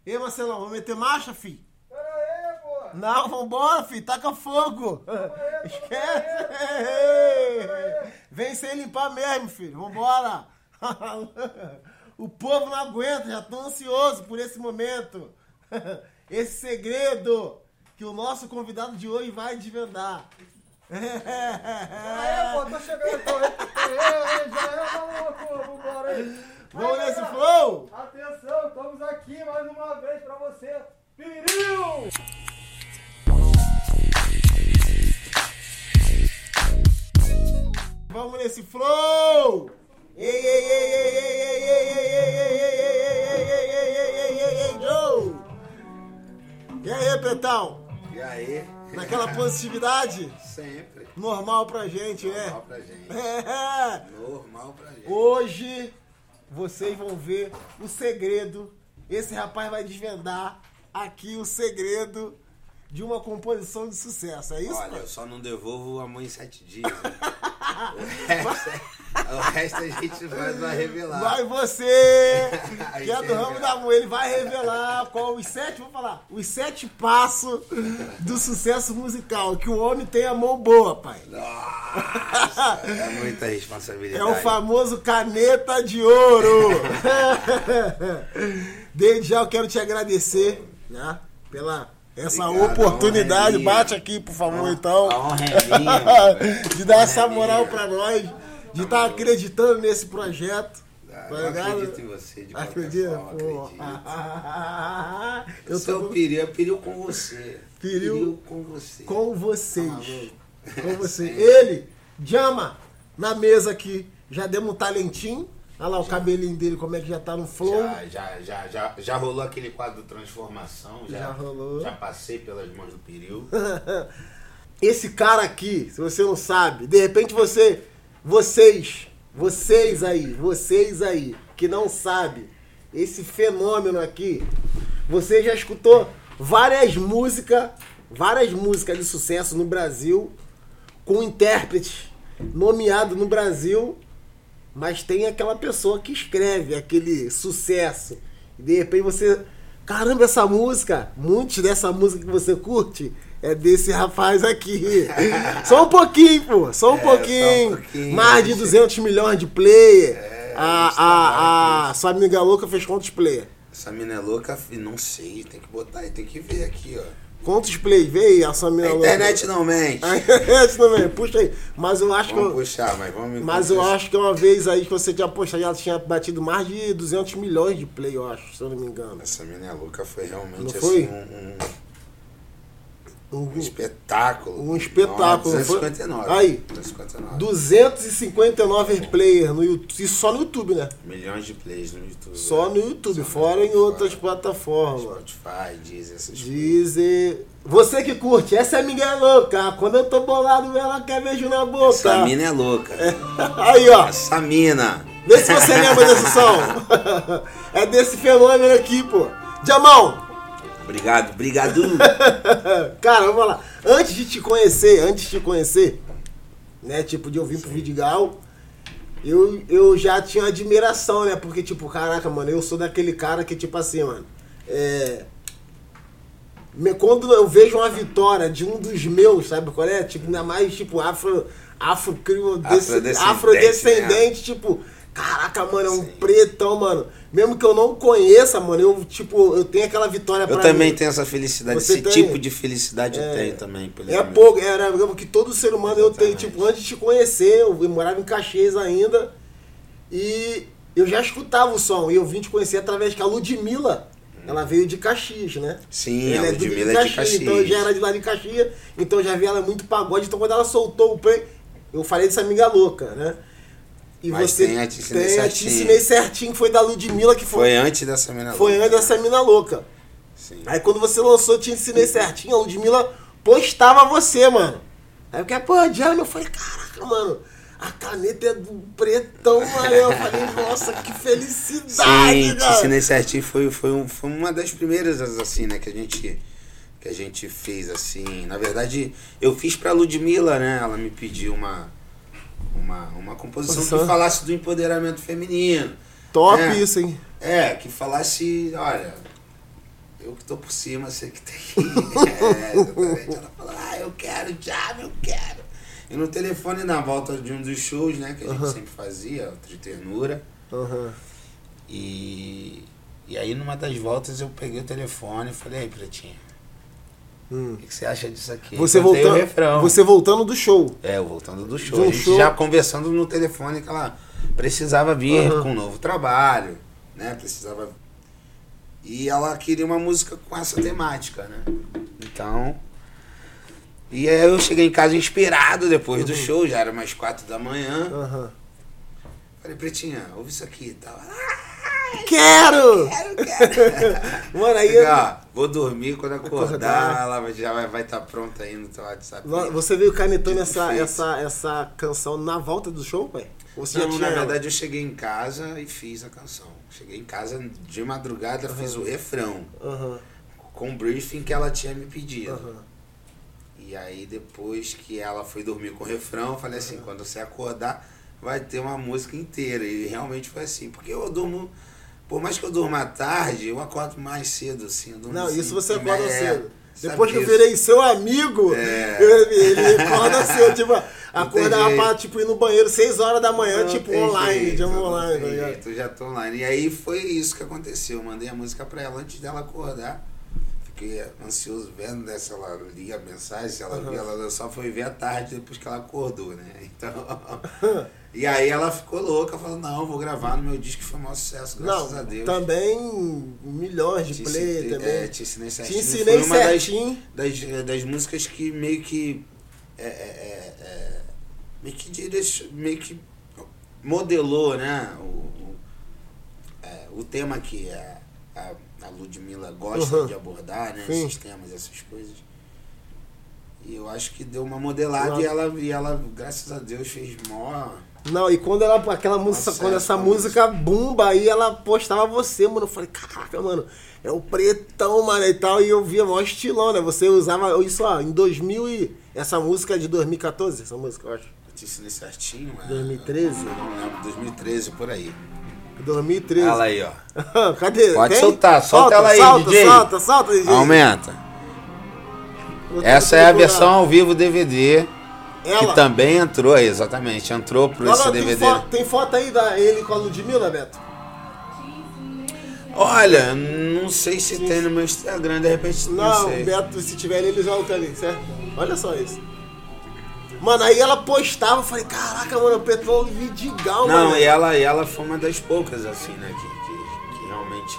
E aí, Marcelão, vamos meter marcha, fi? Pera aí, pô! Não, vambora, fi, taca fogo! Aí, Esquece! Pera Vem sem limpar mesmo, filho, vambora! O povo não aguenta, já tô ansioso por esse momento. Esse segredo que o nosso convidado de hoje vai desvendar. aí, pô, tô chegando, já é maluco, vambora aí! Vamos nesse flow? Atenção, estamos aqui mais uma vez pra você, Piril! Vamos nesse flow! Ei, ei, ei, ei, ei, ei, ei, ei, Joe! E aí, Petão? E aí? Naquela positividade? Sempre. Normal pra gente, né? Normal pra gente. É. Normal pra gente. Hoje vocês vão ver o segredo. Esse rapaz vai desvendar aqui o segredo de uma composição de sucesso. É isso, Olha, pai? eu só não devolvo a mãe em 7 dias. Né? O resto a gente vai revelar. Vai você, Aí que é do você ramo revela. da mãe, ele vai revelar qual os 7, vou falar, os 7 passos do sucesso musical. Que o homem tem a mão boa, pai. Nossa, é muita É responsabilidade. o famoso caneta de ouro. Desde já eu quero te agradecer, né, pela essa Obrigado, oportunidade. a honra é minha. Bate aqui, por favor, então. A honra é minha, velho. De dar A essa honra é moral minha. pra nós, de estar acreditando nesse projeto. Tá Eu ligado? acredito em você, de qualquer Acredita? forma, Pô. acredito. Eu sou tô o Piril, é Piril com você. Piril com você. com vocês. Tá maluco? Com você. Sim. Ele, Jama, na mesa aqui, já demos um talentinho. Olha lá o cabelinho dele, como é que já tá no flow. Já rolou aquele quadro Transformação. Já rolou. Já passei pelas mãos do Piril. Esse cara aqui, se você não sabe, de repente vocês aí, que não sabe, esse fenômeno aqui, você já escutou várias músicas de sucesso no Brasil, com intérpretes nomeados no Brasil, mas tem aquela pessoa que escreve aquele sucesso. E de repente você, caramba, essa música, muitos dessa música que você curte é desse rapaz aqui. Só um pouquinho, pô, só um pouquinho. Mais de 200 milhões de player. A sua amiga louca fez quantos player? Essa mina é louca, não sei, tem que botar aí, tem que ver aqui, ó. Quantos play? Vê aí a sua mina A louca. internet não mente. A internet também, puxa aí. Mas eu acho Vamos que puxar, mas vamos me Mas eu acho que uma vez aí que você tinha postado, ela tinha batido mais de 200 milhões de play, eu acho, se eu não me engano. Essa mina é louca foi realmente Não foi? assim um espetáculo. Um espetáculo, não foi? 259. Aí. 259. 259 players no YouTube. Isso só no YouTube, né? Milhões de plays no YouTube. Só no YouTube, Só fora no em outras Spotify, plataformas. Spotify, Deezer, essas coisas. Dizer. Você que curte, essa é Miguel louca. Quando eu tô bolado, ela quer beijo na boca. Essa mina é louca. Aí, ó. Essa mina. Vê se você lembra desse som. É desse fenômeno aqui, pô. Jamão. Obrigado. Cara, vamos lá. Antes de te conhecer, né, tipo, de ouvir pro Vidigal, eu já tinha admiração, né, porque, tipo, caraca, mano, eu sou daquele cara que, tipo assim, mano, quando eu vejo uma vitória de um dos meus, sabe qual é? Tipo, ainda mais, tipo, afrodescendente, tipo, caraca, mano, é um pretão, mano. Mesmo que eu não conheça, mano, eu tenho aquela vitória pra mim. Eu também tenho essa felicidade, Você esse tem? tipo de felicidade eu tenho também. Era que todo ser humano eu tenho, tipo, antes de te conhecer, eu morava em Caxias ainda, e eu já escutava o som, e eu vim te conhecer através que a Ludmilla, ela veio de Caxias, né? Sim, Ela a Ludmilla é de Caxias. Então eu já era de lá de Caxias, então eu já vi ela muito pagode, então quando ela soltou o play, eu falei dessa amiga louca, né? E Mas você tem a Te Ensinei tem a Te Ensinei Certinho, que foi da Ludmilla, que Foi antes dessa mina foi louca. antes dessa mina louca. Sim. Aí quando você lançou Te Ensinei Certinho, a Ludmilla postava você, mano. Aí eu fiquei, pô, Jama, eu falei, caraca, mano, a caneta é do pretão, mano. Eu falei, nossa, que felicidade, Sim, Te cara. Ensinei Certinho foi uma das primeiras, assim, né, que a gente fez, assim. Na verdade, eu fiz pra Ludmilla, né, ela me pediu uma composição que falasse do empoderamento feminino. Top né? isso, hein? Que falasse, olha, eu que tô por cima, você que tem que ir. Exatamente. Ela falou, eu quero, Thiago, eu quero. E no telefone, na volta de um dos shows, né, que a gente sempre fazia, de ternura. E aí, numa das voltas, eu peguei o telefone e falei, aí, Pretinha, o que você acha disso aqui? Você Cantei o refrão. Você voltando do show. Eu voltando do show. A gente já conversando no telefone que ela precisava vir com um novo trabalho, né? Precisava. E ela queria uma música com essa temática, né? Então. E aí eu cheguei em casa inspirado depois do show, já era umas 4 da manhã. Falei, Pretinha, ouve isso aqui e tal. Quero! Mano, aí vou dormir, quando acordar, ela já vai estar pronta aí no teu WhatsApp. Você veio canetando essa canção na volta do show, pai? Não, na verdade eu cheguei em casa e fiz a canção. Cheguei em casa de madrugada, fiz o refrão. Com o briefing que ela tinha me pedido. E aí depois que ela foi dormir com o refrão, eu falei assim, quando você acordar, vai ter uma música inteira. E realmente foi assim, porque eu durmo... Por mais que eu durma tarde, eu acordo mais cedo, assim. Não, isso você acorda cedo. Depois que eu virei seu amigo, ele acorda cedo, tipo, acordava pra ir no banheiro 6 horas da manhã, online, de online. Eu já tô online. E aí foi isso que aconteceu. Eu mandei a música pra ela antes dela acordar. Fiquei ansioso vendo se ela lia a mensagem, se ela via, ela só foi ver à tarde depois que ela acordou, né? Então... E aí ela ficou louca, falando, não, vou gravar no meu disco, que foi um maior sucesso, graças a Deus. Também milhões de play também. Te ensinei certinho. Te ensinei foi uma certinho. Das músicas que meio que meio que modelou, né? O tema que a Ludmilla gosta de abordar, né? Esses temas, essas coisas. E eu acho que deu uma modelada e ela, graças a Deus, fez mó... Não, e quando aquela música, quando essa música bumba, aí ela postava você, mano. Eu falei, caraca, mano, é o Pretão, mano, e tal. E eu via mó estilão, né? Você usava isso, em 2000 e... Essa música é de 2014, essa música, eu acho. Eu te ensinei certinho, 2013? Não lembro, 2013, por aí. 2013. Olha aí, ó. Cadê? Pode soltar, solta ela aí, DJ. Solta, DJ. Aumenta. Essa é a versão ao vivo DVD. Que também entrou aí, exatamente. Entrou pro esse DVD. Tem foto aí ele com a Ludmilla, Beto? Olha, não sei se tem no meu Instagram, de repente não sei. Beto, se tiver ele joga ali, certo? Olha só isso. Mano, aí ela postava, eu falei, caraca, mano, o Petróleo Vidigal, mano. Não, e ela foi uma das poucas, assim, né, que realmente...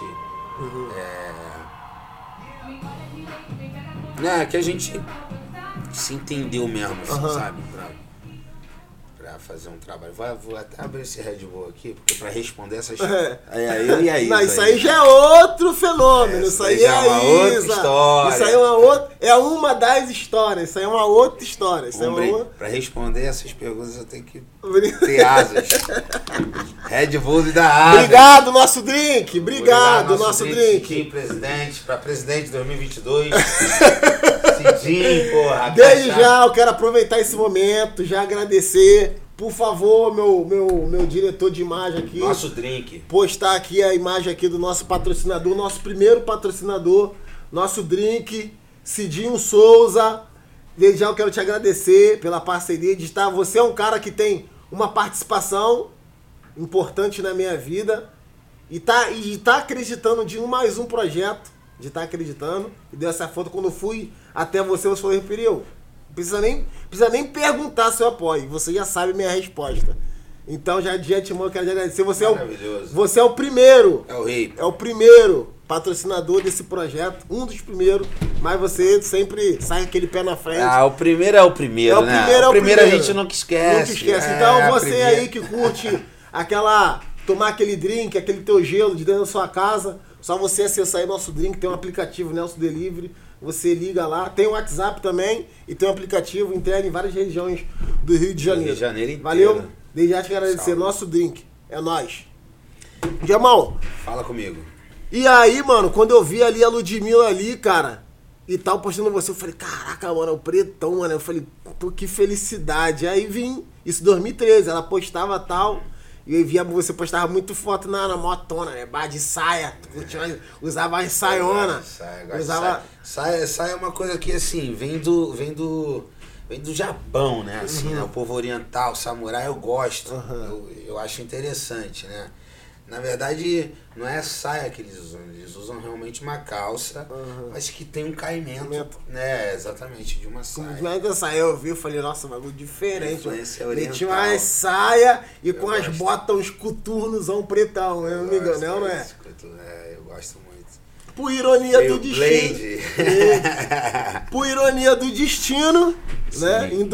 que a gente se entendeu mesmo, assim, sabe? Pra fazer um trabalho. Vou até abrir esse Red Bull aqui, porque pra responder essas... Isso aí já é outro fenômeno. Isso aí é uma outra história. Isso aí é uma das histórias. Isso aí é uma outra história. Pra responder essas perguntas eu tenho que ter asas. Red Bull da asa. Obrigado, nosso drink. Obrigado, nosso drink. Pra presidente 2022. Cidinho, porra. Desde já eu quero aproveitar esse momento, já agradecer. Por favor, meu diretor de imagem aqui. Nosso drink. Postar aqui a imagem aqui do nosso patrocinador, nosso primeiro patrocinador, nosso drink, Cidinho Souza. Desde já eu quero te agradecer pela parceria de estar. Você é um cara que tem uma participação importante na minha vida e tá acreditando de mais um projeto, de estar acreditando. E deu essa foto quando eu fui até você falou, Piriu, precisa nem perguntar se eu apoio, você já sabe minha resposta. Então, já de antemão, eu quero te agradecer. Você é o primeiro. É o rei. É o primeiro patrocinador desse projeto, um dos primeiros, mas você sempre sai com aquele pé na frente. O primeiro é o primeiro, né? O primeiro a gente nunca esquece. Nunca esquece. Então, você aí que curte tomar aquele drink, aquele teu gelo de dentro da sua casa, só você acessar aí nosso drink, tem um aplicativo, Nelson Delivery. Você liga lá, tem o WhatsApp também e tem um aplicativo, entrega em várias regiões do Rio de Janeiro. Rio de Janeiro inteiro. Valeu? Desde já te quero agradecer. Nosso drink. É nóis. Jamal. Fala comigo. E aí, mano, quando eu vi ali a Ludmilla ali, cara, e tal, postando você, eu falei, caraca, mano, é o Pretão, mano. Eu falei, pô, que felicidade. Aí vim, isso em 2013, ela postava tal, E eu via você postava muito foto na motona, né? Bar de saia. Usava as saiona. Saia é uma coisa que, assim, vem do Japão, né? Assim, né? O povo oriental, samurai, eu gosto. Eu acho interessante, né? Na verdade, não é saia que eles usam realmente uma calça, mas que tem um caimento, né? Exatamente, de uma saia. Não é que eu saí, eu vi, eu falei, nossa, bagulho diferente. Influência oriental. Tinha uma saia e com as botas, uns coturnosão pretão, eu não me engano, não é? Eu gosto muito. Por ironia do destino. Por ironia do destino, né? Em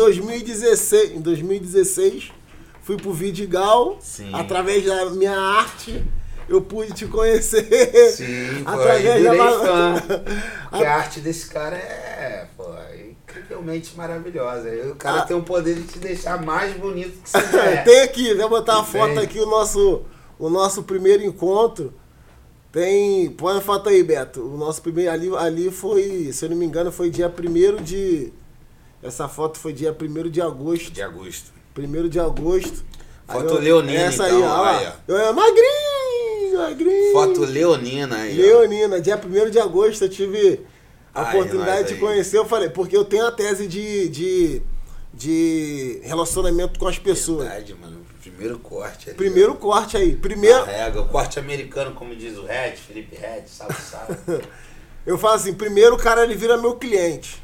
2016, fui pro Vidigal, virei da minha arte, eu pude te conhecer. Sim, através virei fã. Porque a arte desse cara é incrivelmente maravilhosa. O cara tem o poder de te deixar mais bonito que você é. Tem aqui, vou botar a foto aqui, o nosso primeiro encontro. Tem. Põe a foto aí, Beto. O nosso primeiro. Ali foi, se eu não me engano, foi dia 1º de. Essa foto foi dia 1º de agosto. 1º de agosto. Foto leonina, essa então. Aí, ó. Eu é magrinho. Foto leonina aí. Leonina. Dia 1º de agosto eu tive a oportunidade de conhecer. Eu falei, porque eu tenho a tese de relacionamento com as pessoas. Verdade, mano. Primeiro corte ali. Corte aí. O corte americano, como diz o Red, Felipe Red, salve. Eu falo assim, primeiro o cara ele vira meu cliente.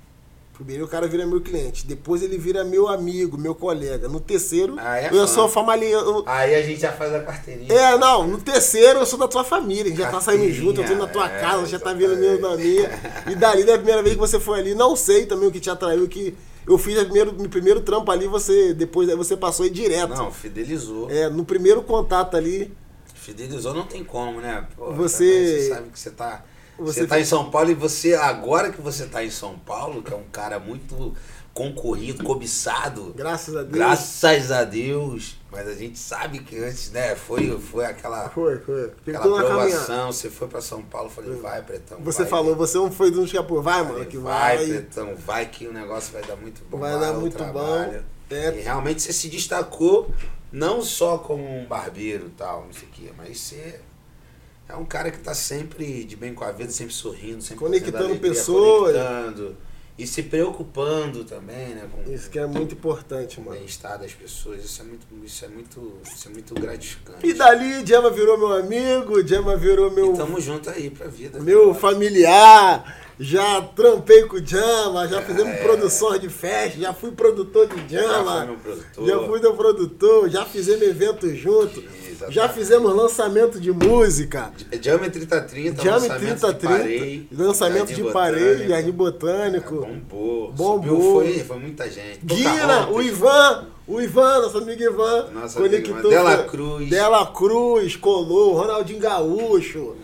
Depois ele vira meu amigo, meu colega. No terceiro, eu sou família. Aí a gente já faz a carteirinha. No terceiro eu sou da tua família. A gente já tá saindo junto, eu tô na tua casa, já tá vindo mesmo na minha. E dali, da primeira vez que você foi ali, não sei também o que te atraiu, que eu fiz meu primeiro trampo ali, depois você passou aí direto. Não, fidelizou. No primeiro contato ali. Fidelizou, não tem como, né? Pô, você sabe que você tá em São Paulo e agora que você tá em São Paulo, que é um cara muito concorrido, cobiçado. Graças a Deus. Mas a gente sabe que antes, né, foi aquela Aquela aprovação. Você foi pra São Paulo, eu falei, vai, Pretão. Você falou, você não foi do escapou. Vai, mano, que vai. Vai, Pretão, vai que o negócio vai dar muito bom. Vai dar muito bom. E realmente você se destacou, não só como um barbeiro e tal, não sei o quê, mas você é um cara que tá sempre de bem com a vida, sempre sorrindo, sempre conectando alegria, pessoas. E se preocupando também, né? Com isso que é muito importante, mano. O bem-estar das pessoas, isso é muito gratificante. E dali, Djama virou meu amigo, Djama virou meu... E tamo junto aí pra vida. Meu familiar, já trampei com o Djama, já fizemos produções de festa, já fui produtor de Djama. Já fui meu produtor, já fizemos evento junto. Exatamente. Já fizemos lançamento de música. Djama 3030, lançamento de Parei, Jardim Botânico. Bombou. Foi muita gente. Guina, o Ivan, nosso amigo Ivan. Conectou. Dela Cruz, colou, Ronaldinho Gaúcho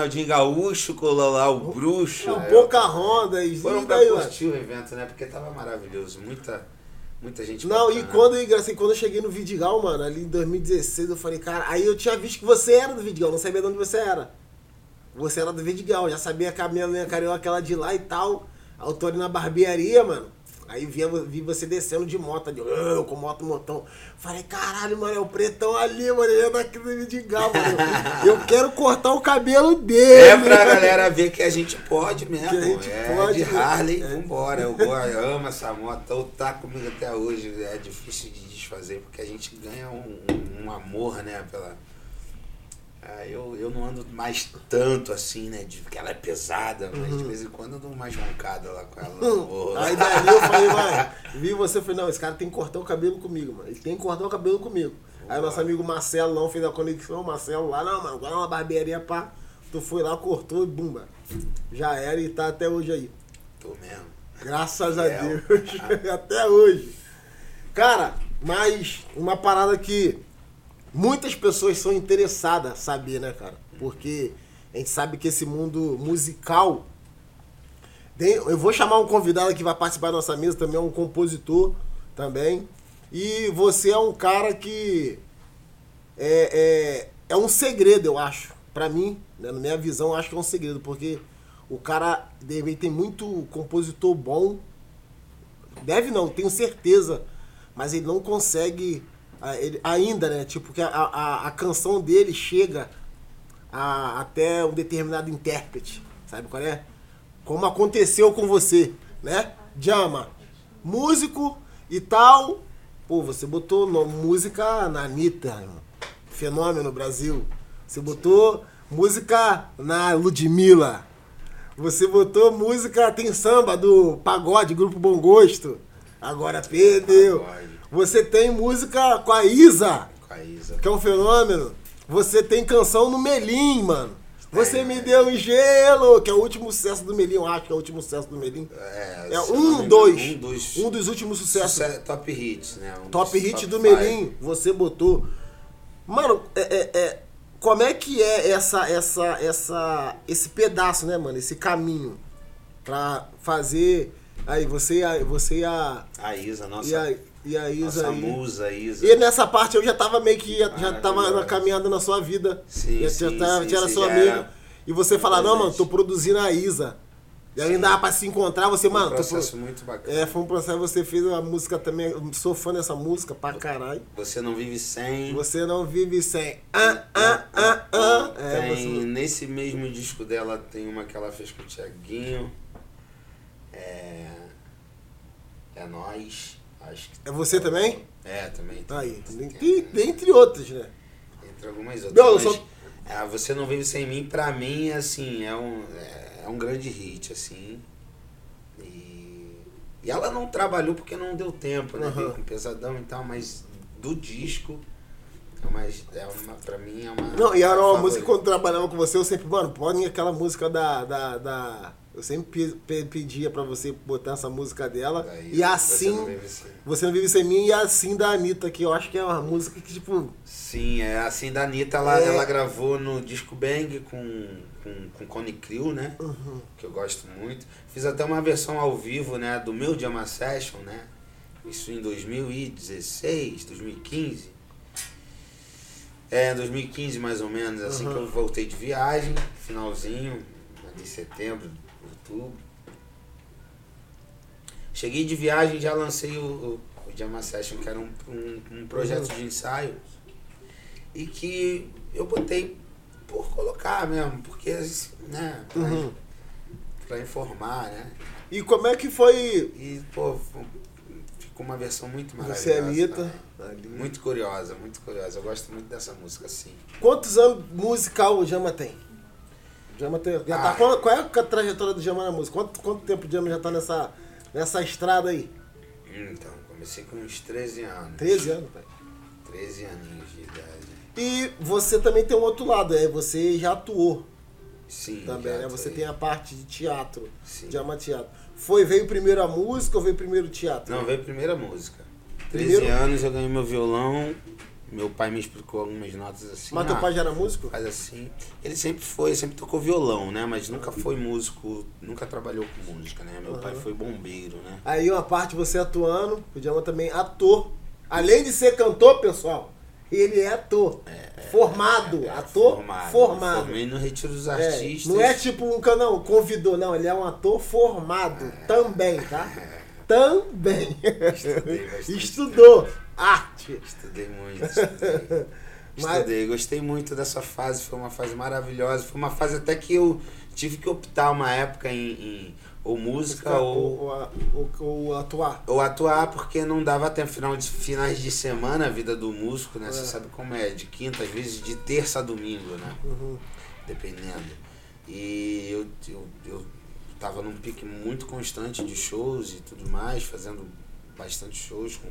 colou lá, o Bruxo. Pocahontas. Foram pra curtir o evento, né? Porque tava maravilhoso. Muita gente. Não, e quando eu cheguei no Vidigal, mano, ali em 2016, eu falei, cara, aí eu tinha visto que você era do Vidigal, não sabia de onde você era. Você era do Vidigal, já sabia que a minha carioca aquela de lá e tal. Aí eu tô ali na barbearia, mano. Aí vi você descendo de moto, com motão. Falei, caralho, mano, é o Pretão ali, mano, ele é daqui do Vidigal, mano. Eu quero cortar o cabelo dele. É pra galera ver que a gente pode mesmo. Que a gente pode. De Harley, vambora. Eu amo essa moto, então tá comigo até hoje. É difícil de desfazer, porque a gente ganha um amor, né, pela... Eu não ando mais tanto assim, né? Porque ela é pesada, mas de vez em quando eu dou uma joncada lá com ela. Aí daí eu falei, mano, vi você, falei, não, esse cara tem que cortar o cabelo comigo, mano. Ele tem que cortar o cabelo comigo. Aí o nosso amigo Marcelo não fez a conexão, o Marcelo lá, não, mano, agora uma barbearia, pá. Tu foi lá, cortou e bumba. Já era e tá até hoje aí. Tô mesmo. Graças a Deus. Até hoje. Cara, mas uma parada que muitas pessoas são interessadas a saber, né, cara? Porque a gente sabe que esse mundo musical... Eu vou chamar um convidado que vai participar da nossa mesa, também é um compositor também. E você é um cara que... É um segredo, eu acho. Pra mim, né, na minha visão, eu acho que é um segredo. Porque o cara tem muito compositor bom. Deve não, tenho certeza. Mas ele não consegue... ainda, né? Tipo, que a canção dele chega até um determinado intérprete. Sabe qual é? Como aconteceu com você, né? Djama, músico e tal. Pô, você botou música na Anitta, irmão. Fenômeno Brasil. Você botou música na Ludmilla. Você botou música, tem samba do Pagode, Grupo Bom Gosto. Agora perdeu. Você tem música com a Isa. Que é um fenômeno. Você tem canção no Melim, mano. Você me deu um gelo, que é o último sucesso do Melim, eu acho que é o último sucesso do Melim. Um dos últimos sucessos. Top hits, né? Top hit do Melim, você botou. Mano, como é que é esse pedaço, né, mano? Esse caminho pra fazer. Aí você e a Isa, nossa. E a Isa nossa aí. Musa, Isa. E nessa parte eu já tava meio que. Já tava caminhando na sua vida. Sim, já era sua amiga. E você fala, não, mano, tô produzindo a Isa. E aí dava pra se encontrar, você, mano. Foi um processo muito bacana. Foi um processo, você fez uma música também. Eu sou fã dessa música pra caralho. Você não vive sem. Você não vive sem. Nesse mesmo disco dela tem uma que ela fez com o Thiaguinho. É Nós. Acho que é você também? Também. Aí, entre outras, né? Entre algumas outras. Não, Você não vive sem mim, pra mim, assim, é um grande hit, assim. E ela não trabalhou porque não deu tempo, né? Veio com Pesadão e tal, mas do disco, pra mim é uma... Não, e era uma música que quando trabalhava com você, eu sempre, mano, pode aquela música eu sempre pedia pra você botar essa música dela. E assim, Você Não Vive Sem Mim, e assim da Anitta, que eu acho que é uma música que, tipo... Sim, assim da Anitta, ela gravou no Disco Bang com Cone Crew, né? Que eu gosto muito. Fiz até uma versão ao vivo, né, do meu Djama Session, né? Isso em 2016, 2015. 2015 mais ou menos, assim que eu voltei de viagem, finalzinho, de setembro, outubro. Cheguei de viagem, já lancei o Djama Session, que era um projeto de ensaio, e que eu botei por colocar mesmo, porque, né, pra informar, né. E como é que foi? E, pô, ficou uma versão muito maravilhosa. Você é Anitta. Muito curiosa, muito curiosa. Eu gosto muito dessa música, assim. Quantos anos musical o Djama tem? Qual é a trajetória do Djama na música? Quanto tempo o Djama já tá nessa estrada aí? Então, comecei com uns 13 anos. 13 anos, pai. 13 aninhos de idade. E você também tem um outro lado, você já atuou. Sim, também, né? Você tem a parte de teatro, sim. Djama Teatro. Veio primeiro a música ou veio primeiro o teatro? Não, veio primeiro a música. 13 anos eu ganhei meu violão, meu pai me explicou algumas notas assim. Mas teu pai já era músico? Faz assim. Ele sempre tocou violão, né? Mas nunca foi músico, nunca trabalhou com música, né? Meu pai foi bombeiro, né? Aí uma parte você atuando, o Djama também ator. Além de ser cantor, pessoal, ele é ator. Formado, ator formado. Formei no Retiro dos Artistas. Não é tipo um canal, convidou, não. Ele é um ator formado também, tá? Também. Estudou arte. Estudei muito, estudei. Gostei muito dessa fase, foi uma fase maravilhosa. Foi uma fase até que eu tive que optar uma época em ou música ou atuar. Ou atuar, porque não dava tempo. Finais de semana, a vida do músico, né? Você sabe como é, de quinta, às vezes de terça a domingo, né? Dependendo. E eu tava num pique muito constante de shows e tudo mais, fazendo bastante shows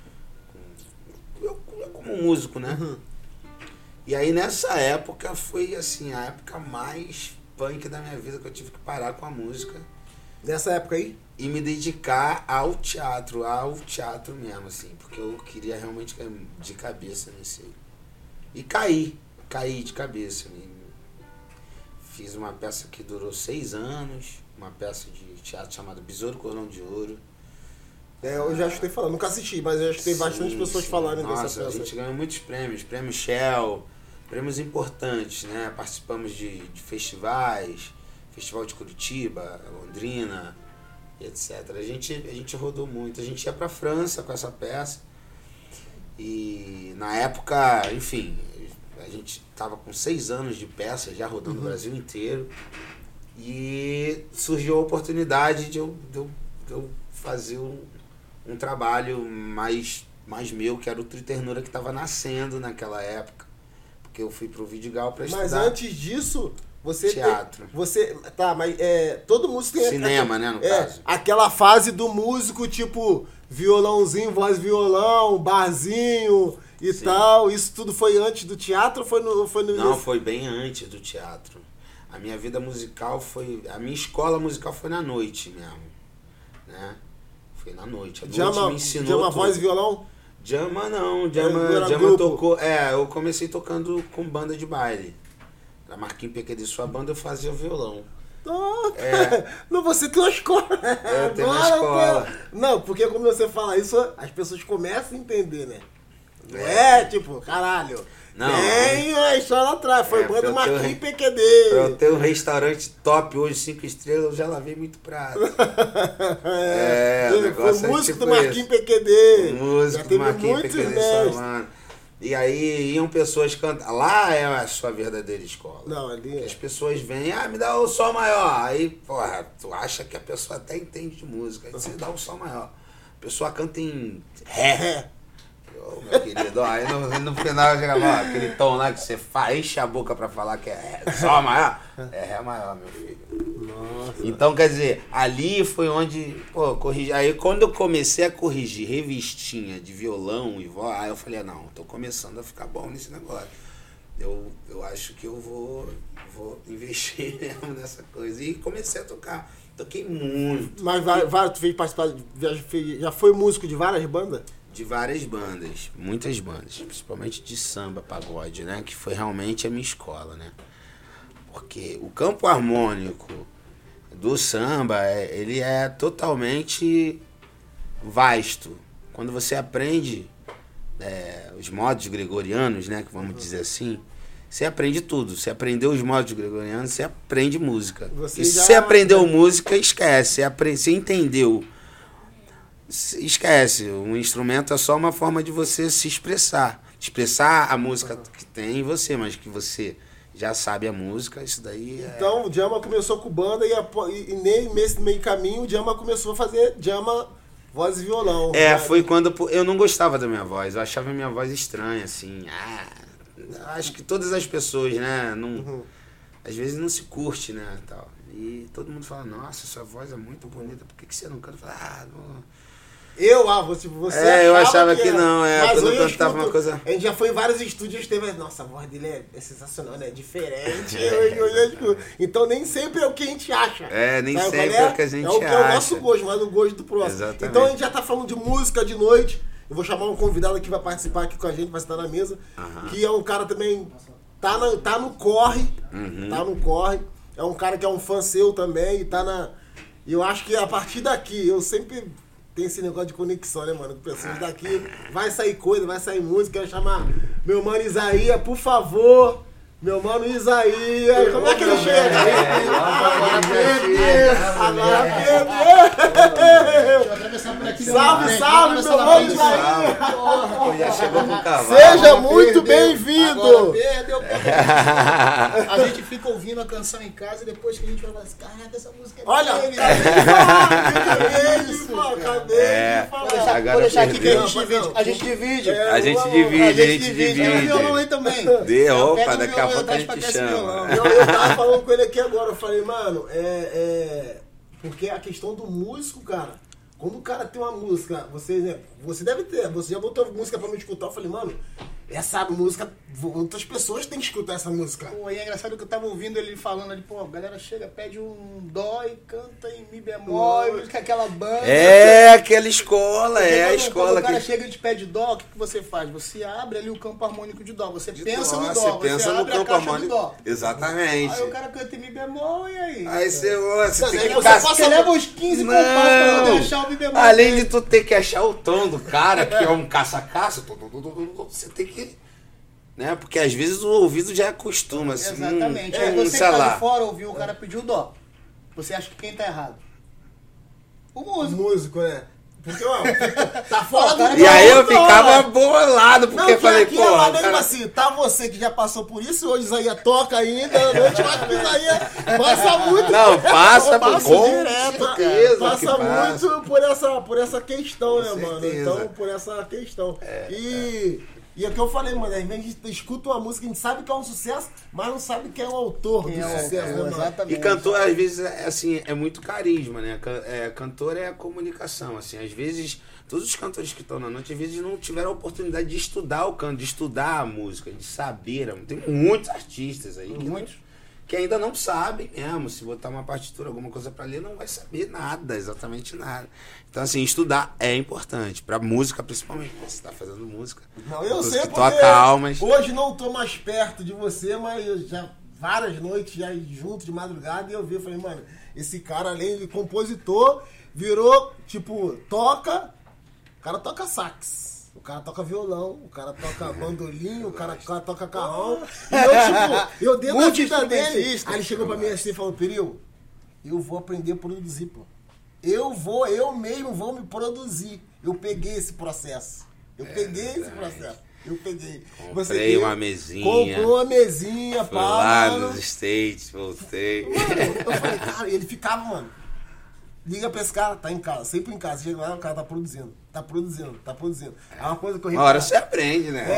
como músico, né? E aí nessa época foi assim, a época mais punk da minha vida, que eu tive que parar com a música. Nessa época aí? E me dedicar ao teatro mesmo, assim, porque eu queria realmente cair de cabeça nesse. E caí de cabeça. Fiz uma peça que durou 6 anos, uma peça de teatro chamada Besouro Cordão de Ouro. Eu já escutei falando, nunca assisti, mas eu já escutei bastante pessoas falarem dessa peça. Nossa, a gente ganhou muitos prêmios, prêmio Shell, prêmios importantes, né? Participamos de festivais, Festival de Curitiba, Londrina, etc. A gente rodou muito, a gente ia pra França com essa peça. E na época, enfim, a gente tava com 6 anos de peça, já rodando o Brasil inteiro. E surgiu a oportunidade de eu fazer um trabalho mais meu, que era o Triternura, que estava nascendo naquela época. Porque eu fui pro Vidigal para estudar. Mas antes disso, você... Teatro. Tá, mas todo músico tem... Cinema, né, no caso. Aquela fase do músico, tipo, violãozinho, voz violão, barzinho e tal. Isso tudo foi antes do teatro ou foi no Não, foi bem antes do teatro. A minha vida musical a minha escola musical foi na noite mesmo, né? Foi na noite. A noite me ensinou Jama, tudo. voz e violão? Jama não, Jama tocou... eu comecei tocando com banda de baile. Na Marquinhos PQD, sua banda, eu fazia violão. Não, você tem uma escola. Eu tenho uma escola. Não, porque quando você fala isso, as pessoas começam a entender, né? Não tipo, caralho. Não. Tem uma história atrás. Foi banda Marquinhos PQD. Pra eu ter um restaurante top hoje, 5 estrelas, eu já lavei muito prato. O negócio foi músico tipo do Marquinhos PQD. Músico do Marquinhos PQD, Salmano. E aí iam pessoas cantar. Lá é a sua verdadeira escola. Não, ali As pessoas vêm, me dá o sol maior. Aí, porra, tu acha que a pessoa até entende de música. Aí você dá o sol maior. A pessoa canta em ré. Meu querido, aí no final chega lá, aquele tom lá que você enche a boca pra falar que é sol maior. É ré maior, meu filho. Nossa. Então, quer dizer, ali foi onde, corrigi. Aí quando eu comecei a corrigir revistinha de violão e voz, aí eu falei, não, tô começando a ficar bom nesse negócio. Eu acho que eu vou investir mesmo nessa coisa. E comecei a tocar. Toquei muito. Mas tu fez participar, já foi músico de várias bandas? De várias bandas, muitas bandas, principalmente de samba, pagode, né? Que foi realmente a minha escola, né? Porque o campo harmônico do samba, ele é totalmente vasto. Quando você aprende os modos gregorianos, né? Que vamos dizer assim, você aprende tudo. Você aprendeu os modos gregorianos, você aprende música. Se você aprendeu música, esquece. Você entendeu. Esquece, o instrumento é só uma forma de você se expressar. Expressar a música que tem em você, mas que você já sabe a música, isso daí é... Então o Djama começou com banda e nesse meio caminho o Djama começou a fazer Djama voz e violão. Foi quando eu não gostava da minha voz, eu achava a minha voz estranha, assim. Acho que todas as pessoas, né, não, às vezes não se curte, né, tal. E todo mundo fala, nossa, sua voz é muito bonita, por que você não canta? Eu falo, não... Você eu achava que não, mas quando eu cantava uma coisa... A gente já foi em vários estúdios, teve... Nossa, a voz dele é sensacional, né? É diferente. Então nem sempre é o que a gente acha. Nem sempre é o que a gente acha. É o nosso gosto, mas o gosto do próximo. Exatamente. Então a gente já tá falando de música de noite. Eu vou chamar um convidado que vai participar aqui com a gente, vai estar na mesa. Que é um cara também... Tá no corre. Tá no corre. É um cara que é um fã seu também e tá na... E eu acho que a partir daqui, eu sempre... Tem esse negócio de conexão, né, mano? Pessoas daqui, vai sair coisa, vai sair música. Quero chamar meu mano Isaías, por favor. Meu mano Isaías. Como é que ele chega? Salve, salve, meu mano Isaías. Já chegou com o cavalo. Seja muito bem-vindo. A gente fica ouvindo a canção em casa e depois que a gente vai falar assim, caraca, essa música é olha, dele. Agora Vou deixar aqui que a gente divide. A gente divide. É o violão aí também. Daqui a pouco a gente chama. Eu tava falando com ele aqui agora, eu falei, mano, porque a questão do músico, cara, quando o cara tem uma música, você deve ter, você já botou música pra me escutar, eu falei, mano, essa música, outras pessoas têm que escutar essa música. Pô, e é engraçado que eu tava ouvindo ele falando ali, pô, a galera chega, pede um dó e canta em mi bemol, música aquela banda. Aquela escola, a escola. Quando o cara chega e te pede dó, o que você faz? Você abre ali o campo harmônico de dó, você pensa no dó, você pensa no campo harmônico. Dó. Exatamente. Aí o cara canta em mi bemol, e aí? Aí você tem que você leva uns 15 compassos pra poder achar o mi bemol. Além de tu ter que achar o tom do cara, que é um caça-caça, você tem que... Né? Porque às vezes o ouvido já acostuma. Assim, exatamente. Aí você que tá de fora ouviu o cara pedir o dó. Você acha que quem tá errado? O músico. O músico, né? Porque, ó, tá fora do E aí eu ficava bolado, porque eu falei, pô. Mas mesmo assim, tá você que já passou por isso, hoje Isaías toca ainda, à noite, mas que Isaías passa muito. Não, passa por direto, certeza. Passa muito por essa questão, né, mano? certeza. Então, por essa questão. E é o que eu falei, mano, às vezes a gente escuta uma música, a gente sabe que é um sucesso, mas não sabe quem é o autor do sucesso, né, mano? Exatamente. E cantor, às vezes, assim, é muito carisma, né? Cantor é a comunicação, assim. Às vezes, todos os cantores que estão na noite, às vezes não tiveram a oportunidade de estudar o canto, de estudar a música, de saber. Tem muitos artistas aí que ainda não sabem mesmo. Se botar uma partitura, alguma coisa pra ler, não vai saber nada, exatamente nada. Então, assim, estudar é importante. Pra música, principalmente. Você tá fazendo música. Não, eu sei porque toca almas. Hoje não tô mais perto de você, mas eu já várias noites já junto de madrugada e eu vi, eu falei, mano, esse cara, além de compositor, virou, tipo, o cara toca sax. O cara toca violão, o cara toca bandolim, o cara toca carrão. E eu dentro da vida dele. Aí ele chegou pra mim assim e falou, Peril, eu vou aprender a produzir, pô. Eu mesmo vou me produzir. Eu peguei esse processo. Eu peguei. Comprei uma mesinha. Comprou uma mesinha, fui lá mano. nos States, voltei. Mano, eu falei, cara, ele ficava, mano. Liga pra esse cara, tá em casa, sempre em casa. Chega lá, o cara tá produzindo. É uma coisa que eu Uma hora você aprende, né?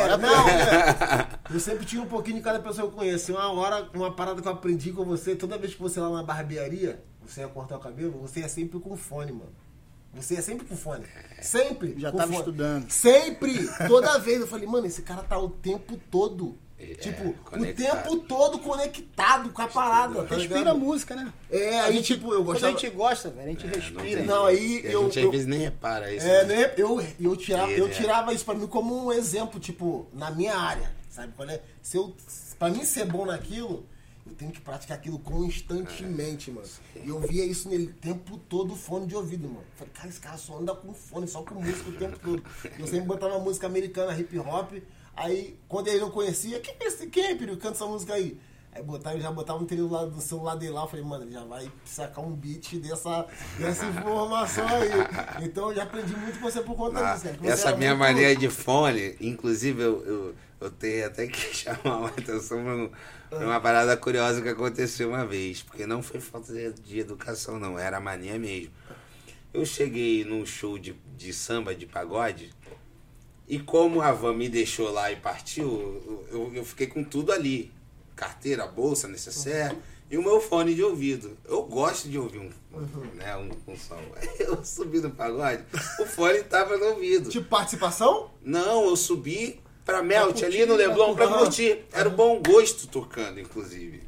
Eu sempre tinha um pouquinho de cada pessoa que eu conheço. Uma parada que eu aprendi com você, toda vez que você ia lá na barbearia, você ia cortar o cabelo, você ia sempre com fone, mano. Você ia sempre com fone. Sempre. Já com tava fone. estudando. Sempre. Toda vez. Eu falei, mano, esse cara tá o tempo todo. Conectado. O tempo todo conectado com a parada. Tá Respira ligado? música, né? Aí tipo, eu Quando gostava. a gente gosta, velho, a gente respira. Não, aí a gente às vezes nem repara isso. né? Eu tirava isso pra mim como um exemplo, tipo, na minha área. Sabe qual é? Pra mim ser bom naquilo, eu tenho que praticar aquilo constantemente, mano. E eu via isso nele o tempo todo, fone de ouvido, mano. Falei, cara, esse cara só anda com fone, só com música o tempo todo. Eu sempre botava música americana, hip hop. Aí, quando ele não conhecia, quem é, Peru? Canta essa música aí. Aí já botava no celular dele lá, eu falei, mano, ele já vai sacar um beat dessa informação aí. Então eu já aprendi muito com você por conta disso, cara. Essa minha mania de fone, inclusive eu tenho até que chamar a atenção pra uma parada curiosa que aconteceu uma vez, porque não foi falta de educação, não, era mania mesmo. Eu cheguei num show de samba, de pagode, e como a van me deixou lá e partiu, eu fiquei com tudo ali. Carteira, bolsa, necessaire e o meu fone de ouvido. Eu gosto de ouvir um som. Eu subi no pagode, o fone tava no ouvido. Tipo participação? Não, eu subi pra Melt, ali no Leblon, pra curtir. Era o Bom Gosto tocando, inclusive.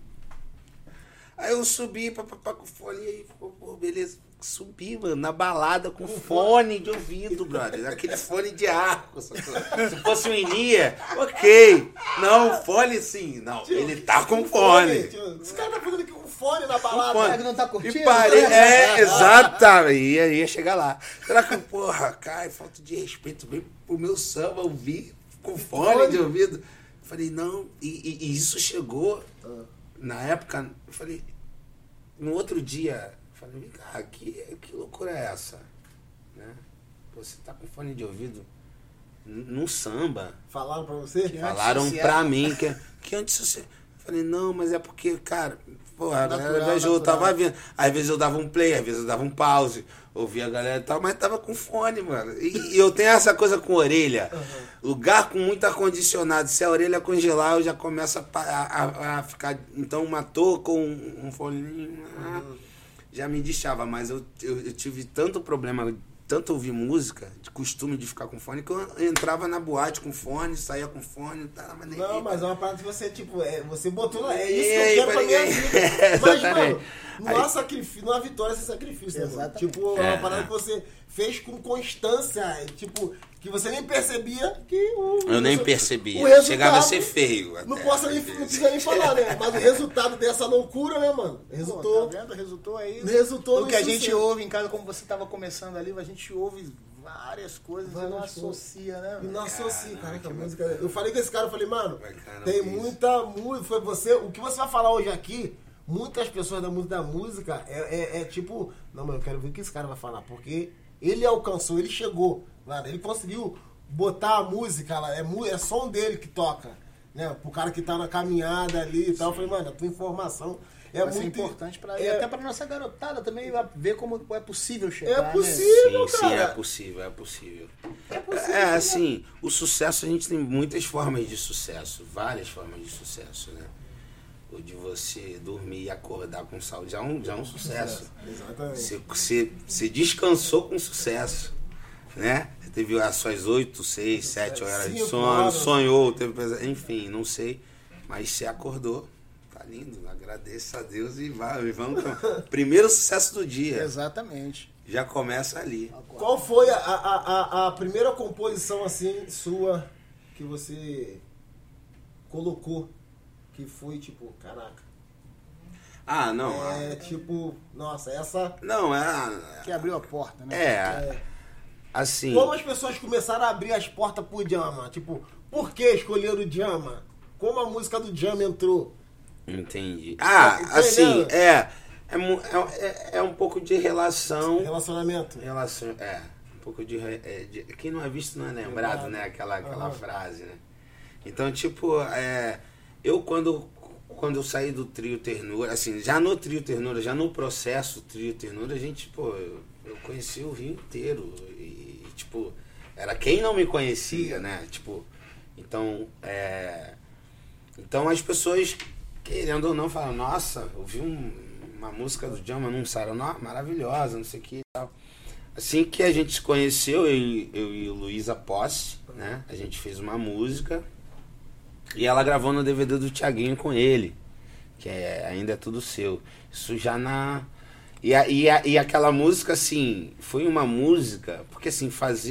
Aí eu subi com o fone e aí, pô, beleza. Subi, mano, na balada com fone de ouvido, brother. Aquele fone de arco. Se fosse um Inia, ok. Não, fone sim. Não, ele tá com fone. Esse cara tá fazendo aqui com fone na balada. Fone. Será que não tá curtindo? E parei, exatamente. Ia chegar lá. Será que, porra, cara, falta de respeito bem pro meu samba ouvir com fone de ouvido? Falei, não. E isso chegou, na época, eu falei, no outro dia... Falei, vem cá, que loucura é essa? Né? Você tá com fone de ouvido num samba. Falaram pra você? Falaram pra mim que antes você... Falei, não, mas é porque, cara, porra, a galera eu tava vendo. Às vezes eu dava um play, às vezes eu dava um pause, ouvia a galera e tal, mas tava com fone, mano. E eu tenho essa coisa com orelha. Lugar com muito ar-condicionado. Se a orelha congelar, eu já começo a ficar... Então, uma touca com um fone... Já me deixava, mas eu tive tanto problema, tanto ouvir música, de costume de ficar com fone, que eu entrava na boate com fone, saía com fone, tava nem... Não, mas é uma parada que você, tipo, você botou lá, é isso que eu quero pra minha vida. Mas, mano, não há sacrifício, não há vitória sem sacrifício, né, mano? Tipo, é uma parada que você fez com constância, tipo, que você nem percebia que eu nem percebia, chegava a ser feio. Não precisa nem falar, né? Mas o resultado dessa loucura, né, mano? Resultou. Tá vendo? Resultou aí. Resultou o que a gente ouve em casa, como você tava começando ali, a gente ouve várias coisas e não associa, né? E não associa, cara, que a música... Eu falei com esse cara, eu falei, mano, tem muita música, foi você... O que você vai falar hoje aqui, muitas pessoas da música é tipo... Não, mano, eu quero ver o que esse cara vai falar, porque ele alcançou, ele chegou lá, ele conseguiu botar a música lá, é som dele que toca, né? Pro cara que tá na caminhada ali e tal. Eu falei, mano, a tua informação é Vai ser muito importante e até pra nossa garotada também ver como é possível chegar. É possível, sim, cara. é possível. É assim, o sucesso, a gente tem muitas formas de sucesso, várias formas de sucesso, né? O de você dormir e acordar com saúde já é um sucesso. Exatamente. Você descansou com sucesso, né? Você teve as suas 8, 6, 7 horas de 5 sono, horas. sonhou, enfim, não sei, mas você acordou. Tá lindo, agradeço a Deus e vamos. Primeiro sucesso do dia. Exatamente. Já começa ali. Qual foi a primeira composição assim sua que você colocou que foi tipo, caraca? Ah, não. Tipo, nossa, essa Não, Que abriu a porta, né? assim. Como as pessoas começaram a abrir as portas pro Djamma? Tipo, por que escolheram o Djamma? Como a música do Djamma entrou? Entendi. Entendeu? Assim, é um pouco de Relacionamento. Um pouco de quem não é visto não é lembrado, né? Aquela frase, né? Então, tipo, eu quando eu saí do Trio Ternura, assim, já no Trio Ternura, já no processo Trio Ternura, a gente, pô, eu conheci o Rio inteiro e, tipo, era quem não me conhecia, né? Tipo, então as pessoas, querendo ou não, falam, nossa, eu vi uma música do Djamma num Saranó, maravilhosa, não sei o que e tal. Assim que a gente se conheceu, eu e o Luísa Posse, né? A gente fez uma música e ela gravou no DVD do Thiaguinho com ele, que Ainda é Tudo Seu. Isso já na... E aquela música, assim, foi uma música, porque assim,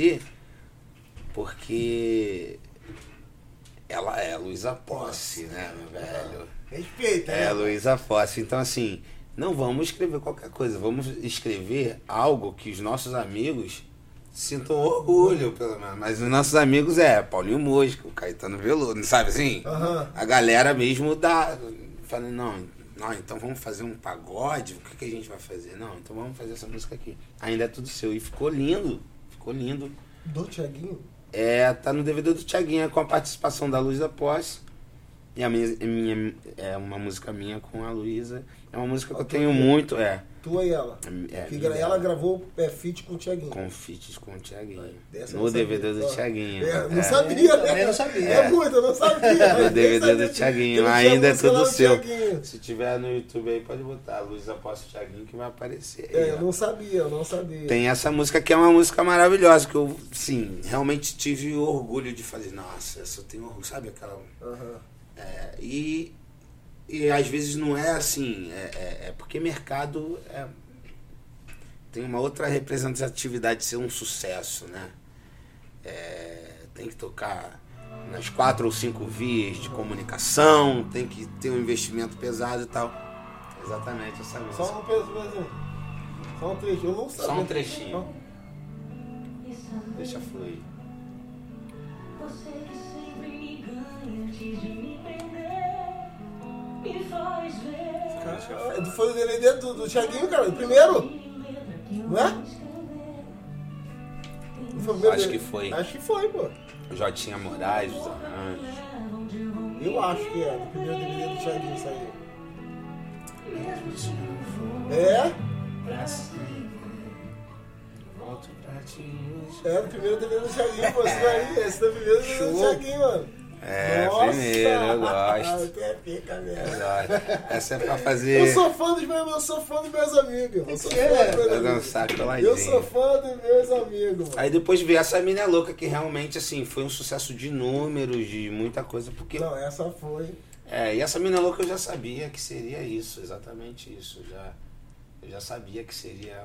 porque ela é Luísa Posse, né, meu velho? Respeita, né? Luísa Posse. Então, assim, não vamos escrever qualquer coisa, vamos escrever algo que os nossos amigos sintam orgulho, pelo menos. Mas os nossos amigos Paulinho Mosca, o Caetano Veloso, sabe assim? A galera mesmo falando, não, então vamos fazer um pagode, o que a gente vai fazer? Não, então vamos fazer essa música aqui. Ainda é Tudo Seu. E ficou lindo. Do Thiaguinho? Tá no DVD do Thiaguinho, com a participação da Luísa Posse. E é uma música minha com a Luísa. É uma música que eu tenho muito, Tua e ela. Ela gravou feat com o Thiaguinho. Com feat com o Thiaguinho. No DVD do Thiaguinho. Não sabia, né? Também não sabia. Eu não sabia. No DVD do Thiaguinho. Ainda é Tudo Seu. Thiaguinho. Se tiver no YouTube aí, pode botar Luísa Posse Thiaguinho que vai aparecer. Eu não sabia. Tem essa música que é uma música maravilhosa, que eu, sim, realmente tive orgulho de fazer. Nossa, essa eu tenho orgulho, sabe aquela... E às vezes não é assim, porque mercado tem uma outra representatividade de ser um sucesso, né? Tem que tocar nas 4 ou 5 vias de comunicação, tem que ter um investimento pesado e tal. Exatamente essa música. Só um trechinho. Eu não sabia. Só um trechinho. Deixa fluir. Você que sempre me ganha antes de me prender, me faz ver. Foi o DVD do Thiaguinho, cara, o primeiro. Não é? Não foi o primeiro Acho DVD? que foi. Acho que foi, pô. Jotinha Moraes, os arranjos. Eu acho que do primeiro DVD do Thiaguinho saiu. Volto pra ti. Do primeiro DVD do Thiaguinho, pô. Esse do primeiro DVD do Thiaguinho, mano. Primeiro, eu gosto. Até pica mesmo. Essa é pra fazer. Eu sou fã dos meus amigos. Eu dançar coladinho. Eu sou fã dos meus amigos, mano. Aí depois veio essa Mina Louca, que realmente, assim, foi um sucesso de números, de muita coisa, porque... Não, essa foi... e essa Mina Louca eu já sabia que seria isso, exatamente isso. Eu já sabia que seria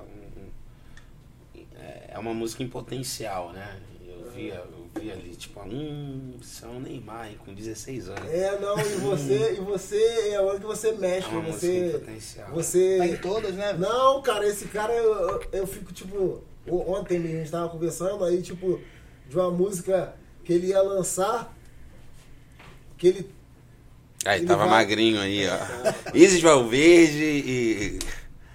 uma música em potencial, né? Eu via ali, tipo, você é um Neymar, hein, com 16 anos. E você é onde você mexe, uma música em potencial. Você... Tá em todas, né? Não, cara, esse cara, eu fico, tipo... Ontem mesmo a gente tava conversando, aí, tipo, de uma música que ele ia lançar, que ele... Aí, tava magrinho aí, ó. Isis Valverde e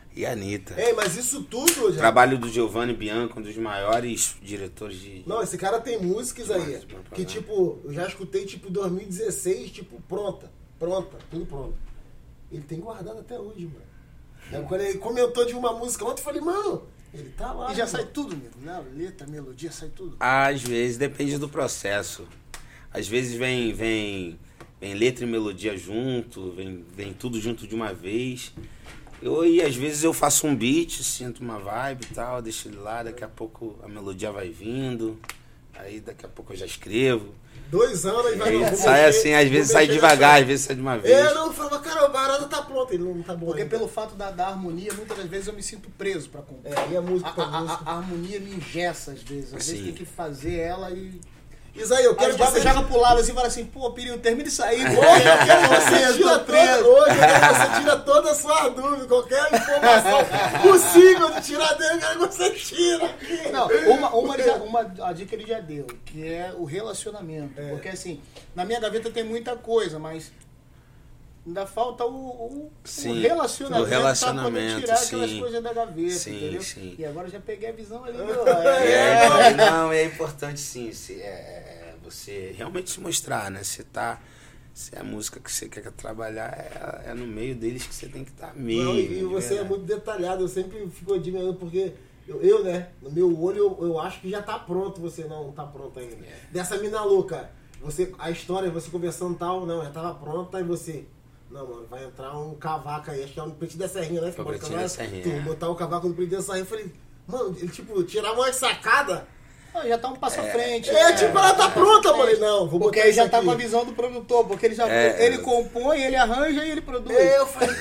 e Anitta. Ei, mas isso tudo, já. Trabalho do Giovanni Bianco, um dos maiores diretores de... Não, esse cara tem músicas aí Demais, que, tipo, eu já escutei, tipo, em 2016, tipo, pronta, tudo pronto. Ele tem guardado até hoje, mano. Aí, quando ele comentou de uma música ontem, eu falei, mano, ele tá lá. E já mano. sai tudo, amigo, né? Letra, melodia, sai tudo. Às vezes, depende do processo. Às vezes vem letra e melodia junto, vem tudo junto de uma vez. E às vezes eu faço um beat, sinto uma vibe e tal, deixo ele lá, daqui a pouco a melodia vai vindo, aí daqui a pouco eu já escrevo. 2 anos e vai Aí sai assim, às vezes sai devagar, às vezes sai de uma vez. É, não, falava, cara, o barato tá pronto, ele não tá bom. Porque ainda. pelo fato da harmonia, muitas das vezes eu me sinto preso pra compor. É, e a música pra música. A harmonia me engessa às vezes. Às vezes Sim. tem que fazer ela e... Isaí, eu quero Aí que você... joga pro lado assim e fala assim, pô, Pirinho, termina isso aí. Hoje eu quero que você Eu tira tô preso. hoje eu quero que você tira toda a sua dúvida, qualquer informação possível de tirar dele, eu quero que você tira. Não, a dica ele já deu, que é o relacionamento. Porque assim, na minha gaveta tem muita coisa, mas ainda falta o Sim, relacionamento, o relacionamento, pra poder tirar aquelas sim. coisas da gaveta, Sim, entendeu? sim. E agora eu já peguei a visão ali. Não, é importante sim, você realmente se mostrar, né? Se é a música que você quer trabalhar, é no meio deles que você tem que estar mesmo. Não, e você é muito detalhado, eu sempre fico admirando, porque eu, né, no meu olho, eu acho que já tá pronto, você não tá pronto ainda. Dessa mina louca, a história, você conversando tal, não, já tava pronta, e você... Não, mano, vai entrar um cavaco aí, acho que é no peito da serrinha, né? Foi o Pretinho da Serrinha, Tu botar o cavaco no peito da serrinha, eu falei, mano, ele tipo, tirava uma sacada. Não, já tá um passo à frente. Tipo, ela tá pronta, eu falei, não, vou Porque botar aí isso já tá aqui. com a visão do produtor, porque ele já ele compõe, ele arranja e ele produz. Eu falei,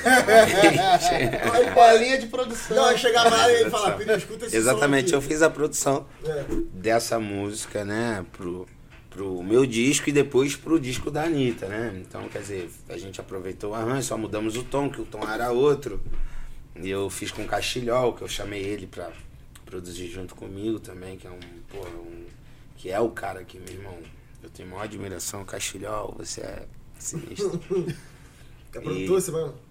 É a linha de produção. não, aí chegava lá e ele falava, Pirinho, escuta esse Exatamente, som eu aqui. fiz a produção É. dessa música, né, pro meu disco e depois pro disco da Anitta, né? Então, quer dizer, a gente aproveitou o arranjo, só mudamos o tom, que o tom era outro. E eu fiz com o Castilhol, que eu chamei ele pra produzir junto comigo também, que é que é o cara que, meu irmão, eu tenho maior admiração, Castilhol, você é sinistro. É produtor, você, mano?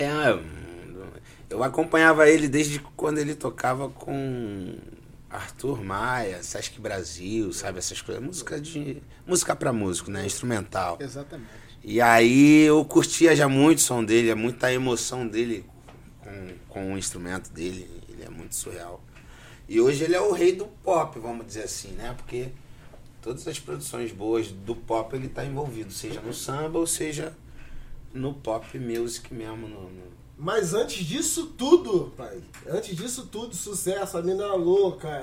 Eu acompanhava ele desde quando ele tocava com Arthur Maia, Sesc Brasil, sabe, essas coisas. Música pra músico, né? Instrumental. Exatamente. E aí eu curtia já muito o som dele, muita emoção dele com o instrumento dele. Ele é muito surreal. E hoje ele é o rei do pop, vamos dizer assim, né? Porque todas as produções boas do pop ele tá envolvido, seja no samba ou seja no pop music mesmo. Mas antes disso tudo, pai, sucesso, a mina louca,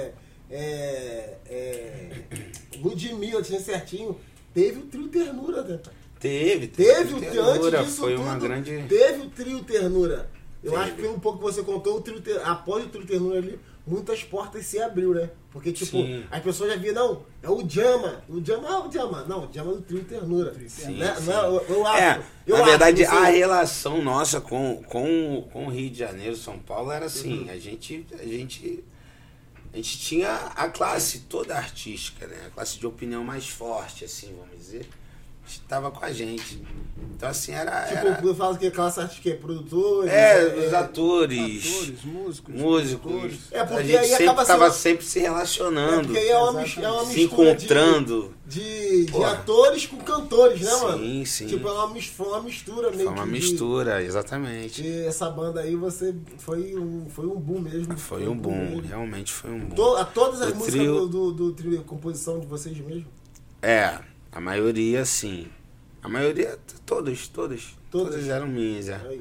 Ludmilla, tinha certinho, teve o trio Ternura, né, pai? Teve Teve o Ternura, antes disso foi tudo, uma grande... teve o trio Ternura. Eu Teve. acho que pelo pouco que você contou, após o trio Ternura ali, muitas portas se abriu, né? Porque, tipo, Sim. as pessoas já viam, não, é o Jama. Não, o Jama do trio Ternura. Sim, Né? sim. Não é, eu acho. Eu na acho, verdade, não sei. a relação nossa com o Rio de Janeiro, São Paulo, era assim, a gente tinha a classe toda artística, né? A classe de opinião mais forte, assim, vamos dizer, estava com a gente. Então, assim, era... Tipo, eu falo que a classe artística é produtor. os atores, músicos, músicos. É, porque a gente aí sempre acaba estava sendo- sempre se relacionando, Porque aí é uma se mistura encontrando. de Porra. atores com cantores, né, Sim, mano? sim. Tipo, foi uma mistura meio Foi uma que mistura, exatamente. de essa banda aí, você foi um boom mesmo. Foi um boom, mesmo. realmente foi um boom. Todas as O músicas trio- do trio, composição de vocês mesmo? A maioria sim. A maioria, todas eram minhas. Aí.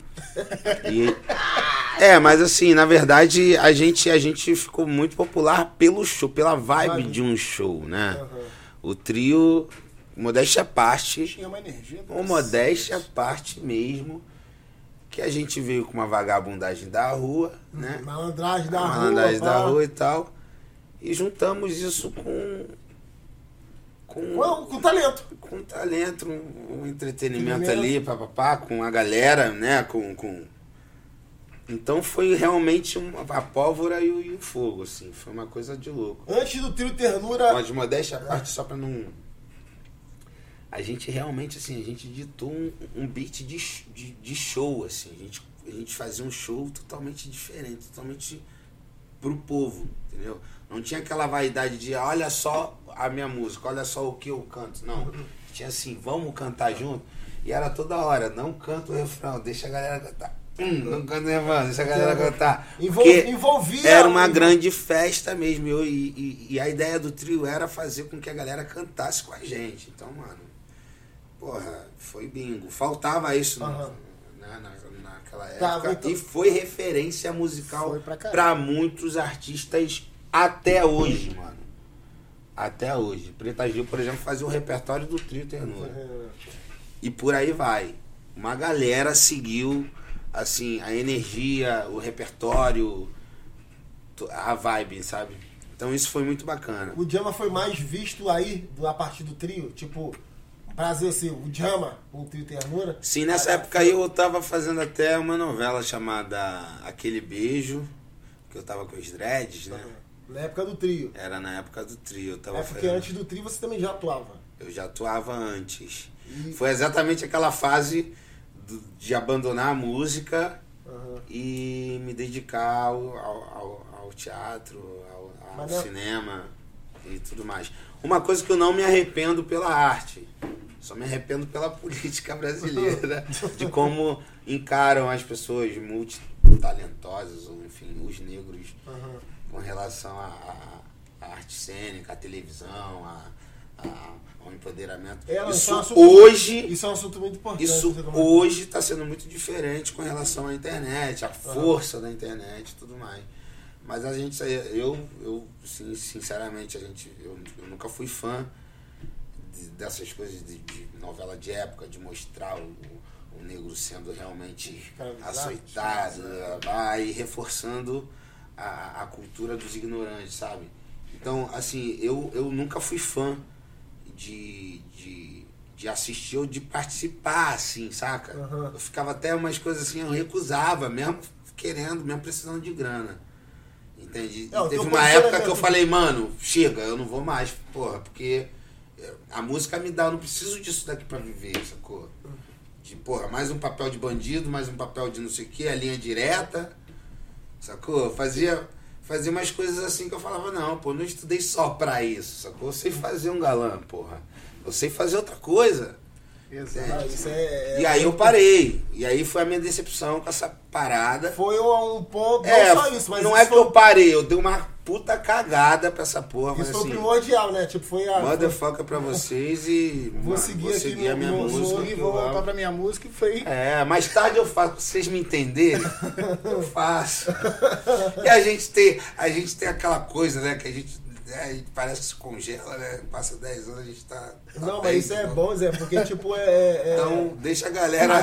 Mas assim, na verdade, a gente ficou muito popular pelo show, pela vibe de um show, né? Aham. O trio, modéstia à parte, Tinha uma energia. modéstia à parte mesmo, que a gente veio com uma vagabundagem da rua, né? Malandragem da A rua. malandragem da pá. rua e tal, e juntamos isso com Com talento. com talento, um entretenimento ali, papapá, com a galera, né? Então foi realmente a pólvora e o fogo, assim. Foi uma coisa de louco. Antes do trio Ternura. Mas modéstia à parte, só pra não... A gente realmente, assim, a gente ditou um beat de show, assim. A a gente fazia um show totalmente diferente, totalmente pro povo, entendeu? Não tinha aquela vaidade de, olha só a minha música, olha só o que eu canto. Não, tinha assim, vamos cantar junto. E era toda hora, não canta o refrão, deixa a galera cantar. Não canta o refrão, deixa a galera cantar. Envolvia. Era uma grande festa mesmo. E a ideia do trio era fazer com que a galera cantasse com a gente. Então, mano, porra, foi bingo. Faltava isso naquela época. Então, e foi referência musical pra muitos artistas até hoje, mano. Até hoje. Preta Gil, por exemplo, fazia o repertório do trio Ternura. E por aí vai. Uma galera seguiu, assim, a energia, o repertório, a vibe, sabe? Então isso foi muito bacana. O Djama foi mais visto aí, a partir do trio? Tipo, prazer assim, o Djama, o trio Ternura? Sim, nessa época aí eu tava fazendo até uma novela chamada Aquele Beijo, que eu tava com os dreads, né? Na época do trio. Era na época do trio. Eu tava porque fazendo... antes do trio você também já atuava. Eu já atuava antes. Foi exatamente aquela fase de abandonar a música e me dedicar ao teatro, ao cinema e tudo mais. Uma coisa que eu não me arrependo pela arte, só me arrependo pela política brasileira, de como encaram as pessoas multitalentosas, ou enfim, os negros, com relação à arte cênica, à televisão, ao empoderamento. Isso é um assunto muito importante. Isso hoje está sendo muito diferente com relação à internet, à força da internet e tudo mais. Mas a gente, sim, sinceramente, eu nunca fui fã dessas coisas de novela de época, de mostrar o negro sendo realmente açoitado, e reforçando a cultura dos ignorantes, sabe? Então, assim, eu nunca fui fã de assistir ou de participar, assim, saca? Eu ficava até umas coisas assim, eu recusava, mesmo querendo, mesmo precisando de grana. Entende? E teve uma época que eu falei, mano, chega, eu não vou mais, porra, porque a música me dá, eu não preciso disso daqui pra viver, sacou? De, porra, mais um papel de bandido, mais um papel de não sei o que, a linha direta, sacou? Fazia umas coisas assim que eu falava, não, pô, não estudei só pra isso, sacou? Eu sei fazer um galã, porra. Eu sei fazer outra coisa. Exato. E aí eu parei. E aí foi a minha decepção com essa parada. Foi um ponto, não só isso, mas não é que eu parei, eu dei uma puta cagada pra essa porra. Isso mas, foi assim, primordial, né? Tipo, foi a... Motherfucker pra vocês e... Vou seguir a minha música. E vou voltar pra minha música e foi... Mais tarde eu faço, pra vocês me entenderem, eu faço. E a gente tem aquela coisa, né, que a gente parece que se congela, né? Passa 10 anos, a gente tá não, mas isso é bom, Zé, porque tipo Então, deixa a galera...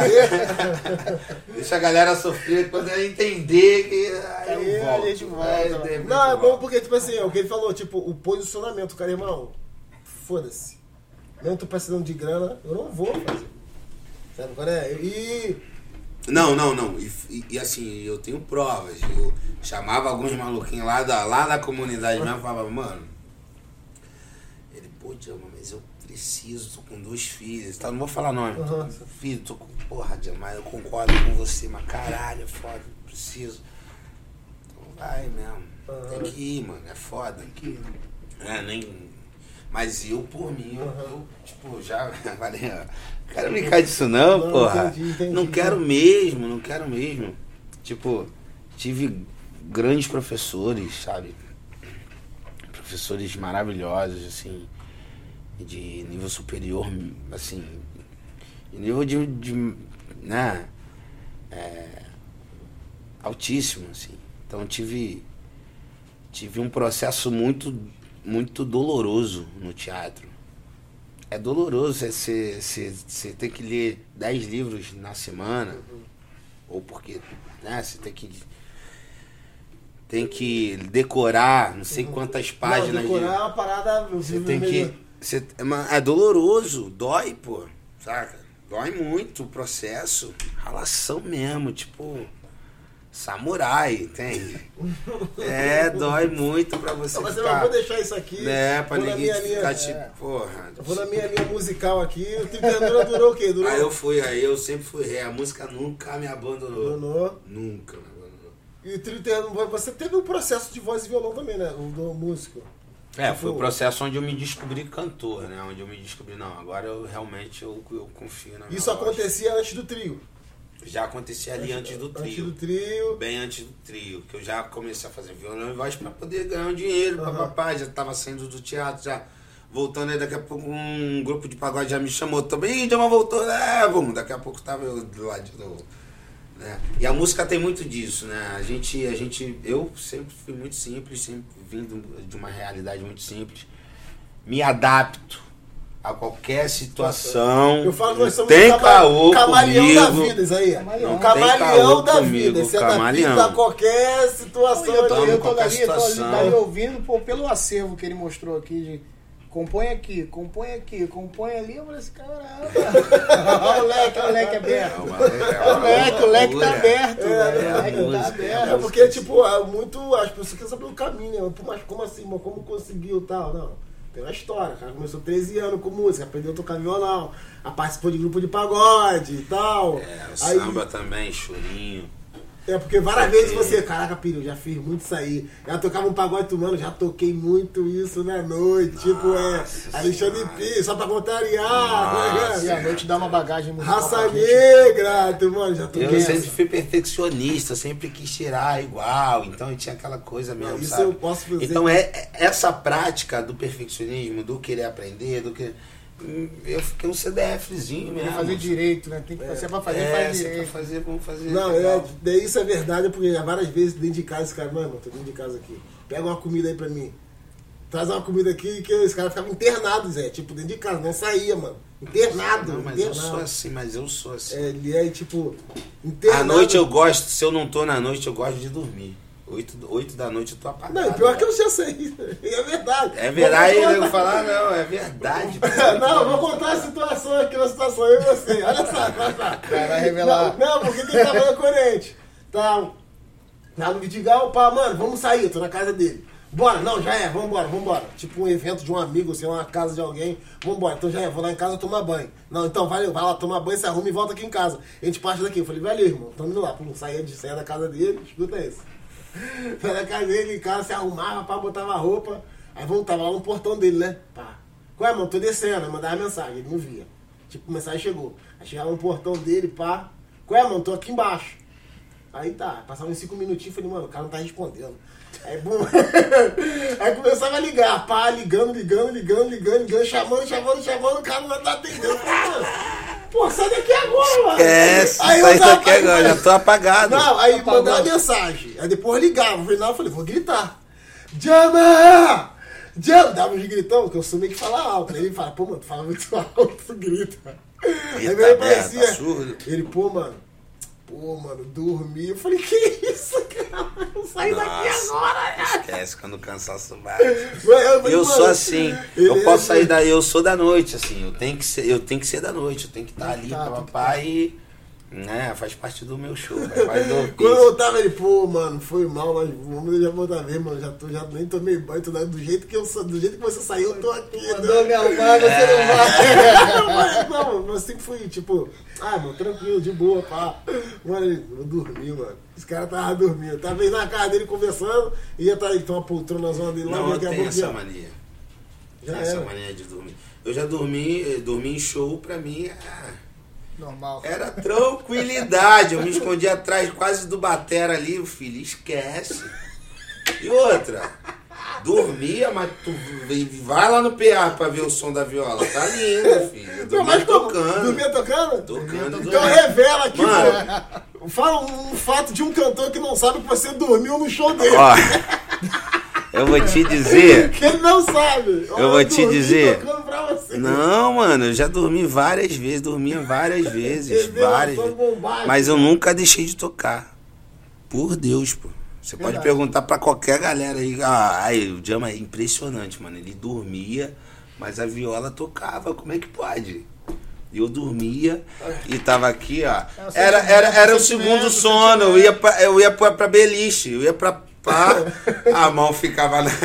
deixa a galera sofrer quando ela entender que... Aí eu volto. A gente volta. Não, é bom porque, tipo assim, é o que ele falou, tipo, o posicionamento, cara, irmão, foda-se. Mesmo tô precisando de grana, eu não vou fazer. Sabe qual é? Não. E assim, eu tenho provas. Eu chamava alguns maluquinhos lá da comunidade mesmo e falava, mano, ele, pô, Djama, mas eu preciso, tô com 2 filhos, tá? Não vou falar nome, tô com filho, tô com, porra, Djama, eu concordo com você, mas caralho, é foda, preciso. Então vai mesmo, tem que ir, mano, é foda. Tem que ir. Mas eu, por mim, eu tipo, já falei, não quero brincar disso não, porra. Entendi. Não quero mesmo. Tipo, tive grandes professores, sabe? Professores maravilhosos, assim, de nível superior, assim, de nível de né, altíssimo, assim. Então tive um processo muito doloroso no teatro. É doloroso você ter que ler 10 livros na semana, ou porque, né, você tem que decorar não sei quantas páginas. Não, decorar é uma parada... Você tem que... é doloroso, dói, pô, saca? Dói muito o processo, ralação mesmo, tipo... samurai, entende? Dói muito pra você Mas ficar... eu vou deixar isso aqui. Pra vou na ninguém minha ficar linha, tipo, porra... Eu vou na minha linha musical aqui. O Triternura durou o quê? Durou? Aí eu sempre fui rei. A música nunca me abandonou. Nunca me abandonou. E o Triternura, você teve um processo de voz e violão também, né? Do músico. Foi o processo onde eu me descobri cantor, né? Onde eu me descobri, não, agora eu realmente eu confio na minha Isso voz. acontecia antes do trio? Já acontecia ali antes do trio. Antes do trio. Bem antes do trio, que eu já comecei a fazer violão e voz pra poder ganhar um dinheiro, papai, já tava saindo do teatro, já voltando aí, daqui a pouco um grupo de pagode já me chamou também, Djama voltou, daqui a pouco tava eu do lado de novo. Né? E a música tem muito disso, né? Eu sempre fui muito simples, sempre vindo de uma realidade muito simples. Me adapto a qualquer situação. Eu falo que nós somos tem caô camaleão comigo. da vida, isso aí. Não Camaleão tem da comigo, vida. Você camaleão. adapta a qualquer situação. Eu tô qualquer ali situação. daí ouvindo, pelo acervo que ele mostrou aqui de compõe aqui, compõe ali, eu falei assim, caramba. Olha o leque aberto. O leque tá aberto. O leque tá aberto. É porque, tipo, as pessoas querem saber o caminho, né? Mas como assim, mano? Como conseguiu tal? Não. Tem uma história. O cara começou 13 anos com música, aprendeu a tocar violão, participou de grupo de pagode e tal. O samba também, chorinho. Porque várias vezes você, caraca, Piri, eu já fiz muito isso aí. Já tocava um pagode mano, já toquei muito isso na noite. Nossa, Alexandre Pires, só pra contrariar. E a noite dá uma bagagem muito Raça Negra, mano, já toquei. Eu sempre fui perfeccionista, sempre quis tirar igual. Então eu tinha aquela coisa mesmo, isso sabe? eu posso fazer. Então essa prática do perfeccionismo, do querer aprender, do que... Eu fiquei um CDFzinho mesmo. Fazer direito, né? Tem que fazer pra fazer, faz direito. Vamos fazer. Não, isso é verdade, porque várias vezes dentro de casa, esse cara, mano, tô dentro de casa aqui. Pega uma comida aí pra mim. Traz uma comida aqui, que esse cara ficava internado, Zé. Tipo, dentro de casa, não saía, mano. Internado. Não, mas internado. eu sou assim. Ele é, tipo, internado. À noite eu gosto, se eu não tô na noite, eu gosto de dormir. 8 da noite eu tô apagado. Não, pior que eu já sei. É verdade. É verdade, eu vou falar, não, é verdade. Não, eu vou contar a situação aqui, uma situação eu e você. Olha só. Vai revelar. Não, porque quem tava na corrente. Tá no Vidigal, pá, mano, vamos sair, eu tô na casa dele. Bora, não, já é, vambora. Tipo um evento de um amigo, assim, uma casa de alguém. Vambora, então já é, vou lá em casa tomar banho. Não, então vai lá tomar banho, se arruma e volta aqui em casa. A gente parte daqui. Eu falei, valeu, irmão, tamo indo lá. Pum, saía da casa dele, escuta isso. Saia da casa dele, em casa, se arrumava, pá, botava a roupa. Aí voltava lá no portão dele, né? Pá. Qual é, mano? Tô descendo. Aí mandava mensagem, ele não via. Tipo, a mensagem chegou. Aí chegava no portão dele, pá. Qual é, mano? Tô aqui embaixo. Aí tá, passava uns 5 minutinhos, falei, mano, o cara não tá respondendo. Aí, bom. Aí começava a ligar, pá, ligando, chamando, o cara não tá atendendo. Eu falei, mano, pô, sai daqui agora, mano. Sai daqui agora, já tô apagado. Não, aí mandava mensagem. Aí depois ligava, no final eu falei, vou gritar. Djama! Dava uns gritão, porque eu sou meio que falar alto. Aí ele fala, pô, mano, tu fala muito alto, tu grita. Aí ele parecia. Ele, pô, mano, dormi. Eu falei, que isso, cara? Sai daqui agora, cara. Esquece quando o cansaço bate. Eu sou assim. Eu posso sair daí, eu sou da noite, assim. Eu tenho que ser da noite. Eu tenho que estar ali com o papai e... Né, faz parte do meu show. Quando eu voltava, ele, pô, mano, foi mal, mas vamos já voltar mesmo, mano. Já nem tomei banho, do jeito que você saiu, eu tô aqui. Mandou me arrumar, você não vai. Não, mas sempre fui, tipo, mano, tranquilo, de boa, pá. Mano, eu dormi, mano. Esse cara tava dormindo. Tava aí na casa dele conversando, ia estar então uma poltrona na zona dele lá. Não, eu tenho essa mania. Essa mania de dormir. Eu já dormi em show, pra mim, normal. Era tranquilidade. Eu me escondi atrás quase do batera ali, o filho, esquece. E outra, dormia, mas tu vai lá no PA pra ver o som da viola. Tá lindo, filho. Dormia tocando. Dormia tocando? Tocando. Então revela aqui, pô. Fala um fato de um cantor que não sabe que você dormiu no show dele. Ó, eu vou te dizer. Que ele não sabe. Eu vou te dizer. Tocando pra você. Não, mano, eu já dormia várias vezes. Mas eu nunca deixei de tocar. Por Deus, pô. Você pode perguntar pra qualquer galera aí. O Djama é impressionante, mano. Ele dormia, mas a viola tocava. Como é que pode? E eu dormia e tava aqui, ó. Era o segundo sono. Eu ia pra beliche, eu ia pra pá, a mão ficava na.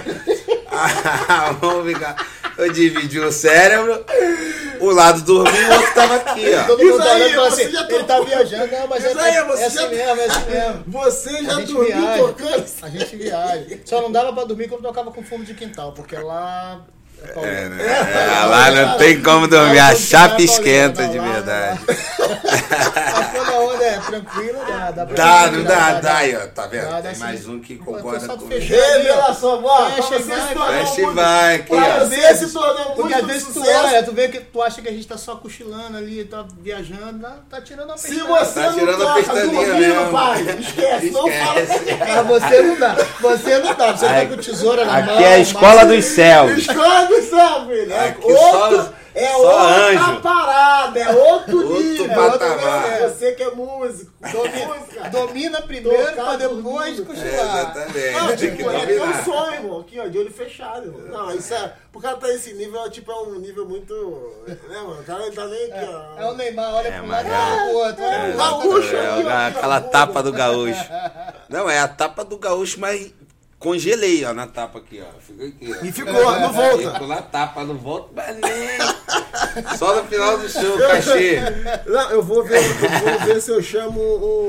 A mão ficava. Eu dividi o cérebro, o lado dormia e o outro tava aqui, ó. Todo mundo olhando assim, ele tá viajando, não, mas é assim mesmo. Você já dormiu tocando? A gente viaja. Só não dava pra dormir quando tocava com fundo de quintal, porque lá... Lá não tem como dormir, a chapa esquenta de verdade. Mas quando a onda é tranquila, dá pra dá aí, ó, tá vendo? Tem mais um que concorda comigo. Revelação, Fecha e vai aqui, ó. Você se tornou muito porque às vezes sucesso. tu vê que tu acha que a gente tá só cochilando ali, tá viajando, tá tirando a Se pestaninha. você Tá tirando a não toca pestaninha dormindo, mesmo. pai, esquece, não fala. Mas você não dá, você tá com tesoura na mão. Aqui é a escola dos céus. Escola do céu, filho. Aqui É só outra anjo. parada, é outro nível. patamar. Você que é músico. Domina primeiro Tocar pra depois dormindo. cochilar. Exatamente. Tem que Tipo, é teu dominar. sonho, irmão. Aqui, ó, de olho fechado, irmão. Não, isso é... Por causa tá nesse nível, tipo, é um nível muito... Né, mano? O cara ele tá nem aqui, ó. É o Neymar, olha pro lado e mas olha pro outro. Olha pro lado. Gaúcho aqui, ó. Aquela tapa do gaúcho. Não, é a tapa do gaúcho, mas congelei, ó, na tapa aqui, ó. Fica aqui, ó. E ficou, não volta. Ficou na tapa, não volta, mas nem. Só no final do show, cachê. Não, eu vou ver se eu chamo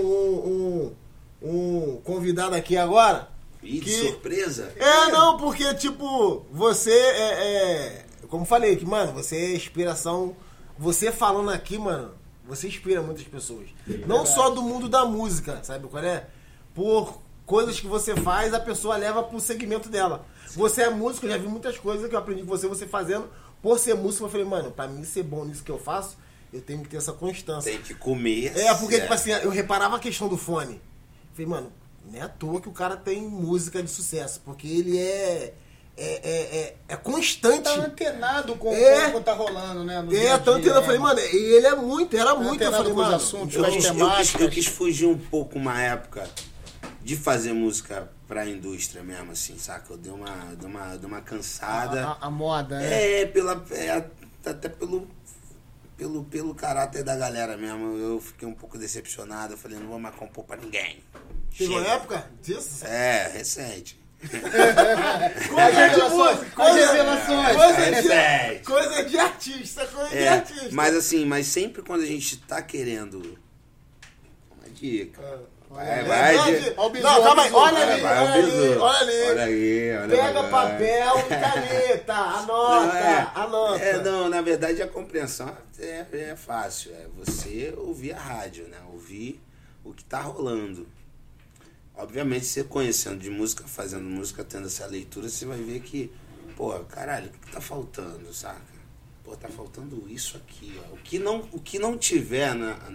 um convidado aqui agora. Ih, de Que- surpresa? Não, porque, tipo, você como falei, que, mano, você é inspiração. Você falando aqui, mano, você inspira muitas pessoas. Não só do mundo da música, sabe qual é? Por coisas que você faz, a pessoa leva pro segmento dela. Você é músico, eu já vi muitas coisas que eu aprendi com você fazendo. Por ser músico, eu falei, mano, pra mim ser bom nisso que eu faço, eu tenho que ter essa constância. Tem que comer. Porque, tipo assim, eu reparava a questão do fone. Falei, mano, não é à toa que o cara tem música de sucesso, porque ele é constante. Tá antenado com o que tá rolando, né? no dia a Tá dia, antenado. Eu falei, mano, e ele era muito. Eu antenado falei, com os mano, assuntos, Eu com as quis, temáticas. eu quis fugir um pouco uma época de fazer música pra indústria mesmo, assim, saca? Eu dei uma cansada. A moda, né? Até pelo caráter da galera mesmo. Eu fiquei um pouco decepcionado. Eu falei, não vou mais compor pra ninguém. Chegou a Chega. época disso? Recente. Coisa de música. As revelações. Recente. Coisa de artista. Coisa de artista. Mas sempre quando a gente tá querendo... Uma dica. Vai, Verdade. Ó o bisu, Não, ó o calma aí. bisu. Olha ali, Vai, olha ali, bisu. olha ali. Olha aí, olha Pega agora. papel e caneta. Anota. Não, na verdade a compreensão é fácil. É você ouvir a rádio, né? Ouvir o que tá rolando. Obviamente, você conhecendo de música, fazendo música, tendo essa leitura, você vai ver que, pô, caralho, o que tá faltando, saca? Pô, tá faltando isso aqui, ó. O que não tiver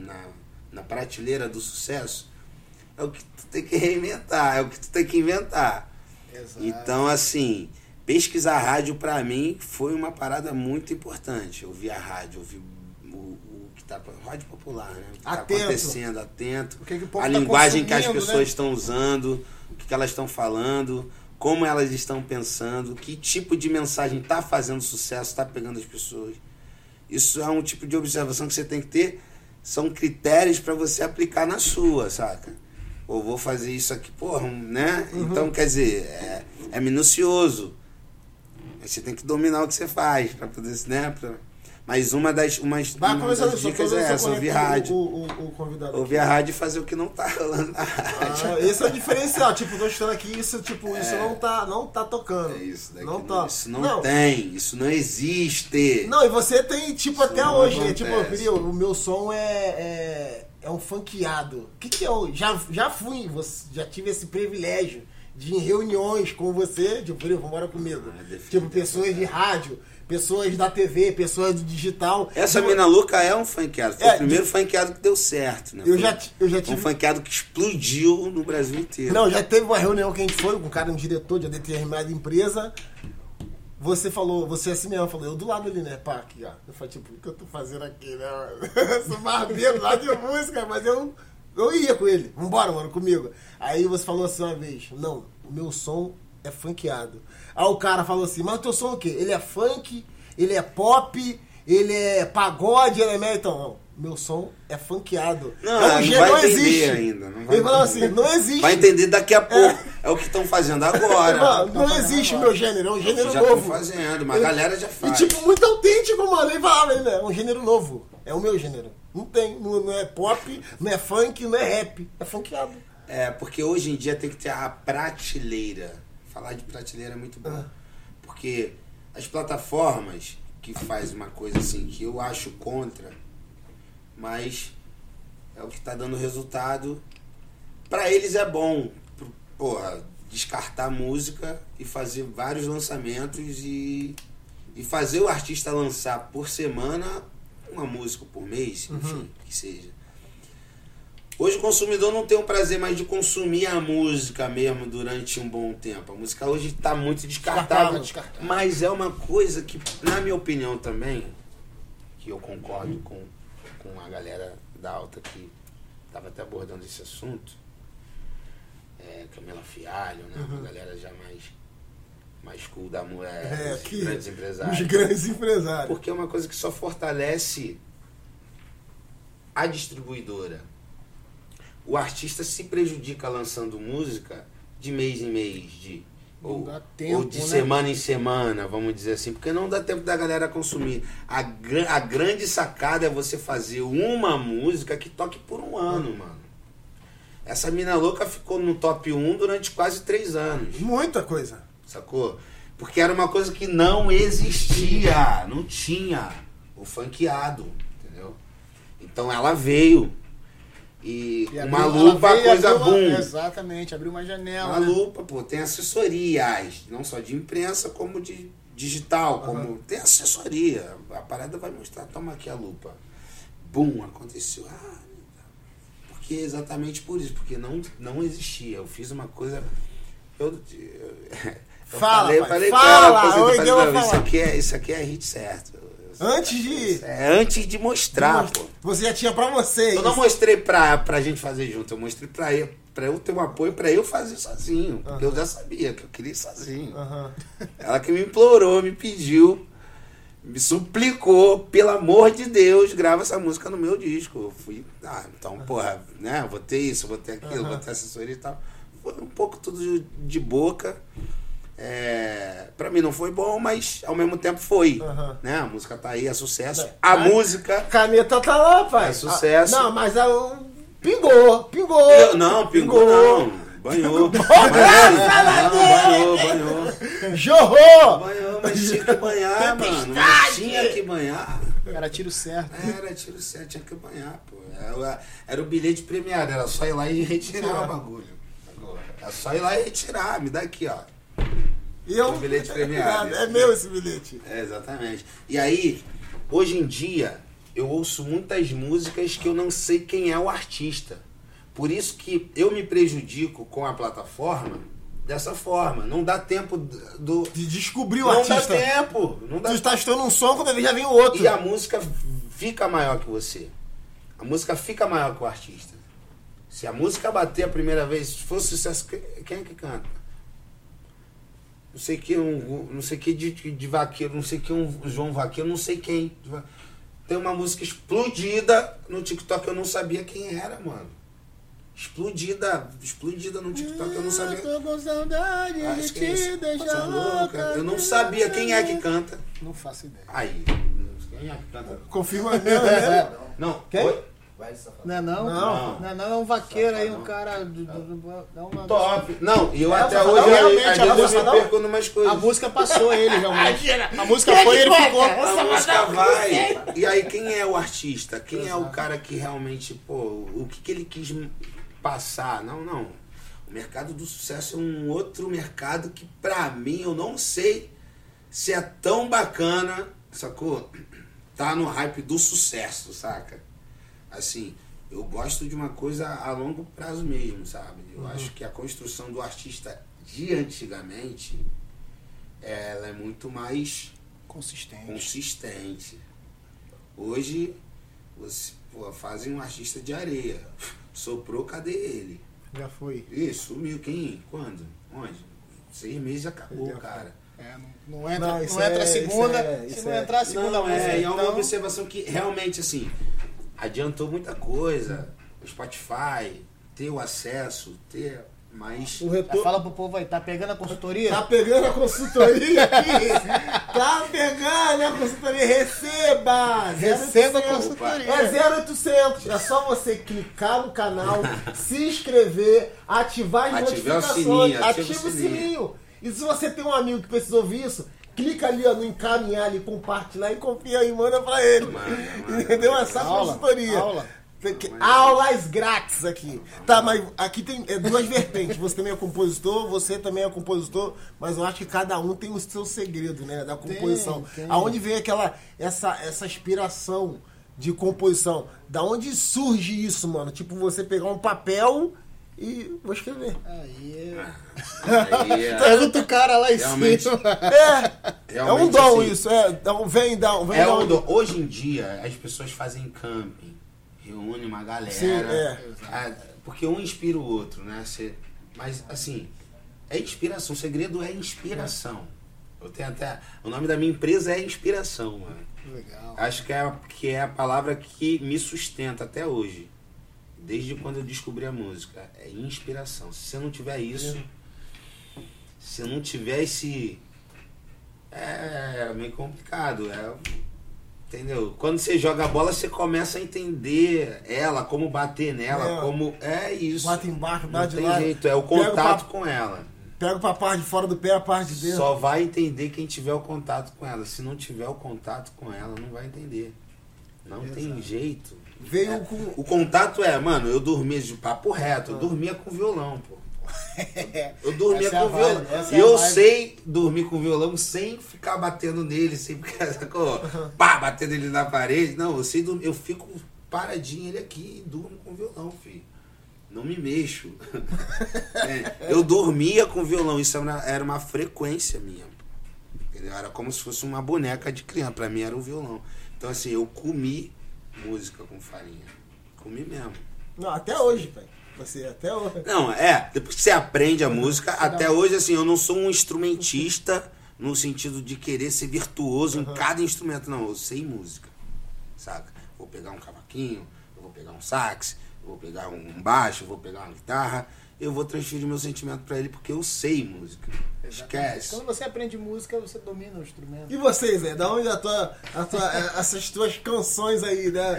na prateleira do sucesso é o que tu tem que reinventar, é o que tu tem que inventar. Exato. Então, assim, pesquisar rádio pra mim foi uma parada muito importante. Ouvir a rádio, ouvir o que tá... Rádio popular, né? O que tá Atento. acontecendo, atento. O que o povo A tá linguagem que as consumindo, pessoas né? estão usando, o que elas estão falando, como elas estão pensando, que tipo de mensagem tá fazendo sucesso, tá pegando as pessoas. Isso é um tipo de observação que você tem que ter. São critérios pra você aplicar na sua, saca? Ou vou fazer isso aqui, porra, né? Então, quer dizer, é minucioso. Mas você tem que dominar o que você faz pra poder, né? Mas uma das Vai começar isso. dicas é essa, ouvir rádio. O convidado. Ouvir a rádio e fazer o que não tá rolando na rádio. Esse é o diferencial. Tipo, tô estudando aqui, isso não tá tocando. É isso daqui. Não tá. Isso não tem, isso não existe. Não, e você tem, tipo, até não hoje, acontece. tipo, o meu som é um funkeado. O que é o... Já fui, já tive esse privilégio de ir em reuniões com você, tipo, vamos embora comigo. Tipo, pessoas de rádio, pessoas da TV, pessoas do digital. Essa Tipo, Mina Louca é um funkeado. Foi o primeiro funkeado que deu certo, né? Eu Foi já tive... um funkeado que explodiu no Brasil inteiro. Não, já teve uma reunião que a gente foi com um cara, um diretor de uma determinada empresa. Você falou, você assim mesmo, falou, eu do lado ali, né, pá, aqui, ó. Eu falei, tipo, o que eu tô fazendo aqui, né, mano? Eu sou barbeiro lá de música, mas eu ia com ele. Vambora, mano, comigo. Aí você falou assim uma vez, não, o meu som é funkeado. Aí o cara falou assim, mas o teu som é o quê? Ele é funk, ele é pop, ele é pagode, ele é metal. Não, meu som é funkeado. Não, é um não gênero, vai não entender existe. ainda. Não vai Ele falou entender. assim, não existe. Vai entender daqui a pouco. É o que estão fazendo agora. Não existe o meu gênero, é um gênero Já estão novo. fazendo, mas a galera já E faz. tipo, muito autêntico, mano. Ele falava, né? É um gênero novo. É o meu gênero. Não tem, não é pop, não é funk, não é rap. É funkeado. É, porque hoje em dia tem que ter a prateleira. Falar de prateleira é muito bom. Porque as plataformas que faz uma coisa assim que eu acho contra, mas é o que tá dando resultado. Pra eles é bom, porra, descartar música e fazer vários lançamentos e fazer o artista lançar por semana uma música por mês, enfim, que seja. Hoje o consumidor não tem o prazer mais de consumir a música mesmo durante um bom tempo. A música hoje está muito descartável, mas é uma coisa que, na minha opinião também, que eu concordo com a galera da Alta que estava até abordando esse assunto, Camila Fialho, né? Uma galera já mais cool da mulher, os grandes empresários. Os grandes empresários. Porque é uma coisa que só fortalece a distribuidora. O artista se prejudica lançando música de mês em mês, ou de semana em semana, vamos dizer assim, porque não dá tempo da galera consumir. A grande sacada é você fazer uma música que toque por um ano, mano. Essa Mina Louca ficou no top 1 durante quase 3 anos. Muita coisa. Sacou? Porque era uma coisa que não existia, não tinha o funkeado, entendeu? Então ela veio. E uma lupa, coisa boom. Exatamente, abriu uma janela. Uma lupa, pô, tem assessorias, não só de imprensa, como de digital, como tem assessoria. A parada vai mostrar, toma aqui a lupa. Bum, aconteceu. Porque exatamente por isso, porque não existia. Eu fiz uma coisa. Fala, isso aqui é hit certo. Antes de mostrar, pô. Você já tinha pra você. Eu não mostrei pra gente fazer junto, eu mostrei pra eu ter um apoio, pra eu fazer sozinho. Porque eu já sabia que eu queria ir sozinho. Ela que me implorou, me pediu, me suplicou, pelo amor de Deus, grava essa música no meu disco. Eu fui, então, porra, né, vou ter isso, vou ter aquilo, vou ter assessoria e tal. Foi um pouco tudo de boca. Pra mim não foi bom, mas ao mesmo tempo foi, né? A música tá aí, é sucesso. A música... Caneta tá lá, pai. É sucesso. Não, mas pingou. Pingou. Banhou. Banhou. Jorrou. Banhou, mas tinha que banhar, mano. Mas tinha que banhar. Era tiro certo. Era tiro certo, tinha que banhar, pô. Era o bilhete premiado, era só ir lá e retirar o bagulho. Era só ir lá e retirar, me dá aqui, ó. O bilhete premiado. É meu esse bilhete. Exatamente. E aí, hoje em dia, eu ouço muitas músicas que eu não sei quem é o artista. Por isso que eu me prejudico com a plataforma dessa forma. Não dá tempo de descobrir o artista. Não dá tempo. Tu está estudando um som, quando já vem o outro. E a música fica maior que você. A música fica maior que o artista. Se a música bater a primeira vez, se for sucesso, quem é que canta? Não sei que de vaqueiro, não sei que João Vaqueiro, não sei quem. Tem uma música explodida no TikTok, eu não sabia quem era, mano. Explodida no TikTok, eu não sabia. Tô com saudade de te deixar louca. Eu não sabia quem é que canta. Não faço ideia. Aí, quem é que canta? Confirma. Não, quem? Oi? Não, é um vaqueiro aí, um cara. Top! Não, e eu até Safadão, hoje realmente, às vezes eu me perco numas coisas. A música passou ele, realmente. A música foi e ele ficou. A música vai. E aí, quem é o artista? Quem é o cara que realmente, pô, o que ele quis passar? Não. O mercado do sucesso é um outro mercado que, pra mim, eu não sei se é tão bacana, sacou? Tá no hype do sucesso, saca? Assim, eu gosto de uma coisa a longo prazo mesmo, sabe? Eu acho que a construção do artista de antigamente, ela é muito mais consistente. Hoje, você fazem um artista de areia. Soprou, cadê ele? Já foi. Ih, sumiu. Quem? Quando? Onde? 6 meses acabou, cara. Não entra a segunda. Se não entrar a segunda música. É uma observação que realmente, assim, adiantou muita coisa. O Spotify, ter o acesso, mas... O retorno... Fala pro povo aí, tá pegando a consultoria? Tá pegando a consultoria aqui. Tá pegando a consultoria. Receba a consultoria. É 0800. É só você clicar no canal, se inscrever, ativar as notificações. Ativa o sininho. E se você tem um amigo que precisa ouvir isso, clica ali, ó, no encaminhar ali, compartilhar e confia aí, manda pra ele. Entendeu? Essa consultoria. Aulas grátis aqui. Tá, mas aqui tem duas vertentes. Você também é compositor, você também é compositor, mas eu acho que cada um tem o seu segredo, né? Da composição. Tem. Aonde vem essa inspiração de composição? Da onde surge isso, mano? Tipo, você pegar um papel e vou escrever. Pergunta o cara lá em cima. É um dom assim, isso. Vem da um dom. Hoje em dia, as pessoas fazem camping. Reúne uma galera. Sim, porque um inspira o outro, né? Mas, assim, é inspiração. O segredo é inspiração. Eu tenho até... O nome da minha empresa é Inspiração, mano. Legal. Acho que é a palavra que me sustenta até hoje. Desde quando eu descobri a música. É inspiração. Se você não tiver isso... Se não tiver esse... É meio complicado. Entendeu? Quando você joga a bola, você começa a entender ela, como bater nela, como... É isso. Bate embaixo, não bate tem lá. jeito, é o contato com ela. Pega pra parte de fora do pé, a parte de dentro. Só vai entender quem tiver o contato com ela. Se não tiver o contato com ela, não vai entender. Não tem jeito. O contato mano, eu dormia de papo reto, eu dormia com violão, pô. Eu dormia com violão. E eu sei dormir com violão sem ficar batendo nele, sem ficar batendo ele na parede. Não, eu sei dormir. Eu fico paradinho ele aqui e durmo com violão, filho. Não me mexo. Eu dormia com violão, isso era uma frequência minha. Era como se fosse uma boneca de criança. Pra mim era um violão. Então, assim, eu comi música com farinha. Comi mesmo. Não, até hoje, pai. Você até hoje. Não, depois que você aprende a música, até hoje, assim, eu não sou um instrumentista no sentido de querer ser virtuoso em cada instrumento. Não, eu sei música, saca? Vou pegar um cavaquinho, eu vou pegar um sax, eu vou pegar um baixo, eu vou pegar uma guitarra, eu vou transferir meu sentimento pra ele porque eu sei música. Esquece. Quando você aprende música, você domina o instrumento. E vocês, da onde essas tuas canções aí, né?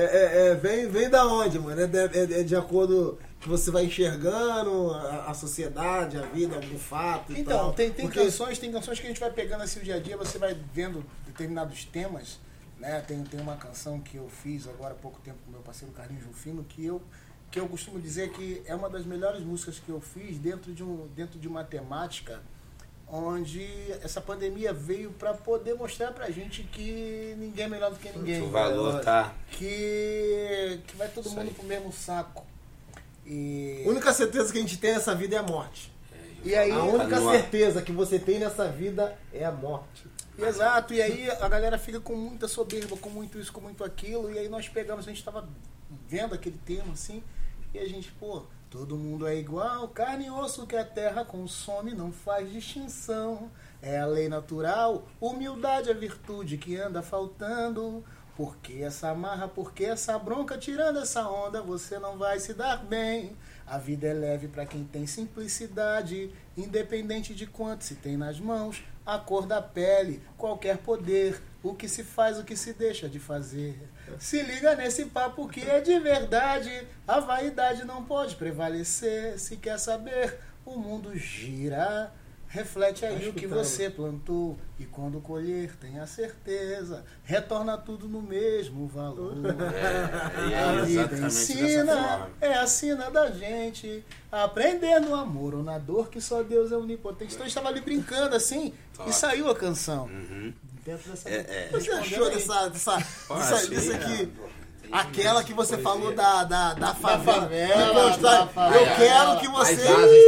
Vem da onde, mano? É de acordo que você vai enxergando a sociedade, a vida, algum fato e então, tal. Tem canções que a gente vai pegando assim o dia a dia, você vai vendo determinados temas, né? Tem uma canção que eu fiz agora há pouco tempo com meu parceiro Carlinhos Rufino, que eu costumo dizer que é uma das melhores músicas que eu fiz dentro de uma temática onde essa pandemia veio para poder mostrar pra gente que ninguém é melhor do que ninguém. O valor tá... Que vai todo mundo pro mesmo saco. E... A única certeza que a gente tem nessa vida é a morte. E aí, a única certeza que você tem nessa vida é a morte. Exato, e aí a galera fica com muita soberba, com muito isso, com muito aquilo, e aí nós pegamos, a gente tava vendo aquele tema assim, e a gente, todo mundo é igual, carne e osso que a terra consome, não faz distinção, é a lei natural, humildade é virtude que anda faltando, por que essa marra, por que essa bronca, tirando essa onda, você não vai se dar bem, a vida é leve para quem tem simplicidade, independente de quanto se tem nas mãos, a cor da pele, qualquer poder, o que se faz, o que se deixa de fazer. Se liga nesse papo que é de verdade, a vaidade não pode prevalecer. Se quer saber, o mundo gira, reflete aí o que você plantou. E quando colher, tenha certeza, retorna tudo no mesmo valor. A vida ensina, é a sina da gente, aprender no amor ou na dor que só Deus é onipotente. Então a gente estava ali brincando assim, e saiu a canção. Dentro dessa você achou disso aqui? Aquela que você falou da favela. favela. Eu quero que você.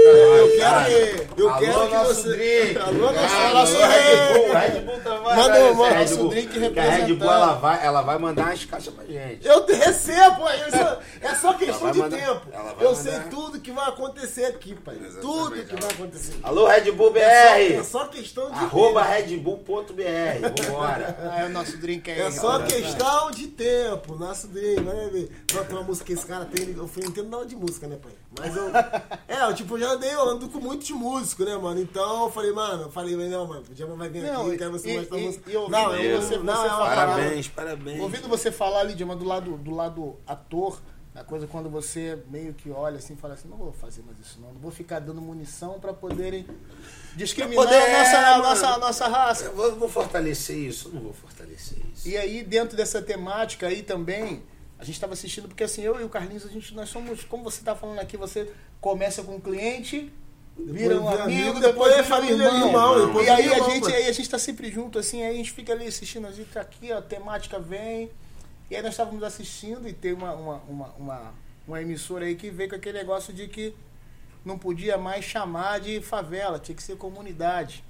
Eu quero que você. Alô, nosso Red Bull também. Manda nosso drink representando. A Red Bull ela vai mandar umas caixas pra gente. Eu recebo, é só questão de mandar- tempo. ela vai Eu mandar. sei tudo que vai acontecer aqui, pai. Exatamente. Tudo que vai acontecer. Alô, Red Bull BR! É só questão de @redbull.br. tempo. Vambora. O nosso drink aí. É só questão de tempo. Nosso drink, vai ver. Tem uma música que esse cara tem. Eu não entendo nada de música, né, pai? Mas eu. Eu ando com muitos músicos, né, mano? Então eu falei, não, mano, o Djama vai vir aqui, quero você mostrar a música. Você falar. Parabéns. Ouvindo você falar ali, Djama, do lado ator, a coisa quando você meio que olha assim e fala assim, não vou fazer mais isso não vou ficar dando munição pra poderem discriminar a nossa raça. Eu vou fortalecer isso? Não vou fortalecer isso. E aí, dentro dessa temática aí também, a gente estava assistindo, porque assim, eu e o Carlinhos, nós somos, como você está falando aqui, você começa com um cliente, vira um amigo, depois é vira família, um irmão. E aí a gente está sempre junto, assim, aí a gente fica ali assistindo, a gente tá aqui, a temática vem, e aí nós estávamos assistindo e tem uma emissora aí que veio com aquele negócio de que não podia mais chamar de favela, tinha que ser comunidade.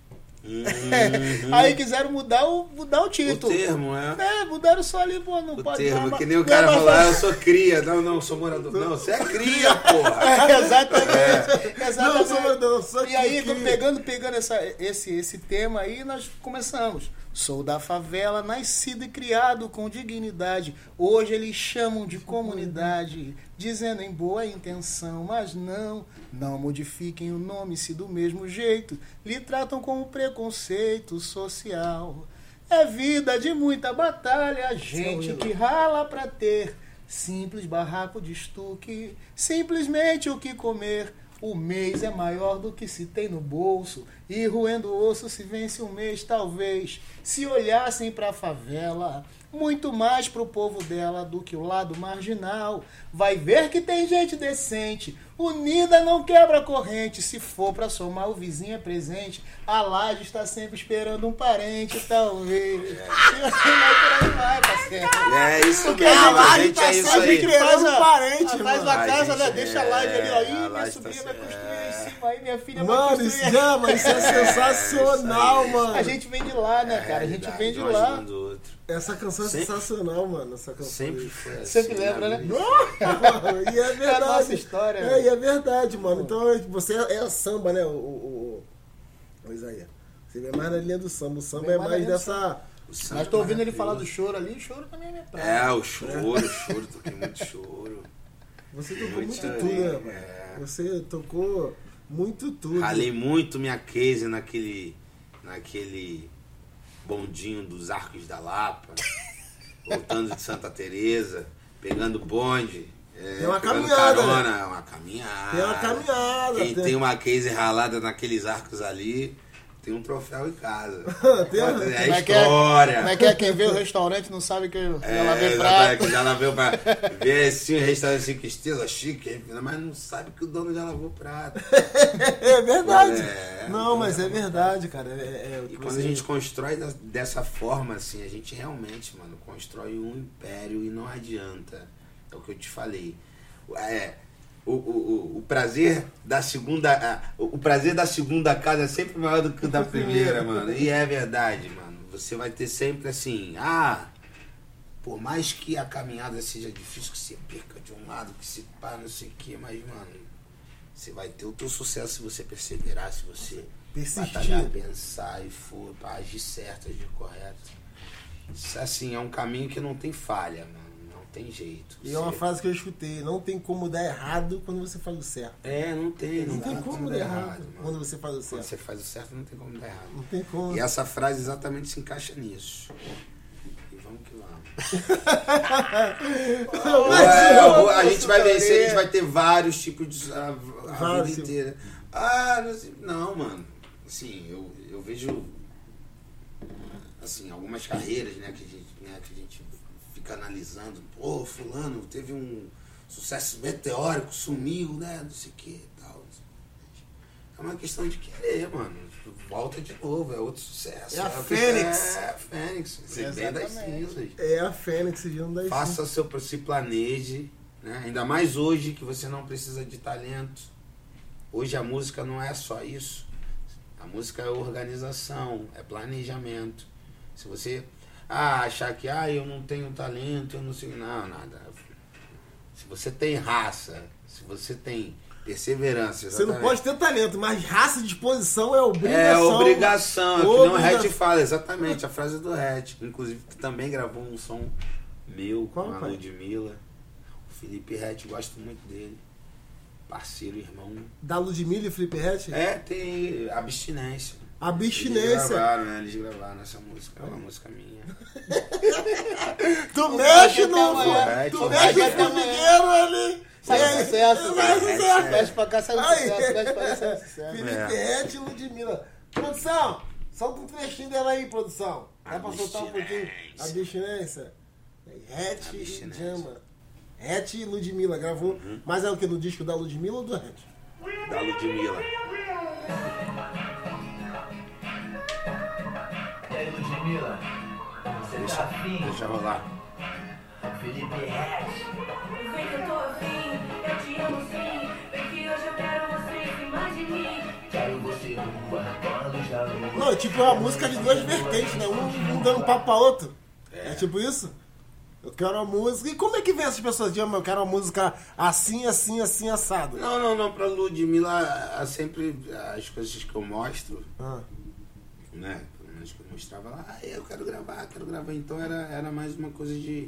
Aí quiseram mudar o título. O termo, mudaram só ali, pô, não O pode termo, mais. que nem o cara falou, eu sou cria. Não, sou morador. Não, você é cria, porra. Exatamente. Não, sou E aí, que- pegando esse tema aí, nós começamos. Sou da favela, nascido e criado com dignidade. Hoje eles chamam de comunidade, dizendo em boa intenção, mas não modifiquem o nome se do mesmo jeito lhe tratam como preconceito social. É vida de muita batalha, gente que rala pra ter simples barraco de estuque, simplesmente o que comer. O mês é maior do que se tem no bolso e roendo o osso se vence um mês, talvez. Se olhassem pra favela, muito mais pro povo dela do que o lado marginal. Vai ver que tem gente decente, unida não quebra corrente. Se for pra somar o vizinho é presente, a laje está sempre esperando um parente, talvez. Vai, parceiro. É isso Porque mesmo, a a gente é isso aí. Faz um parente, faz mano. uma casa, A né? gente Deixa a é, laje ali, ó. a Ih, minha laje sobrinha tá vai certo. construir aí em cima, aí minha filha vai Mano, construir. isso é sensacional, mano. A gente vem de lá, né, cara? A gente vem de Um lá. ajudando o outro. Essa canção é Sempre- sensacional, mano. Essa canção. Sempre foi assim. Sempre lembra, né? vida. E é verdade. É a nossa história, É, né? e é verdade, mano. Então você é samba, né? O Isaías. Você vem mais na linha do samba. O samba Vem é mais mais na linha do dessa. O samba Mas tô ouvindo ele maravilhoso. falar do choro ali, o choro também é minha praia. É, o choro, toquei muito choro. Você tocou Muito muito bem, tudo, né, mano? é. Você tocou muito tudo. Ralei muito minha case naquele bondinho dos Arcos da Lapa, voltando de Santa Teresa, pegando bonde. Tem uma pegando caminhada, carona, é uma caminhada. Tem uma caminhada. Quem tem uma case ralada naqueles arcos ali, tem um troféu em casa. Tem uma- É Como é que história. Como é que é? Quem vê o restaurante não sabe que ela vê exatamente, prato. que já lavou pra ver assim, um restaurante 5 estrelas, chique, mas não sabe que o dono já lavou o prato. É verdade. É, não, mas é verdade, cara. E quando a gente constrói dessa forma, assim, a gente realmente, mano, constrói um império e não adianta. É o que eu te falei. O prazer da segunda. O prazer da segunda casa é sempre maior do que o da primeira, mano. E é verdade, mano. Você vai ter sempre assim, por mais que a caminhada seja difícil, que você perca de um lado, que se pá, não sei o que, mas, mano, você vai ter o teu sucesso se você perseverar, se você persistir. batalhar, pensar e for pra agir certo, agir correto. Isso, assim, é um caminho que não tem falha, mano. Não tem jeito. E é uma frase que eu escutei: não tem como dar errado quando você faz o certo. Não tem. Não tem como dar errado mano. quando você faz o Quando certo. você faz o certo, não tem como dar errado. Não tem como. E essa frase exatamente se encaixa nisso. E vamos que vamos. A gente vai vencer, a gente vai ter vários tipos de. A Vários vida inteira. Não, mano. Assim, eu vejo. Assim, algumas carreiras, né, que a gente fica analisando. Pô, fulano teve um sucesso meteórico, sumiu, né? Não sei o que e tal. É uma questão de querer, mano. Volta de novo, é outro sucesso. É a Fênix. É a Fênix. Você vem das cinzas. É a Fênix vindo das Faça se planeje, né? Ainda mais hoje que você não precisa de talento. Hoje a música não é só isso. A música é organização, é planejamento. Se você achar que eu não tenho talento, eu não sei. Não, nada. Se você tem raça, se você tem perseverança. Você não pode ter talento, mas raça e disposição é obrigação. É obrigação, é o que nem o Red fala, exatamente, a frase do Red. Inclusive, que também gravou um som meu com a Ludmilla. O Felipe Red, gosto muito dele. Parceiro, irmão. Da Ludmilla e Felipe Red? É, tem Abstinência. Abstinência. Eles gravaram essa música, é uma música minha. Tu mexe no formigueiro ali. Sai sucesso. Mexe pra cá, sai sucesso. Mexe pra cá, sai sucesso. Felipe Red e Ludmilla. Produção, solta um trechinho dela aí, produção. Dá pra soltar um pouquinho? Abstinência. Red e Djama. Red e Ludmilla gravou. Mas é o que? No disco da Ludmilla ou do Red? Da Ludmilla. E aí, Ludmilla? Você tá afim? Deixa rolar. Felipe Red. Vem que eu tô afim, eu te amo sim. Vem que hoje eu quero você em cima de mim. Quero você quando já luz. Não, é tipo uma música de duas vertentes, né? Um dando papo pra outro. É tipo isso? Eu quero uma música. E como é que vem essas pessoas dizendo, eu quero uma música assim, assim, assim, assado? Não. Pra Ludmilla, sempre as coisas que eu mostro, né? Pelo menos que eu mostrava lá, eu quero gravar. Então era mais uma coisa de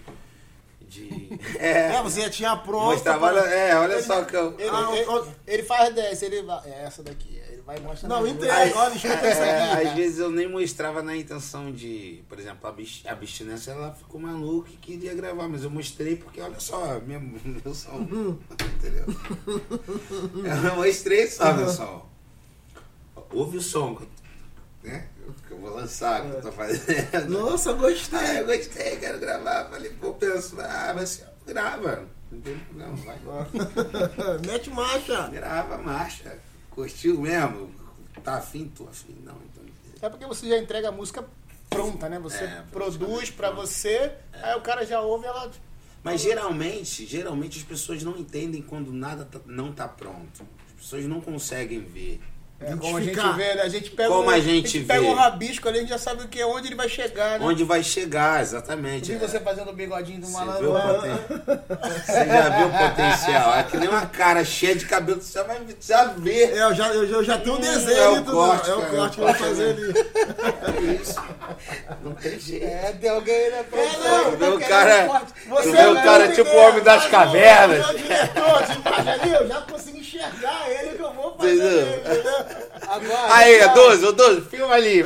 você já tinha pronto. Mostrava, olha só que eu... Ele faz dessa, ele vai... É essa daqui. Ele vai mostrar... Não, entrega, olha, escuta isso aqui. Às vezes eu nem mostrava na intenção de... Por exemplo, a abstinência, ela ficou maluca e queria gravar, mas eu mostrei porque, olha só, meu som. Entendeu? Eu mostrei só, meu som. Ouve o som, né? Que eu vou lançar, que eu tô fazendo. Nossa, gostei. Eu gostei, quero gravar. Falei, penso, mas grava. Não, vai. Mete marcha. Grava, marcha. Curtiu mesmo? Tá afim? Tô afim. Não, então... É porque você já entrega a música pronta, né? Você produz pra você, aí o cara já ouve ela... Mas geralmente as pessoas não entendem quando nada não tá pronto. As pessoas não conseguem ver. Como a gente vê, né? A gente pega um rabisco ali, a gente já sabe onde ele vai chegar, né? Onde vai chegar, exatamente. Vi você fazendo o bigodinho do malandro. Você já viu o potencial. É que nem uma cara cheia de cabelo, você vai já ver. Eu já tenho um desenho ali. É o corte que eu vou fazer ali. É isso. Não tem jeito. Tem alguém na produção. Tu vê o cara tipo o homem das cavernas. Meu diretor, ali, eu já consegui enxergar ele que eu vou fazer, entendeu? Agora, aí, 12, filma ali.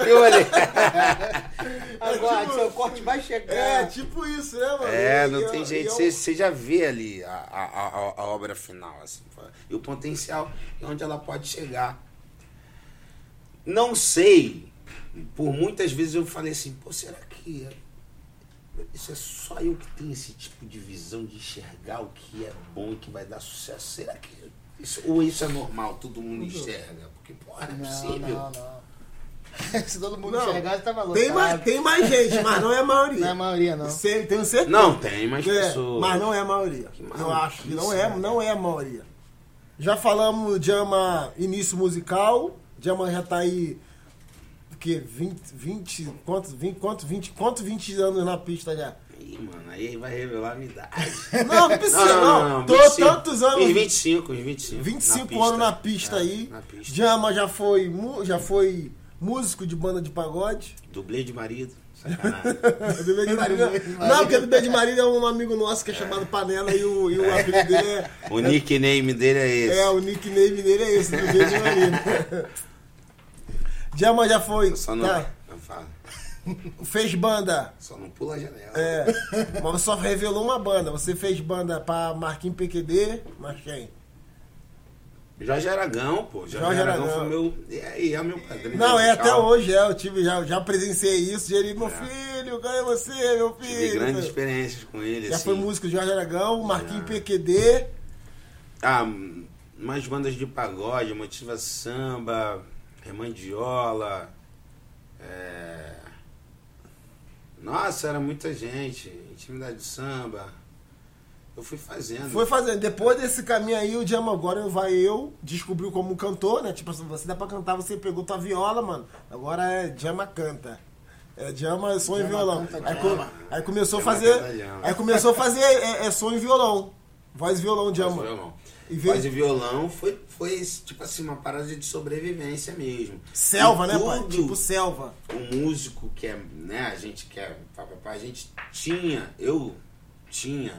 Agora, seu corte vai chegar. É, tipo isso, né, mano? Não tem jeito. Você já vê ali a obra final, assim. E o potencial e onde ela pode chegar. Não sei. Por muitas vezes eu falei assim, será que isso é só eu que tenho esse tipo de visão de enxergar o que é bom e que vai dar sucesso? Será que isso é normal, todo mundo enxerga? Porque, não é possível. Não. Se todo mundo enxergar, você tava louco. Tem mais gente, mas não é a maioria. Não é a maioria, não. Tenho certeza. Não, tem mais pessoas. Mas não é a maioria. Eu acho que não é a maioria. Já falamos de Djama início musical. Djama já tá aí... Que 20 anos na pista já? Ih, mano, aí vai revelar a minha idade. Não precisa, não. Tô 25, tantos anos. Uns 25. 25 anos na pista aí. Na pista. Djama já foi músico de banda de pagode. Dublê de marido. Sacanagem. Dublê de marido. Não, porque dublê de marido é um amigo nosso que é chamado Panela e o apelido dele é... O nickname dele é esse. O nickname dele é esse, dublê de marido. Djama já foi. Só não, não fala. Fez banda. Só não pula a janela. Mas você só revelou uma banda. Você fez banda pra Marquinhos PQD, mas quem? Jorge Aragão, pô. Jorge Aragão foi meu... É meu padrinho. Não, até hoje, eu tive, já presenciei isso. Ele, meu filho, ganha você, meu filho. Tive grandes experiências com ele, Já foi músico de Jorge Aragão, Marquinhos PQD. umas bandas de pagode, Motiva Samba, Remandiola. Nossa, era muita gente. Intimidade do Samba. Eu fui fazendo. Foi fazendo. Depois desse caminho aí, o Djama agora descobriu como cantor, né? Tipo assim, você dá pra cantar, você pegou tua viola, mano. Agora é Djama canta. É Djama, som e violão. Aí começou a fazer. Aí começou a fazer som e violão. Voz e violão, Djama. Voz e violão foi tipo assim, uma parada de sobrevivência mesmo. Selva, né, pai? Tipo selva. O músico que é, né, a gente eu tinha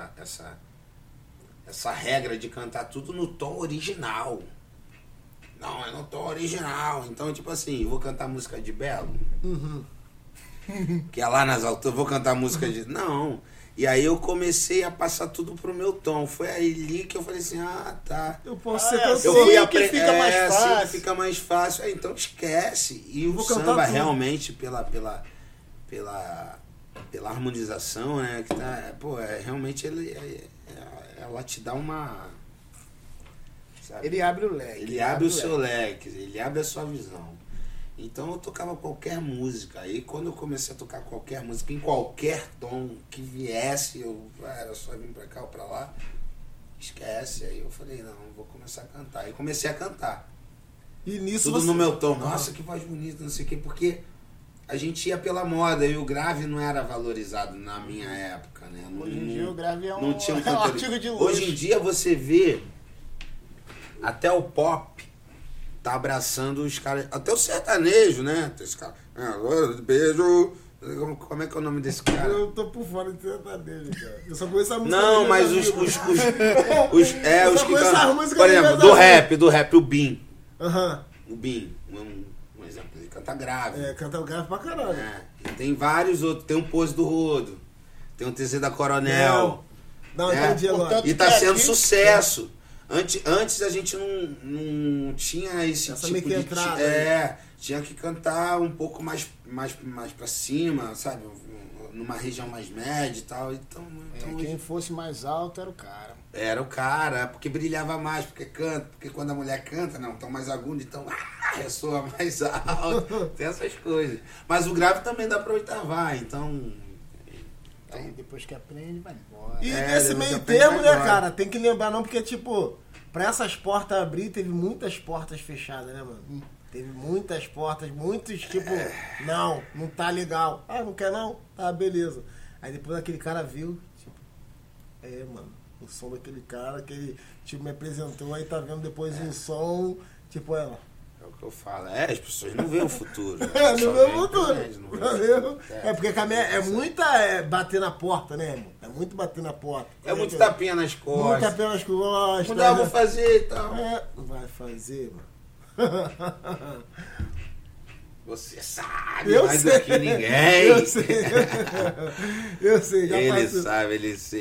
essa regra de cantar tudo no tom original. Não, é no tom original. Então, tipo assim, eu vou cantar música de Belo. Uhum. Que é lá nas alturas, eu vou cantar música de... Não. E aí eu comecei a passar tudo pro meu tom. Foi ali que eu falei assim, tá. Eu posso ser cantor. Eu fui que fica mais fácil. Assim fica mais fácil. Então esquece. E o samba realmente, pela harmonização, né? Que tá, realmente ela te dá uma... Sabe? Ele abre o leque. Ele abre o seu leque, ele abre a sua visão. Então eu tocava qualquer música. Aí quando eu comecei a tocar qualquer música, em qualquer tom que viesse, era só vir pra cá ou pra lá, esquece. Aí eu falei, não, vou começar a cantar. Aí comecei a cantar. E nisso tudo no meu tom. Nossa, que voz bonita, não sei o quê, porque a gente ia pela moda e o grave não era valorizado na minha época, né? Hoje em dia o grave é não tinha um artigo de luxo. Hoje em dia você vê até o pop tá abraçando os caras, até o sertanejo, né? Esse cara, beijo. Como é que é o nome desse cara? Eu tô por fora de sertanejo, cara. Eu só conheço a música. Não, mas os que cantam. Por exemplo, do rap, o Bin. Aham. O Bin, um exemplo, ele canta grave. Canta grave pra caralho. E tem vários outros, tem o Pose do Rodo, tem o TZ da Coronel. Não, entendi agora. E tá sendo sucesso. Antes a gente não tinha esse essa tipo de... entrada, tinha que cantar um pouco mais pra cima, sabe? Numa região mais média e tal. Então quem fosse mais alto era o cara. Era o cara, porque brilhava mais, porque quando a mulher canta, não, tão mais agudo, então ressoa mais alto. Tem essas coisas. Mas o grave também dá pra oitavar, então... Aí depois que aprende, vai embora. E nesse meio termo, né, cara, tem que lembrar não, porque, tipo, pra essas portas abrir, teve muitas portas fechadas, né, mano? Teve muitas portas, muitos, tipo, não tá legal. Ah, não quer não? Tá, beleza. Aí depois aquele cara viu, tipo, mano, o som daquele cara que ele, tipo, me apresentou, aí tá vendo depois um som, tipo, É o que eu falo. As pessoas não veem o futuro. Não vê o futuro. Porque é muita bater na porta, né, irmão? É muito bater na porta. É muito tapinha nas costas. Muito tapinha nas costas. Não dá, vou fazer e tal. Não vai fazer, mano. Você sabe mais do que ninguém. Eu sei, já ele passou. sabe,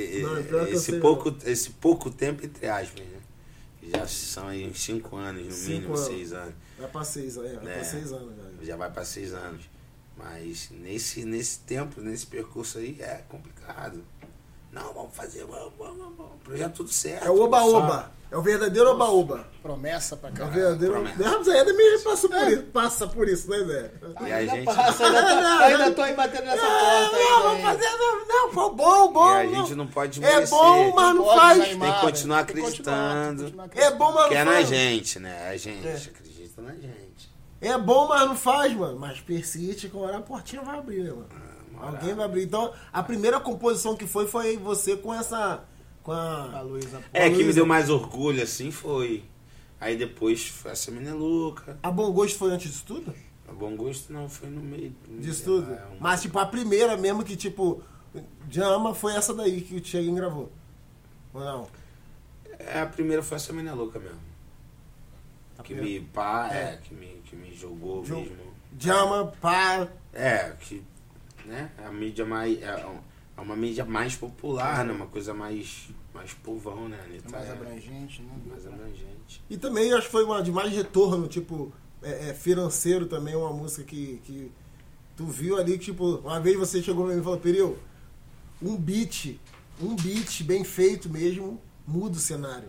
esse pouco tempo, entre aspas, né? Já são aí uns 5 anos, no mínimo 6 anos. Vai pra 6 anos, pra 6 anos, velho. Já vai pra 6 anos. Mas nesse tempo, nesse percurso aí, é complicado. Não, vamos fazer, vamos. Projeto tudo certo. É o oba-oba. É o verdadeiro oba-oba. Promessa pra É o caralho. verdadeiro. Zé também passa por isso, né, Zé? E a gente... Ainda tô aí batendo nessa porta aí. Não, vamos fazer. Não, foi bom. E a gente não pode esmorecer. É bom, mas não faz. Tem que continuar acreditando. É bom, mas não faz. Que é na gente, né? A gente acredita na gente. É bom, mas não faz, mano. Mas persiste, com a portinha vai abrir, né, mano? Alguém vai abrir. Então, a primeira composição que foi você com essa... Com a Luísa. Que me deu mais orgulho, assim, foi. Aí depois foi essa Menina Louca. A Bom Gosto foi antes disso tudo? A Bom Gosto não, foi no meio. Disso tudo? Mas, tipo, a primeira mesmo que, tipo, Djama foi essa daí que o Thiaguinho gravou. Ou não? A primeira foi essa Menina Louca mesmo. Que me jogou mesmo. Djama, pá. Que, né, a mídia mais... É uma mídia mais popular, né? Uma coisa mais povão, né? Mais abrangente, né? Mais abrangente. E também acho que foi uma de mais retorno, tipo, financeiro também, uma música que tu viu ali, que, tipo, uma vez você chegou pra mim e falou, Peril, um beat bem feito mesmo, muda o cenário.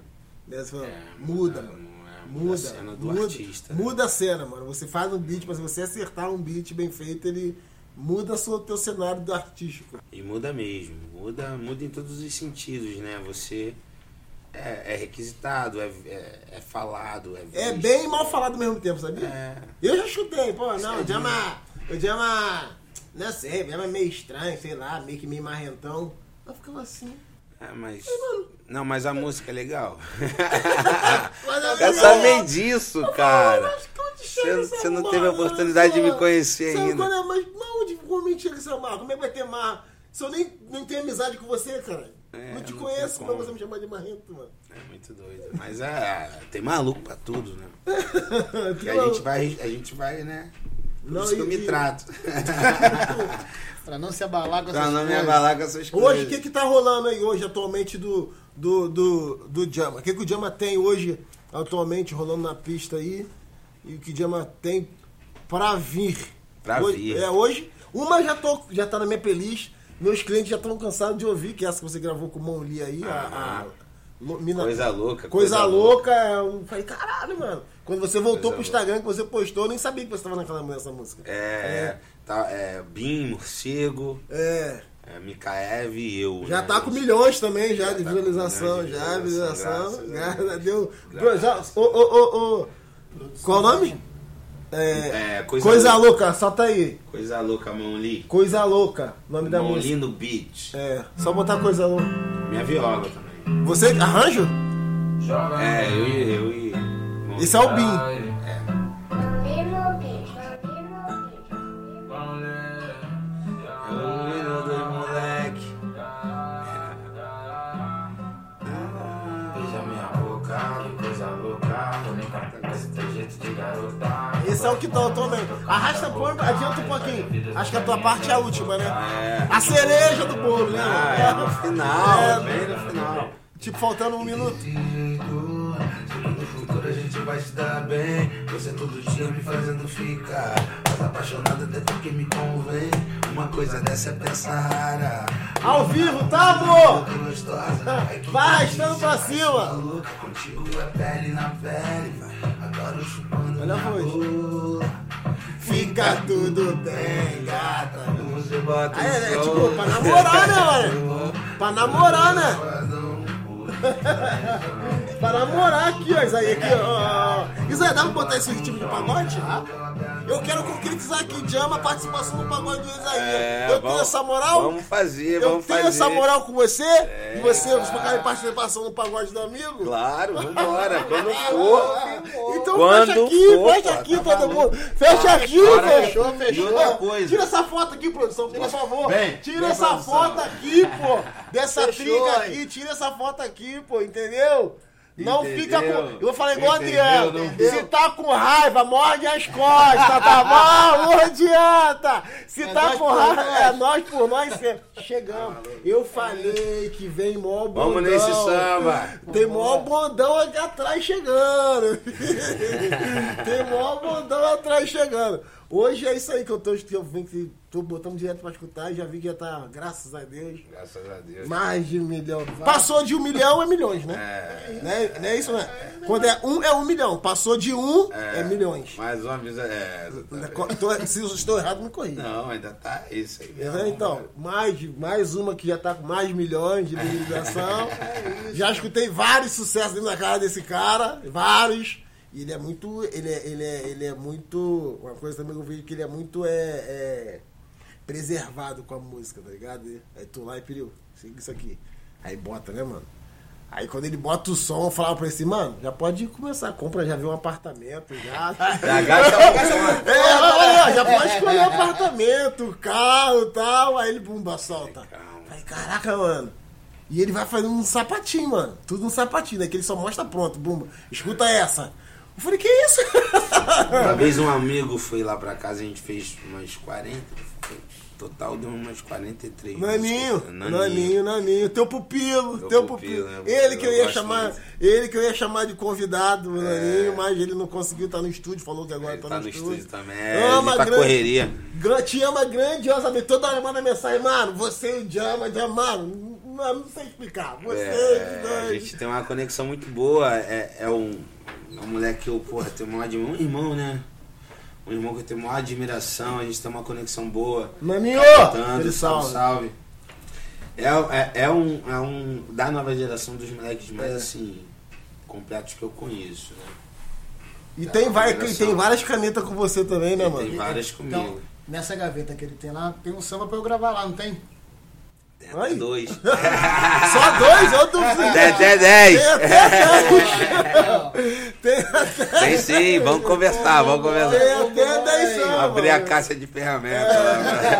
Muda, mano. Muda a cena do artista. Muda a cena, mano. Você faz um beat, mas se você acertar um beat bem feito, ele muda o teu cenário do artístico. E muda mesmo. Muda em todos os sentidos, né? Você é requisitado, é falado, é visto. É bem mal falado ao mesmo tempo, sabia? Eu já chutei, pô, não, o Djama, não sei, o Djama é meio estranho, sei lá, meio marrentão. Eu ficava assim. Mas... Não, mas a música é legal. Eu sabia disso, cara. Você não teve a oportunidade de me conhecer ainda. Mas onde realmente chega essa marra? Como é que vai ter marra? Se eu nem tenho amizade com você, cara. Não te conheço, como você me chamar de marrento, mano. É muito doido. Mas tem maluco pra tudo, né? E a gente vai, né? Por isso que eu me trato. Pra não se abalar com essas coisas. Pra não me abalar com essas coisas. Hoje, o que tá rolando aí hoje, atualmente, do Djama? O que o Djama tem hoje, atualmente, rolando na pista aí? E o que o Djama tem pra vir? Hoje, uma já tá na minha playlist. Meus clientes já estão cansados de ouvir, que é essa que você gravou com o Mon Lee aí. Coisa louca. Coisa louca. Eu falei, caralho, mano. Quando você voltou pro Instagram, que você postou, eu nem sabia que você tava nessa música. Bim, Morcego, Mikaev e eu. Já tá com milhões também, já, de visualização. Deu. Qual o nome? Coisa louca, solta aí. Coisa louca, Mon Lee. Coisa louca, nome da música. Mon Lee no beat. Só botar coisa louca. Minha viola também. Você arranjo? Eu e... Esse é o Bim. Esse é o que tá atualmente. Arrasta adianta um pouquinho. Acho que a tua parte é a última, né? A cereja do bolo, né? No final, bem no final. Tipo, faltando um minuto. No futuro a gente vai se dar bem. Você todo dia me fazendo ficar mais apaixonado até porque me convém. Uma coisa dessa é peça rara. Ao vivo, tá, amor? Vai, estando pra cima. Contigo é pele na pele. Adoro chupando. Olha a voz. Fica tudo bem, gata. Você bota tipo, pra namorar, né, mano? Pra namorar, né? Pra namorar aqui, ó. Isso aí, aqui, ó. Isso aí, dá pra botar esse ritmo de pagode? Eu quero concretizar aqui, Djama, participação no pagode do Isaías. Eu tenho essa moral? Vamos fazer. Eu tenho essa moral com você? E você quer participação no pagode do amigo? Claro, vambora. Quando for. Então fecha aqui, todo mundo. Fecha aqui, fechou. E outra coisa. Tira essa foto aqui, produção, por favor. Tira essa foto aqui, pô. Dessa trinca aqui, tira essa foto aqui, pô, entendeu? Não fica com... Eu vou falar igual o Adriano. Se tá com raiva, morde as costas, tá bom? Não adianta. Se tá com raiva, é nós por nós sempre. Chegamos. Eu falei que vem mó bondão. Vamos nesse samba. Tem mó bondão aqui atrás chegando. Tem mó bondão atrás chegando. Hoje é isso aí que eu tô botando direto pra escutar e já vi que já tá, graças a Deus. Graças a Deus. Mais de 1 milhão. Passou de 1 milhão é milhões, né? Não é isso, né? Quando é 1 milhão. Passou de 1 é milhões. Mais uma vez Se eu estou errado, me corrija. Não, ainda tá isso aí. Então, mais uma que já tá com mais milhões de visualização. Já escutei vários sucessos dentro da cara desse cara. Vários. E ele é muito. Ele é muito. Uma coisa também que eu vejo que ele é muito preservado com a música, tá ligado? Aí tu lá e pediu, siga isso aqui. Aí bota, né, mano? Aí quando ele bota o som, eu falava pra ele assim, mano, já pode começar, compra, já vê um apartamento, já. Já pode escolher um apartamento, carro e tal. Aí ele, bumba, solta. Falei, caraca, mano. E ele vai fazendo um sapatinho, mano. Tudo um sapatinho, né? Que ele só mostra pronto, bumba. Escuta essa. Eu falei, que isso? Uma vez um amigo foi lá pra casa, a gente fez umas 40, total deu umas 43. Naninho, teu pupilo. Né? Ele que eu ia chamar de convidado, o Naninho, mas ele não conseguiu estar no estúdio, falou que agora tá no estúdio também. Ama tá correria. Te ama grandiosamente. Toda hora manda mensagem, mano, você e o Djama, mano. mano, não sei explicar. Vocês A dois. gente tem uma conexão muito boa. É um moleque que eu, porra, tenho um irmão, né? Um irmão que eu tenho maior admiração, a gente tem uma conexão boa. Maninho! Cantando, Aquele salve. salve. É um da nova geração dos moleques mais assim, completos que eu conheço, né? E tem várias canetas com você também, né, E mano? tem várias comigo. Então, nessa gaveta que ele tem lá, tem um samba pra eu gravar lá, não tem? Tem Ai. até 2. Só 2? Eu duvido. Tem até 10. Tem Tem sim, vamos conversar, vamos conversar. até 10 só, Abrir a mano. caixa de ferramentas lá,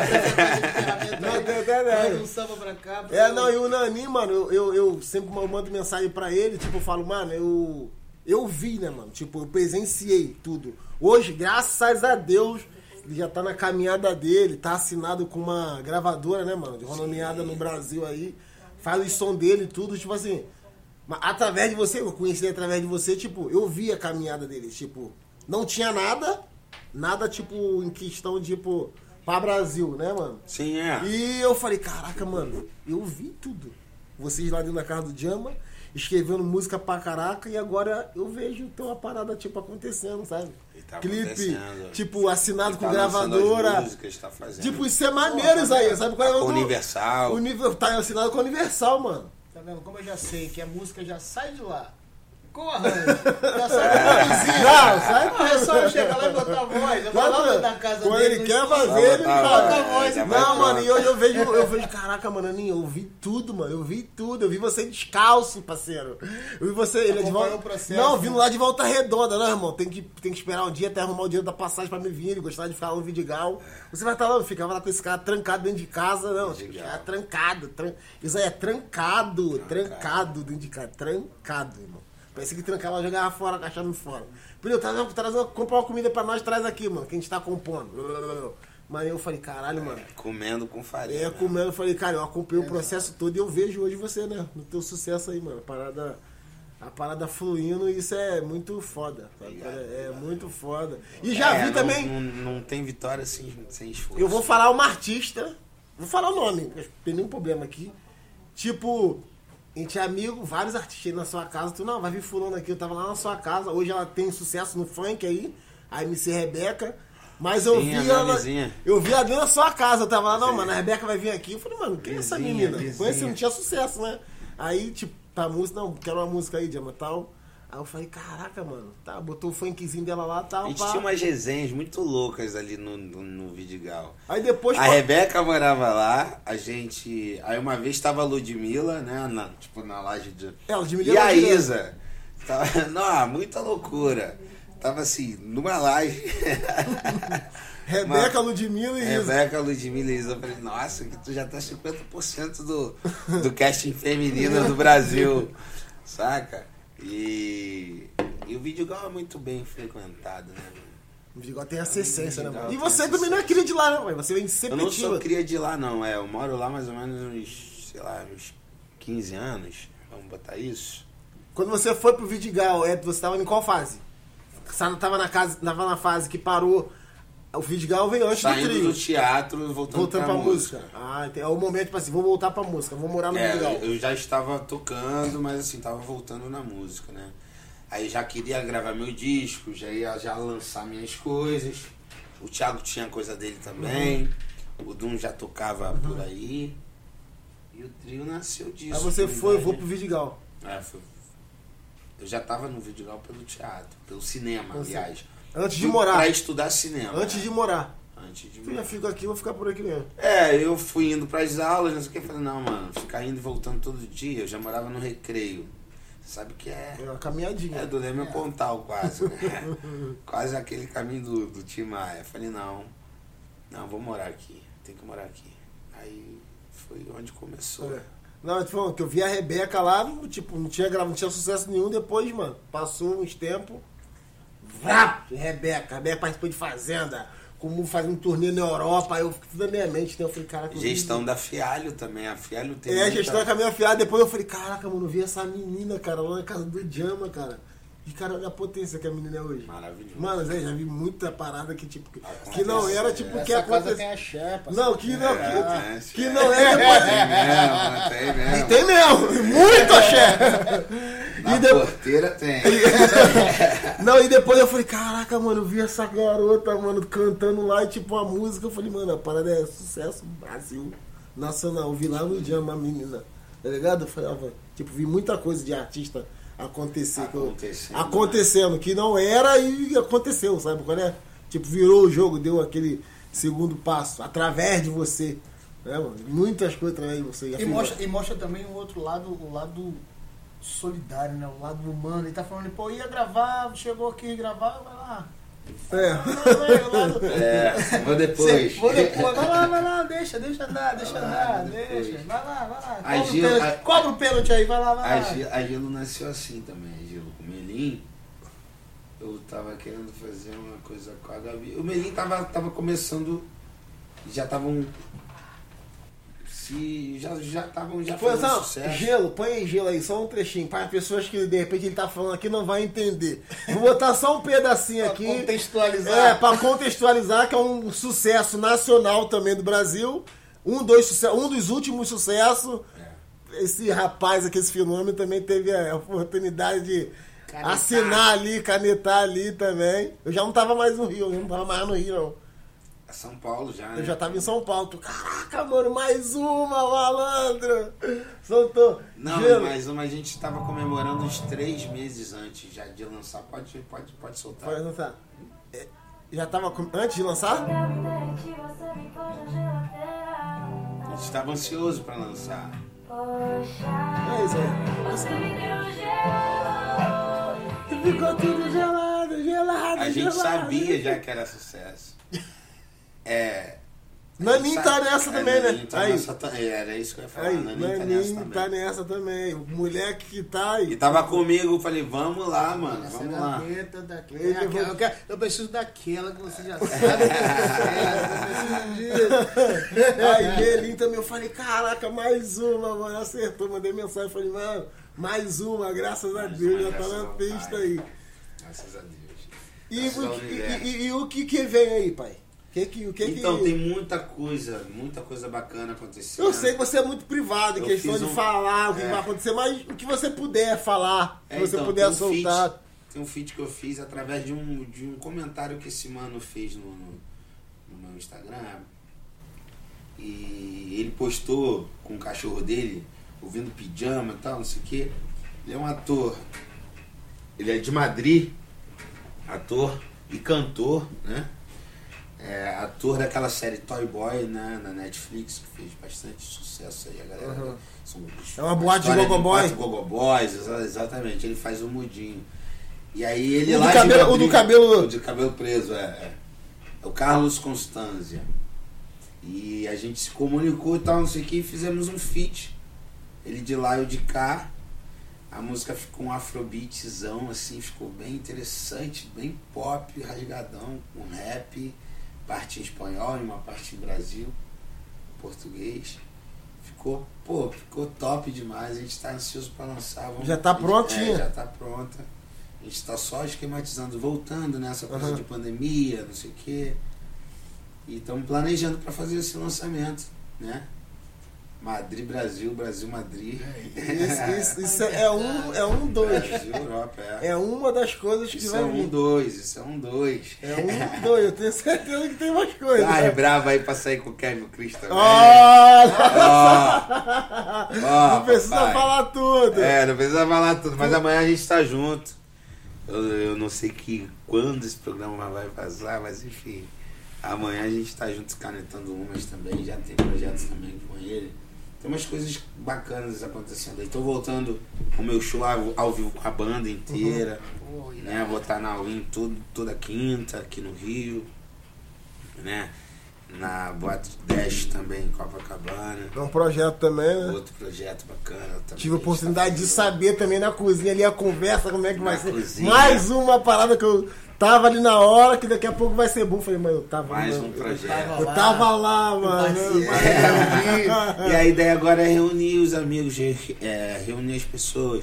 mano. Não, tem até 10. Manda um samba pra cá. E o Nani, mano, eu sempre mando mensagem pra ele, tipo, eu falo, mano, eu vi, né, mano? Tipo, eu presenciei tudo. Hoje, graças a Deus, ele já tá na caminhada dele, tá assinado com uma gravadora, né, mano? De renomeada no Brasil aí. Faz o som dele e tudo, tipo assim. Mas através de você, eu conheci ele através de você, tipo, eu vi a caminhada dele. Tipo, não tinha nada, tipo, em questão, tipo, pra Brasil, né, mano? Sim, é. E eu falei, caraca, mano, eu vi tudo. Vocês lá dentro da casa do Jama, escrevendo música pra caraca, e agora eu vejo tem uma parada, tipo, acontecendo, sabe? E tá Clipe, acontecendo. tipo, assinado E com tá lançando gravadora. as músicas, tá fazendo. Tipo, isso é maneiro, isso aí, sabe qual é o Universal. Tá assinado com a Universal, mano. Tá vendo? Como eu já sei que a música já sai de lá. Com arranjo. Já sai da cozinha. Não, sai Não, é só eu chegar lá e botar a voz. Eu vou lá dentro da casa Quando dele. ele no quer estúdio, fazer, ele botar a fala. voz, a voz. já vai Não, pronto. mano, e hoje eu vejo, caraca, mano, Aninho, eu vi tudo, mano. Eu vi tudo. Eu vi você descalço, parceiro. Eu vi você, ele é de Acompanhou volta. o processo, Não, né? vindo lá de volta redonda, né, irmão? Tem que esperar um dia até arrumar o dinheiro da passagem pra me vir. Ele gostava de ficar lá no Vidigal. Você vai estar lá, eu ficava lá com esse cara trancado dentro de casa, não. Vidigal. É trancado. Isso aí é trancado dentro de casa. Trancado, irmão. Parece que trancava, jogava fora, cachava fora. Pediu, compra uma comida pra nós, traz aqui, mano, que a gente tá compondo. Mas eu falei, caralho, mano. Comendo com farinha. Comendo, eu falei, cara, eu acompanhei o processo todo e eu vejo hoje você, né? No teu sucesso aí, mano. A parada fluindo, isso é muito foda. Sabe? É muito foda. E já vi também. Não tem vitória sem esforço. Eu vou falar uma artista. Vou falar o nome, não tem nenhum problema aqui. Tipo, a gente é amigo, vários artistas aí na sua casa. Tu, não, vai vir fulano aqui, eu tava lá na sua casa. Hoje ela tem sucesso no funk aí, a MC Rebeca. Mas eu Sim, vi a ela. vizinha. Eu vi ela dentro da sua casa. Eu tava lá, não, mano, a Rebeca vai vir aqui. Eu falei, mano, quem é essa Vizinha, menina? vizinha. Conheci, não tinha sucesso, né? Aí, tipo, tá música, não, quero uma música aí, Diama, tal. Aí eu falei, caraca, mano, tá, botou o funkzinho dela lá, tal. A gente pá. tinha umas resenhas muito loucas ali no Vidigal. Aí depois. A Rebeca morava lá, a gente. Aí uma vez tava a Ludmilla, né? Na laje de. Ela de E a Isa. Tava, não, muita loucura. Tava assim, numa laje. Rebeca, Ludmilla e Isa. Rebeca, Ludmilla e Isa. Eu falei, nossa, que tu já tá 50% do casting feminino do Brasil. Saca? E o Vidigal é muito bem frequentado, né? O Vidigal tem essa essência, né, mano? E Vidigal você tem também não é cria de lá, né, mano? Você vem de Eu não sou Sepetiba. cria de lá, não. Eu moro lá mais ou menos uns, sei lá, uns 15 anos. Vamos botar isso? Quando você foi pro Vidigal, você tava em qual fase? Você tava na fase que parou. O Vidigal veio antes do Saindo trio. do teatro, voltando pra música. Ah, é o momento, tipo assim, vou voltar pra música, vou morar no Vidigal. Eu já estava tocando, mas assim, tava voltando na música, né? Aí já queria gravar meu disco, já ia lançar minhas coisas. O Thiago tinha coisa dele também. O Dum já tocava por aí. E o trio nasceu disso. Aí você na foi, verdade. vou pro Vidigal. Foi. Eu já tava no Vidigal pelo teatro, pelo cinema, aliás. Antes de Fui morar. Pra estudar cinema. Antes de morar. Antes de Eu já morar. fico aqui, vou ficar por aqui mesmo. Eu fui indo pras aulas, não sei o que. Falei, não, mano, ficar indo e voltando todo dia. Eu já morava no Recreio. Sabe que é. É uma caminhadinha. É do Leme Pontal, quase, né? Quase aquele caminho do Tim Maia. Falei, não, vou morar aqui. Tem que morar aqui. Aí foi onde começou. Não, eu tô falando que eu vi a Rebeca lá, tipo, não tinha sucesso nenhum. Depois, mano, passou uns tempos. Rebeca participou de Fazenda, como fazer um turnê na Europa. Aí eu fiquei tudo na minha mente, então eu falei, caraca. Gestão da Fialho também. A Fialho tem. Gestão com a minha filha. Depois eu falei, caraca, mano, eu vi essa menina, cara, lá na casa do Jama, cara. E, cara, olha a potência que a menina é hoje. Maravilhoso. Mano, Zé, já vi muita parada que, tipo, que não era, tipo, que Essa casa aconteceu. tem a chepa. Não, que não, Acontece, que é. não é depois. Tem mesmo. E tem mesmo, muito axé. Na E de- porteira tem. Não, e depois eu falei, caraca, mano, eu vi essa garota, mano, cantando lá e tipo a música, eu falei, mano, a parada é sucesso, Brasil, nacional. Eu vi lá no Jam a menina, tá ligado? Eu falei, tipo, vi muita coisa de artista acontecer. Acontecendo, que não era e aconteceu, sabe qual é? Tipo, virou o jogo, deu aquele segundo passo, através de você. Né, mano? Muitas coisas através de você. E mostra também o outro lado, o lado solidário, né? O lado humano. Ele tá falando, pô, ia gravar, chegou aqui gravar, vai lá. Vou depois. Vou depois, vai lá, deixa andar. Vai lá. Cobra o pênalti aí, vai lá. A Gelo nasceu assim também, a Gelo com o Melim. Eu tava querendo fazer uma coisa com a Gabi. O Melim tava começando, já estavam já fazendo sucesso. Gelo, põe aí gelo aí, só um trechinho, para as pessoas que de repente ele tá falando aqui não vai entender. Vou botar só um pedacinho aqui. Pra contextualizar. Pra contextualizar, que é um sucesso nacional também do Brasil. Um dos últimos sucessos. Esse rapaz aqui, esse fenômeno, também teve a oportunidade de assinar ali, canetar ali também. Eu já não tava mais no Rio, não. São Paulo já, né? Eu já tava em São Paulo. Caraca, mano, mais uma, malandro! Soltou. Não, Gelo. mais uma a gente tava comemorando uns 3 meses antes já de lançar. Pode soltar. Pode lançar. Já tava antes de lançar? A gente tava ansioso pra lançar. É isso aí. Ficou tudo gelado. A gente sabia já que era sucesso. Naninho tá nessa também, né? Naninho tá nessa, era isso que eu ia falar. Naninho tá nessa também. O moleque que tá aí. E tava comigo, eu falei, vamos lá, mano, vamos lá. Eu preciso daquela que você já sabe. Aí, Melim também, eu falei, caraca, mais uma, mano. Acertou, mandei mensagem, falei, mano, mais uma, graças a Deus, já tá na pista aí. Graças a Deus. E o que vem aí, pai? Então, tem muita coisa bacana acontecendo. Eu sei que você é muito privado em questão de falar o que vai acontecer, mas o que você puder falar, se você puder soltar. Tem um feat que eu fiz através de um comentário que esse mano fez no meu Instagram. E ele postou com o cachorro dele, ouvindo pijama e tal, não sei o quê. Ele é um ator. Ele é de Madrid, ator e cantor, né? Ator daquela série Toy Boy, né, na Netflix, que fez bastante sucesso aí, a galera. É uma boate de gogoboy. Gogoboys, exatamente. Ele faz o mudinho. E aí ele O do cabelo. O de cabelo preso, é o Carlos Constanzia. E a gente se comunicou e tal, não sei o que, e fizemos um feat. Ele de lá e eu de cá. A música ficou um afrobeatzão, assim, ficou bem interessante, bem pop, rasgadão, com rap, parte em espanhol e uma parte em Brasil, português. Ficou top demais, a gente tá ansioso pra lançar. Já tá prontinha? Já tá pronta. A gente tá só esquematizando, voltando nessa coisa de pandemia, não sei o quê. E estamos planejando pra fazer esse lançamento, né? Madrid, Brasil, Madrid. Isso é um dois. Brasil, Europa, É uma das coisas que vai vir. Isso é um dois. É um dois, eu tenho certeza que tem mais coisas. É bravo aí pra sair com o Kevin Chris também. Não precisa falar tudo. Não precisa falar tudo, mas amanhã a gente tá junto. Eu não sei quando esse programa vai vazar, mas enfim. Amanhã a gente tá junto canetando umas também, já tem projetos também com ele. Tem umas coisas bacanas acontecendo aí. Tô voltando o meu show ao vivo com a banda inteira. Né? Vou estar na Win toda quinta aqui no Rio. Né? Na Boate Dash também, em Copacabana. É um projeto também, né? Outro projeto bacana também. Tive a oportunidade de saber também na cozinha ali a conversa, como é que vai ser. Cozinha. Mais uma parada que eu tava ali na hora, que daqui a pouco vai ser bom. Falei, mas eu tava Mais lá. um projeto. Eu tava lá, mano. E a ideia agora é reunir os amigos, reunir as pessoas.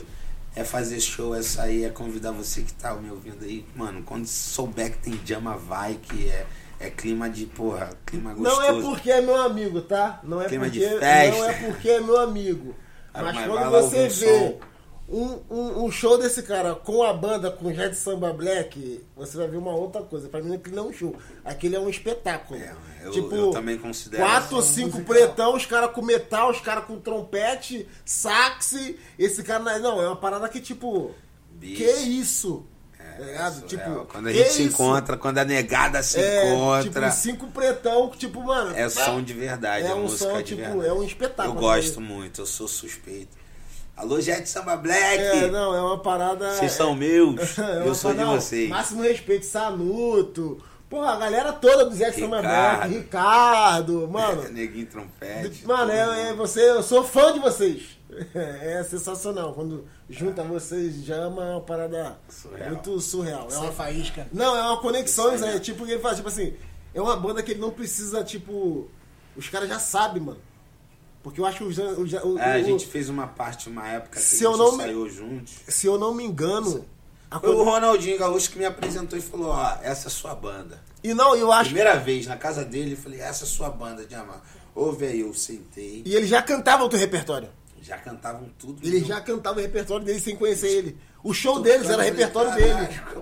é fazer show, é sair, é convidar você que tá me ouvindo aí. Mano, quando souber que tem Jama Vai, que é clima de, porra, clima gostoso. Não é porque é meu amigo, tá? Não é Clima porque, de festa. não é porque é meu amigo. Mas Mas vai quando lá você ouvir vê som. um show desse cara com a banda, com Red Samba Black, você vai ver uma outra coisa. Pra mim aquilo não é um show. Aquele é um espetáculo. Eu também considero. 4 ou 5 pretão, os caras com metal, os caras com trompete, sax. Esse cara. Não, é uma parada que tipo. Bicho. Que isso? Tá ligado? Tipo, quando a gente se encontra, quando a negada se encontra. Tipo, 5 pretão, tipo, mano. É som de verdade, é um música som, de tipo, verdade. é um espetáculo. Eu gosto muito, eu sou suspeito. Alô, Jet Samba Black! Não, é uma parada. Vocês são meus, eu sou de vocês. Máximo respeito, Sanuto. Porra, a galera toda do Jet Samba Black, Ricardo, mano. Neguinho Trompete. Mano, eu sou fã de vocês. É sensacional. Quando junta vocês, Jama, é uma parada muito surreal. É uma faísca. Não, é uma conexão, é tipo que ele faz, tipo assim, é uma banda que ele não precisa, tipo. Os caras já sabem, mano. Porque eu acho que a gente fez uma parte, uma época que se a eu gente não saiu juntos. Se eu não me engano. Foi o Ronaldinho Gaúcho que me apresentou e falou, ó, essa é a sua banda. E não, eu acho. Primeira vez na casa dele, eu falei, essa é a sua banda, Jama. Ouve aí, eu sentei. E ele já cantava o teu repertório. Já cantavam tudo. Ele já cantava o repertório dele sem conhecer ele. O show deles era repertório dele.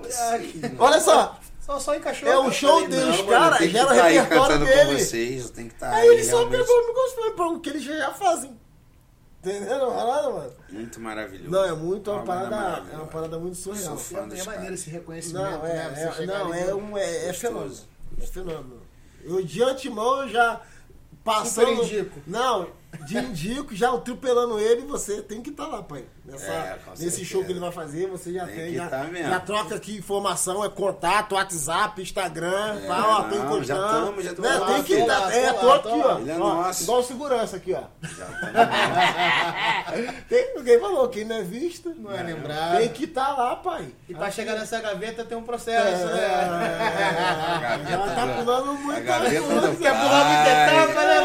Olha só. Só encaixou. É o show deles, cara, já era repertório dele. Com vocês, eu tenho que estar aí ele só pegou o microfone para o que eles já fazem. Entendeu? Mano. Muito maravilhoso. Não, é muito uma parada muito surreal. É maneiro esse reconhecimento. Não, é fenômeno. É fenômeno. Eu de antemão eu já passando. Super indico. Não, de indico, já atropelando ele, você tem que estar lá, pai. Nesse show que ele vai fazer, você já tem. Já troca aqui informação, é contato, WhatsApp, Instagram, tô encostando. Já estamos. Tem que estar. Tô aqui, ó. Ele é nosso. Igual segurança aqui, ó. Quem falou, quem não é visto, não é lembrado. Tem que estar lá, pai. E pra chegar nessa gaveta tem um processo, né? Ela tá pulando muito. Quer pular muita etapa, né,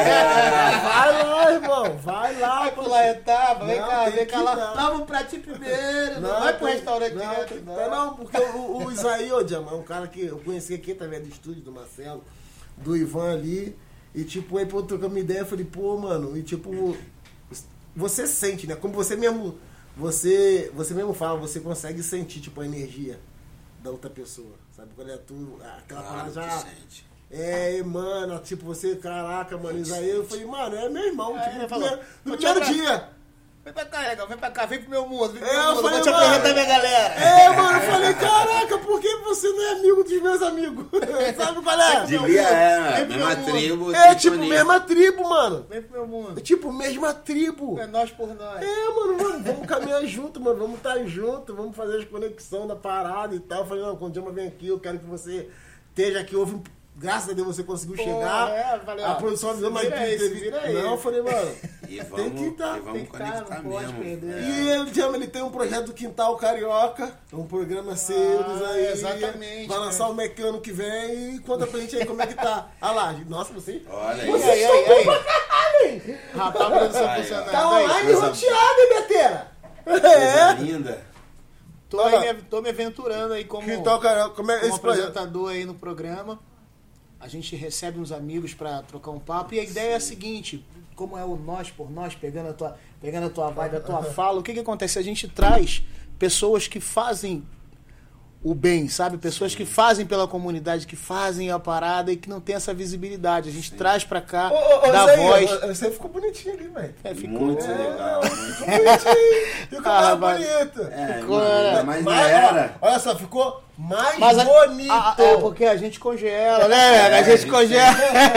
Vai lá, irmão. Vai lá. Vai pular etapa, vem cá lá. Lava um pratinho primeiro. Não vai pro restaurante direto. Não, porque o Isaí, Jama, é um cara que eu conheci aqui através do estúdio do Marcelo, do Ivan ali. E tipo, aí pô, trocamos uma ideia, eu falei, pô, mano, e tipo, você sente, né? Como você mesmo fala, você consegue sentir, tipo, a energia da outra pessoa. Sabe? Quando é tu, aquela parada já. Mano, tipo, você, caraca, mano, Isaí, eu falei, mano, é meu irmão, no primeiro dia. Vem pra cá, vem pra cá, vem pro meu mundo. Eu falei, vou te apresentar minha galera. Mano, eu falei, caraca, por que você não é amigo dos meus amigos? Sabe qual é? Devia, mesma tribo. Tipo, mesma tribo, mano. Vem pro meu mundo. Tipo, mesma tribo. É nós por nós. Mano, vamos caminhar junto, mano. Vamos estar junto, vamos fazer as conexões da parada e tal. Eu falei, não, quando o Jama vem aqui, eu quero que você esteja aqui, graças a Deus você conseguiu chegar. Falei, a produção avisou, mas não, eu falei, mano, tem que estar. Vamos conectar mesmo. E o Jama, ele tem um projeto do Quintal Carioca, um programa seu, aí. Exatamente. Vai lançar o Mac ano que vem e conta pra gente aí como é que tá. Ah lá, nossa, você. Olha aí. Vocês estão bom pra caralho, hein? Rapaz, a produção funcionando. Tá online roteado, hein, Beteira? Coisa linda. Tô me aventurando aí como apresentador aí no programa. A gente recebe uns amigos pra trocar um papo. E a ideia é a seguinte, como é o nós por nós, pegando a tua vibe, a tua fala, o que acontece? A gente traz pessoas que fazem o bem, sabe? Pessoas que fazem pela comunidade, que fazem a parada e que não tem essa visibilidade. A gente traz pra cá, dá voz. Você ficou bonitinho ali, velho. Ficou muito legal. Ficou bonitinho. Ficou bonito. Mas não era. Olha só, ficou mais bonito. É porque a gente congela, né? A gente congela.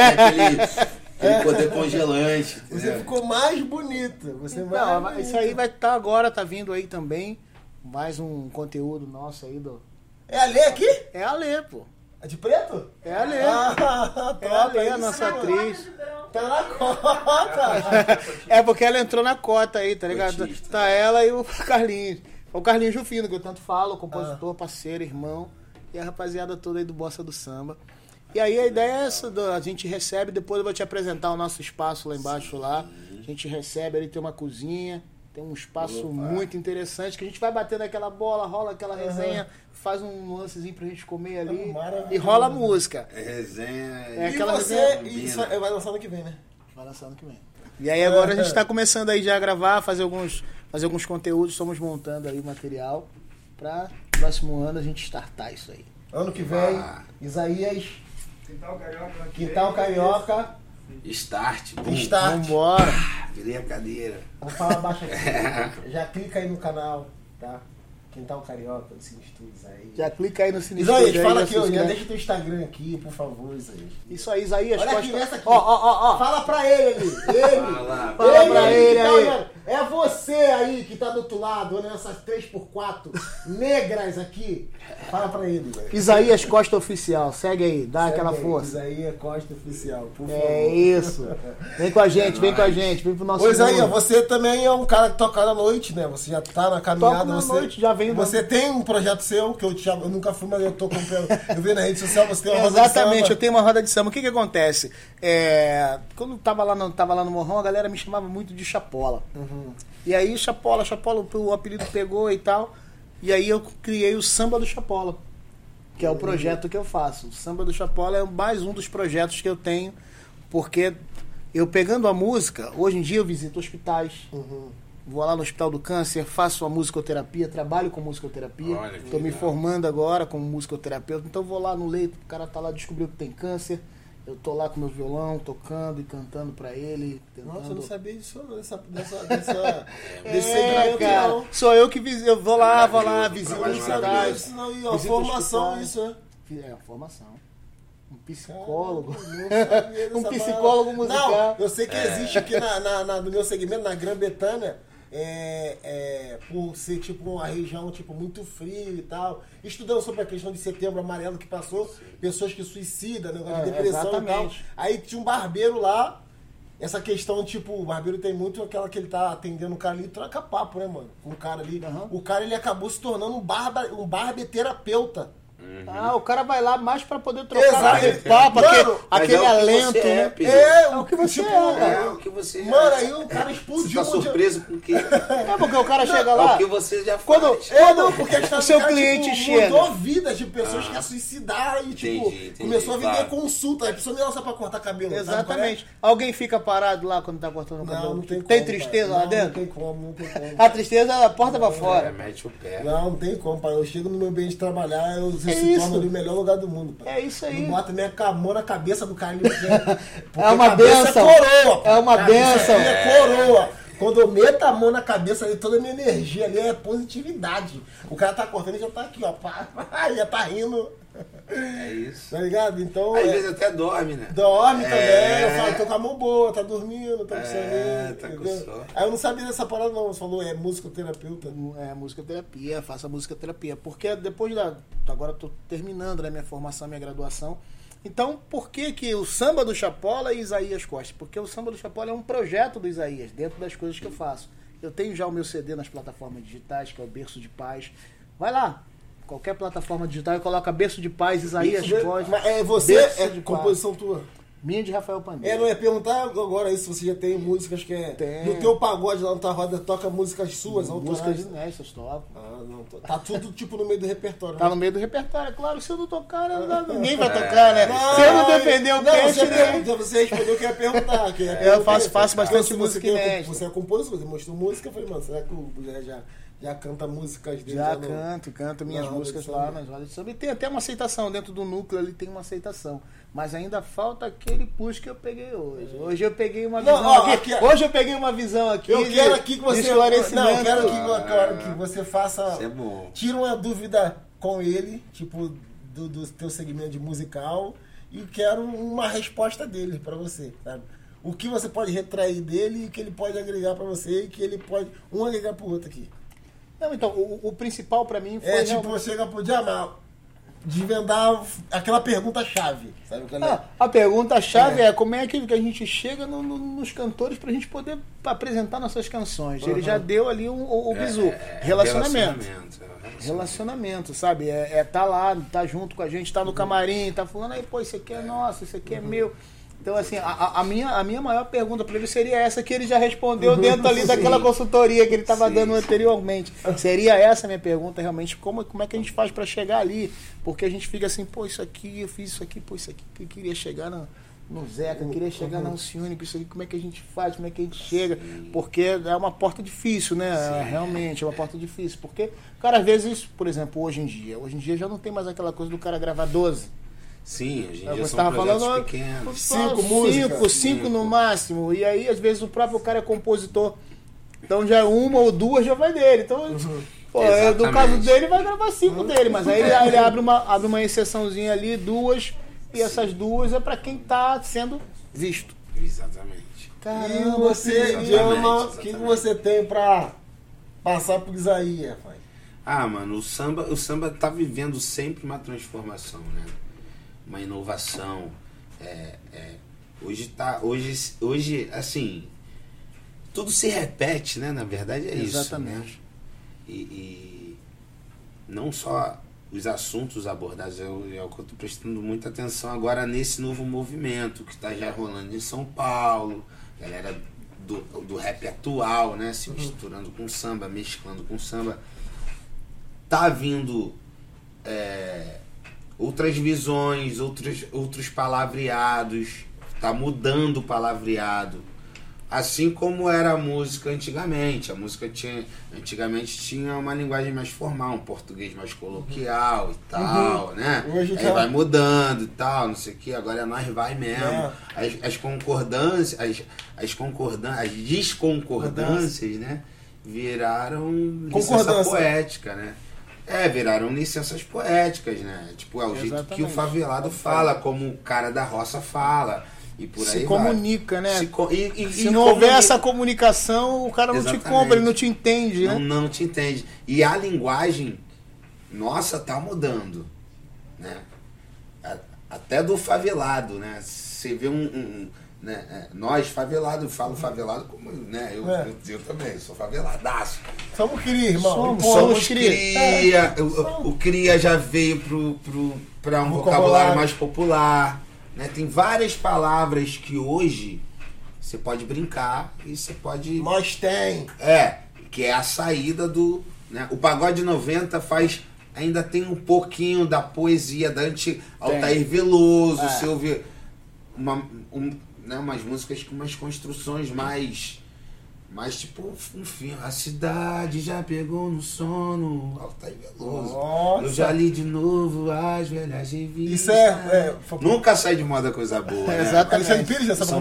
Aquele poder congelante. Você ficou mais bonito. Isso aí vai estar agora, tá vindo aí também. Mais um conteúdo nosso aí do... É a Lê aqui? É a Lê, pô. É de preto? É a Lê. Top, é a Lê, a nossa atriz. Tá na cota. É porque ela entrou na cota aí, tá ligado? Artista. Tá ela e o Carlinhos. O Carlinhos Jufino, que eu tanto falo, compositor, parceiro, irmão. E a rapaziada toda aí do Bossa do Samba. E aí a ideia é essa, a gente recebe, depois eu vou te apresentar o nosso espaço lá embaixo lá. A gente recebe, ali tem uma cozinha. Tem um espaço muito interessante que a gente vai batendo aquela bola, rola aquela resenha, faz um lancezinho pra gente comer ali e rola a música. Resenha. E aquela você, resenha. isso vai lançar ano que vem, né? Vai lançar ano que vem. E aí agora a gente tá começando aí já a gravar, fazer alguns conteúdos, estamos montando aí material pra próximo ano a gente startar isso aí. Ano que vem, Isaías, Quintal Carioca, Start. Boom. Start. Vambora. Virei a cadeira. Vou falar baixo aqui. Já clica aí no canal, tá? Quintal Carioca, do Cine Studios aí. Já clica aí no Cine Isaías, Studios, fala já aqui, se já inscreve. deixa o teu Instagram aqui, por favor, Isaías. Isso aí, Isaías. Olha Costa. aqui, nessa aqui. Ó. Fala pra ele ali. Ele. Fala pra ele que tá aí. olhando. É você aí que tá do outro lado, olhando essas 3x4 negras aqui. Fala pra ele, velho. Isaías Costa Oficial, segue aí, dá aquela Segue aí, força. Isaías Costa Oficial, por favor. É isso. Vem com a gente, vem pro nosso Ô, Isaías, mundo. você também é um cara que toca na noite, né? Você já tá na caminhada. Toco na você, noite, já venho Você tem um projeto seu, que eu nunca fui, mas eu tô comprando. Eu vi na rede social, você tem uma roda de Exatamente, samba. eu tenho uma roda de samba. O que acontece? Quando eu tava lá no Morrão, a galera me chamava muito de Chapola. E aí, Chapola, o apelido pegou e tal. E aí eu criei o Samba do Chapola, que é o projeto que eu faço. O Samba do Chapola é mais um dos projetos que eu tenho, porque eu pegando a música, hoje em dia eu visito hospitais, vou lá no Hospital do Câncer, faço a musicoterapia, trabalho com musicoterapia. Olha que Estou me legal. formando agora como musicoterapeuta, então vou lá no leito, o cara tá lá, descobriu que tem câncer, eu tô lá com meu violão, tocando e cantando pra ele. Tentando... Nossa, eu não sabia disso, não, desse É, segredo, cara, não. sou eu que eu vou lá, visito trabalho Eu não sabia hospitais. disso, não. E ó, visito formação, hospitais. isso, né? É, formação. Um psicólogo. Não sabia dessa Um parada. psicólogo musical. Não, eu sei que existe aqui no meu segmento, na Grã-Bretanha, por ser tipo uma região tipo, muito fria e tal. Estudando sobre a questão de Setembro Amarelo que passou, pessoas que suicidam, negócio de depressão exatamente. e tal. Aí tinha um barbeiro lá. Essa questão, tipo, o barbeiro tem muito aquela que ele tá atendendo o cara ali, troca papo, né, mano? Com o cara ali. O cara, ele acabou se tornando um barbeterapeuta. Ah, o cara vai lá mais pra poder trocar Exato. aquele papo, Mano, aquele mas é o que alento, você é, né? Pedro. É o que você tipo, é, cara. É o que você Mano, aí o cara Você explodiu. tá surpreso com o quê? É porque o cara chega É lá. o que você já Quando- faz. Não, porque a história o seu do cara, cliente tipo, chega. mudou a vida de pessoas que iam suicidar e, tipo, Entendi, começou a vender claro. consulta. A pessoa nem lança pra cortar cabelo. Exatamente. Alguém fica parado lá quando tá cortando o Não, cabelo? não tem como. Tem tristeza cara. lá Não, dentro? Não tem como, não tem como. A tristeza é a porta pra É, fora. mete o pé. Não tem como, pai. Eu chego no meu ambiente de trabalhar, eu se isso. torno ali o melhor lugar do mundo, pai. É isso aí. Eu boto minha mão na cabeça do cara ali. Porque É uma cabeça bênção. É coroa. É uma Cabeça bênção. ali é coroa. Quando eu meto a mão na cabeça ali, toda a minha energia ali é positividade. O cara tá cortando e já tá aqui, ó. Já tá rindo. É isso. Tá ligado? Então. Às vezes até dorme, né? Dorme também, É. eu falo, tô com a mão boa, tá dormindo, tá com tá com entendeu? sono. Aí eu não sabia dessa parada não, você falou, é musicoterapeuta. É musicoterapia, faça musicoterapia. Porque depois agora eu tô terminando, né, minha formação, minha graduação. Então, por que o Samba do Chapola e Isaías Costa? Porque o Samba do Chapola é um projeto do Isaías, dentro das coisas que eu faço. Eu tenho já o meu CD nas plataformas digitais, que é o Berço de Paz. Vai lá, qualquer plataforma digital, coloca Berço de Paz, Isaías Costa. Mas é você, Berço é de composição tua? Minha de Rafael Pandeiro. Não ia perguntar agora isso, se você já tem músicas que é... Tem. No teu pagode lá na tua roda, toca músicas suas, Músicas autorais? inéditas, toco. Ah, não, tá tudo tipo no meio do repertório, Tá né? no meio do repertório, é claro. Se eu não tocar, ninguém vai tocar, né? Não, Se eu não defender o não, peixe, você, né? você respondeu que ia perguntar. Que ia Eu perguntar. faço bastante Você música tem- inédita. Você é compositor, você mostrou música, eu falei, mano, será que o Zé já canta músicas dele? Já não? canto minhas Na músicas roda de lá samba. nas rodas de samba. E tem até uma aceitação, dentro do núcleo ali tem uma aceitação. Mas ainda falta aquele push que eu peguei hoje. Hoje eu peguei uma Não, visão ó, aqui. aqui- Hoje eu peguei uma visão aqui. Eu de- quero aqui que de você. esclarecimento. Não, eu quero que você faça. Isso é bom. Tira uma dúvida com ele, tipo, do teu segmento musical, e quero uma resposta dele pra você, sabe? O que você pode retrair dele e que ele pode agregar pra você e que ele pode um agregar pro outro aqui. Não, então, o principal pra mim foi. É tipo, realmente- você chega pro Jamal, desvendar aquela pergunta-chave, sabe o que é? A pergunta-chave é como é que a gente chega nos cantores pra gente poder apresentar nossas canções. Ele já deu ali o bizu. Relacionamento. Relacionamento, sabe? Tá lá, tá junto com a gente, tá no camarim, tá falando, aí, pô, isso aqui é nosso, isso aqui é meu. Então, assim, a minha maior pergunta para ele seria essa que ele já respondeu dentro ali daquela consultoria que ele estava dando anteriormente. Seria essa a minha pergunta, realmente, como é que a gente faz para chegar ali? Porque a gente fica assim, pô, isso aqui, eu fiz isso aqui, pô, isso aqui, que eu queria chegar no Zeca, eu queria chegar na Alcione, isso aqui, como é que a gente faz, como é que a gente chega? Porque é uma porta difícil, né? Realmente, é uma porta difícil. Porque, cara, às vezes, por exemplo, hoje em dia já não tem mais aquela coisa do cara gravar 12. Sim, hoje em dia Você são tava projetos falando pequenos. 5 no máximo. E aí, às vezes, o próprio cara é compositor. Então já é uma ou duas já vai dele. Então, pô, no caso dele, vai gravar 5 dele. Mas aí ele abre uma exceçãozinha ali, 2. E essas 2 é pra quem tá sendo visto. Exatamente. Caramba, e você, Diama, o que você tem pra passar pro Isaías, pai? Ah, mano, o samba tá vivendo sempre uma transformação, né? Uma inovação. Hoje, assim, tudo se repete, né? Na verdade é isso. Exatamente. Né? E não só os assuntos abordados, é o que eu estou prestando muita atenção agora nesse novo movimento que está já rolando em São Paulo, galera do rap atual, né? Se misturando com samba, mesclando com samba. Tá vindo outras visões, outros palavreados, tá mudando o palavreado. Assim como era a música antigamente. A música antigamente tinha uma linguagem mais formal, um português mais coloquial e tal, né? Hoje aí vai mudando e tal, não sei o que, agora nós vai mesmo. As concordâncias, as desconcordâncias, né? Viraram licença poética, né? Viraram licenças poéticas, né? Tipo, é o jeito que o favelado fala, como o cara da roça fala. E por aí se comunica, né? Se não houver essa comunicação, o cara não te compra, ele não te entende, né? Não te entende. E a linguagem, nossa, tá mudando, né? Até do favelado, né? Você vê né? Nós, favelado, eu falo favelado como, né? Eu também, sou faveladaço. Somos cria, irmão. Somos cria. O cria já veio para um vocabulário mais popular. Né? Tem várias palavras que hoje você pode brincar e você pode... Nós tem. Que é a saída do... Né? O Pagode 90 ainda tem um pouquinho da poesia da Altair Veloso, você ouve umas músicas com umas construções mais tipo um filme. A cidade já pegou no sono, Altair Veloso. Nossa. Eu já li de novo as velhas revistas. Isso nunca sai de moda coisa boa, né? Exatamente. Alexandre Pires já sabe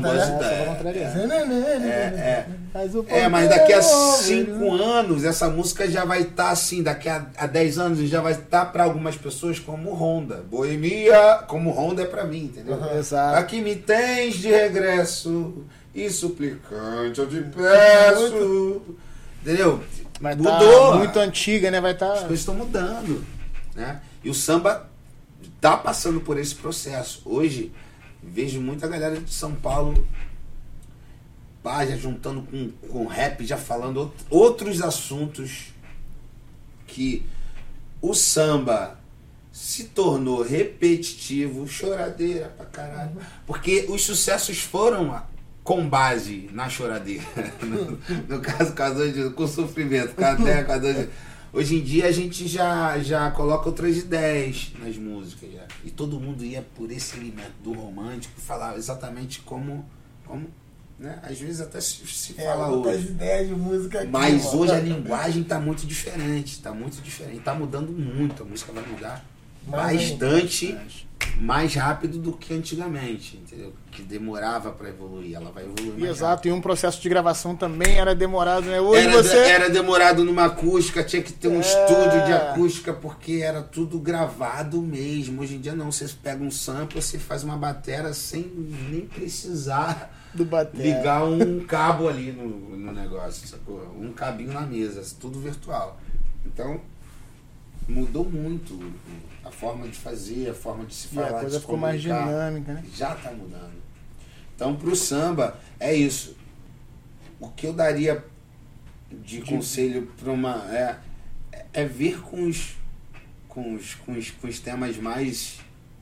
mas daqui a 5 anos essa música já vai estar assim, daqui a 10 anos já vai estar para algumas pessoas como Honda. Boemia, como Honda é para mim, entendeu? Exato. Aqui me tens de regresso e suplicante eu te peço. Entendeu? Mudou. Muito antiga, né? Vai estar. As coisas estão mudando, né? E o samba tá passando por esse processo. Hoje vejo muita galera de São Paulo já juntando com rap, já falando outros assuntos que o samba se tornou repetitivo, choradeira pra caralho. Porque os sucessos foram com base na choradeira. No caso, com sofrimento. Hoje em dia a gente já coloca outras ideias nas músicas. Já. E todo mundo ia por esse elemento do romântico e falava exatamente como né? Às vezes até se fala outras hoje. Ideias de música aqui, mas hoje a linguagem tá muito diferente. Tá mudando muito. A música vai mudar bastante mais rápido do que antigamente, entendeu? Que demorava para evoluir, ela vai evoluir mais Exato, rápido. E um processo de gravação também era demorado, né? Hoje era demorado numa acústica, tinha que ter um estúdio de acústica, porque era tudo gravado mesmo. Hoje em dia não, você pega um sample, você faz uma batera sem nem precisar ligar um cabo ali no negócio, sacou? Um cabinho na mesa, tudo virtual. Então, mudou muito a forma de fazer, a forma de se falar, a coisa ficou mais dinâmica, né? Já tá mudando. Então, pro samba, é isso. O que eu daria de conselho para uma... É vir com os temas mais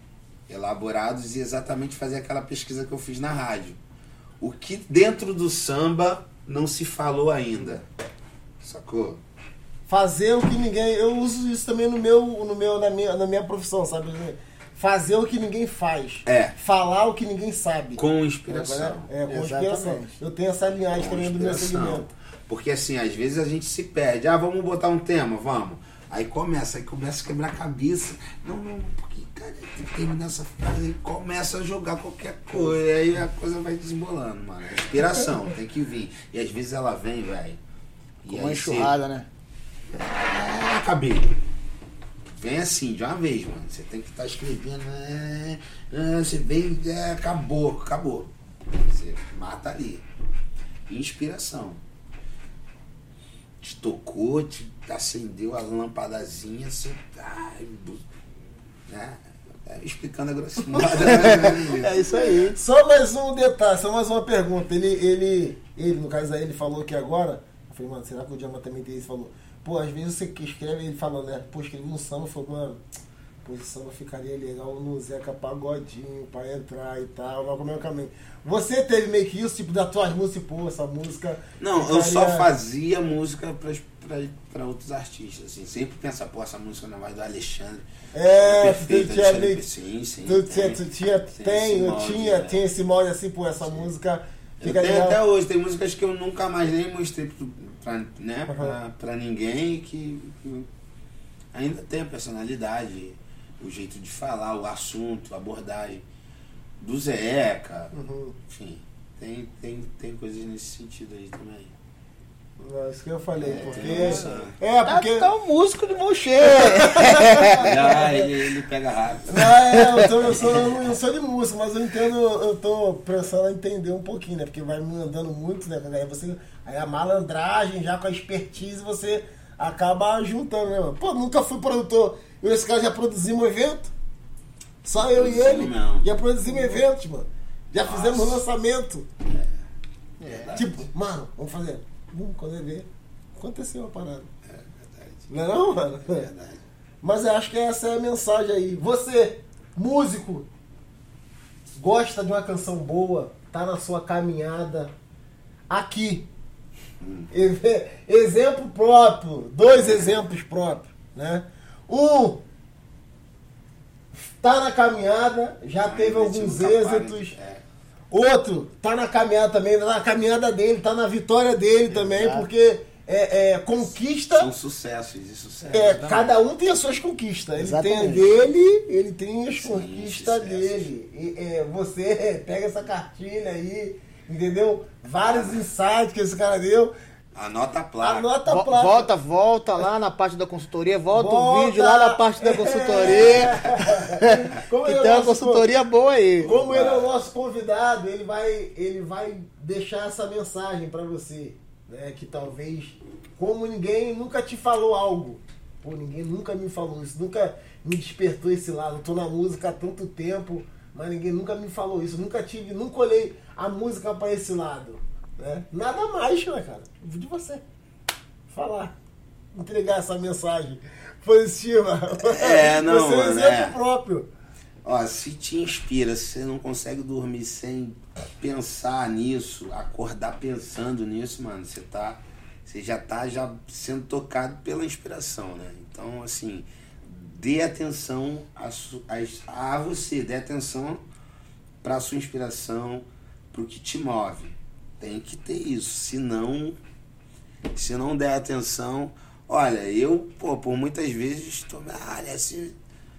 elaborados e exatamente fazer aquela pesquisa que eu fiz na rádio. O que dentro do samba não se falou ainda, sacou? Fazer o que ninguém... Eu uso isso também na minha profissão, sabe? Fazer o que ninguém faz. Falar o que ninguém sabe. Com inspiração. Com inspiração. Eu tenho essa linhagem também do meu segmento. Porque assim, às vezes a gente se perde. Vamos botar um tema, vamos. Aí começa a quebrar a cabeça. Não, porque, cara, tem que terminar essa frase. Aí começa a jogar qualquer coisa. E aí a coisa vai desembolando, mano. A inspiração tem que vir. E às vezes ela vem, velho. Com uma enxurrada, né? Acabei. Vem assim, de uma vez, mano. Você tem que estar escrevendo. Você vem, acabou. Você mata ali. Inspiração. Te tocou, te acendeu a lampadazinha, você. Explicando a grosso modo. É isso aí. Só mais um detalhe, só mais uma pergunta. Ele no caso aí, ele falou que agora. Eu falei, mano, será que o Djamma também tem isso? Falou, pô, às vezes você que escreve, ele falou, né? Pô, escrevi um samba, falou, mano, pô, esse samba ficaria legal no Zeca Pagodinho pra entrar e tal, logo no meu caminho. Você teve meio que isso, tipo, das tuas músicas, pô, essa música. Não, ficaria... eu só fazia música pra outros artistas, assim. Sempre pensa, pô, essa música não vai do Alexandre. Perfeito, tu tinha meio... Sim, tinha esse molde assim, pô, essa música. Eu tenho até hoje, tem músicas que eu nunca mais nem mostrei pra ninguém, que ainda tem a personalidade, o jeito de falar, o assunto, a abordagem do Zeca, enfim, tem coisas nesse sentido aí também. Isso que eu falei, porque... porque... Tá um músico de mão cheia. Ele pega rápido. Eu não sou de música, mas eu entendo, eu tô pensando a entender um pouquinho, né? Porque vai me andando muito, né? Aí a malandragem, já com a expertise, você acaba juntando, né, mano? Pô, nunca fui produtor. Eu e esse cara já produzimos um evento. Só eu e ele. Já produzimos eventos, mano. Já fizemos lançamento. Tipo, mano, vamos fazer... quando eu ver, aconteceu a parada. É verdade. Não é não, mano? É verdade. Mas eu acho que essa é a mensagem aí. Você, músico, gosta de uma canção boa, tá na sua caminhada aqui. Exemplo próprio, 2 exemplos próprios, né? Tá na caminhada, já teve alguns êxitos. Outro, tá na caminhada também, na caminhada dele, tá na vitória dele também, porque conquista... São sucessos e sucesso. Cada um tem as suas conquistas. Ele Exatamente. tem a dele, ele tem as conquistas sucesso. dele. Você pega essa cartilha aí, entendeu? Vários insights que esse cara deu. Anota a placa. Anota a placa. Volta lá na parte da consultoria, volta o vídeo lá na parte da consultoria. Que tem uma consultoria boa aí. Como ele é o nosso convidado, ele vai deixar essa mensagem pra você, né? Que talvez, como ninguém nunca te falou algo, pô, ninguém nunca me falou isso, nunca me despertou esse lado. Eu tô na música há tanto tempo, mas ninguém nunca me falou isso. Nunca olhei a música pra esse lado. Né? Nada mais, né, cara? De você falar, entregar essa mensagem positiva. Você é um exemplo próprio. Ó, se te inspira, se você não consegue dormir sem pensar nisso, acordar pensando nisso, mano, você já tá sendo tocado pela inspiração, né? Então, assim, dê atenção a você, dê atenção pra sua inspiração, pro que te move. Tem que ter isso, se não der atenção... Olha, eu, por muitas vezes, assim,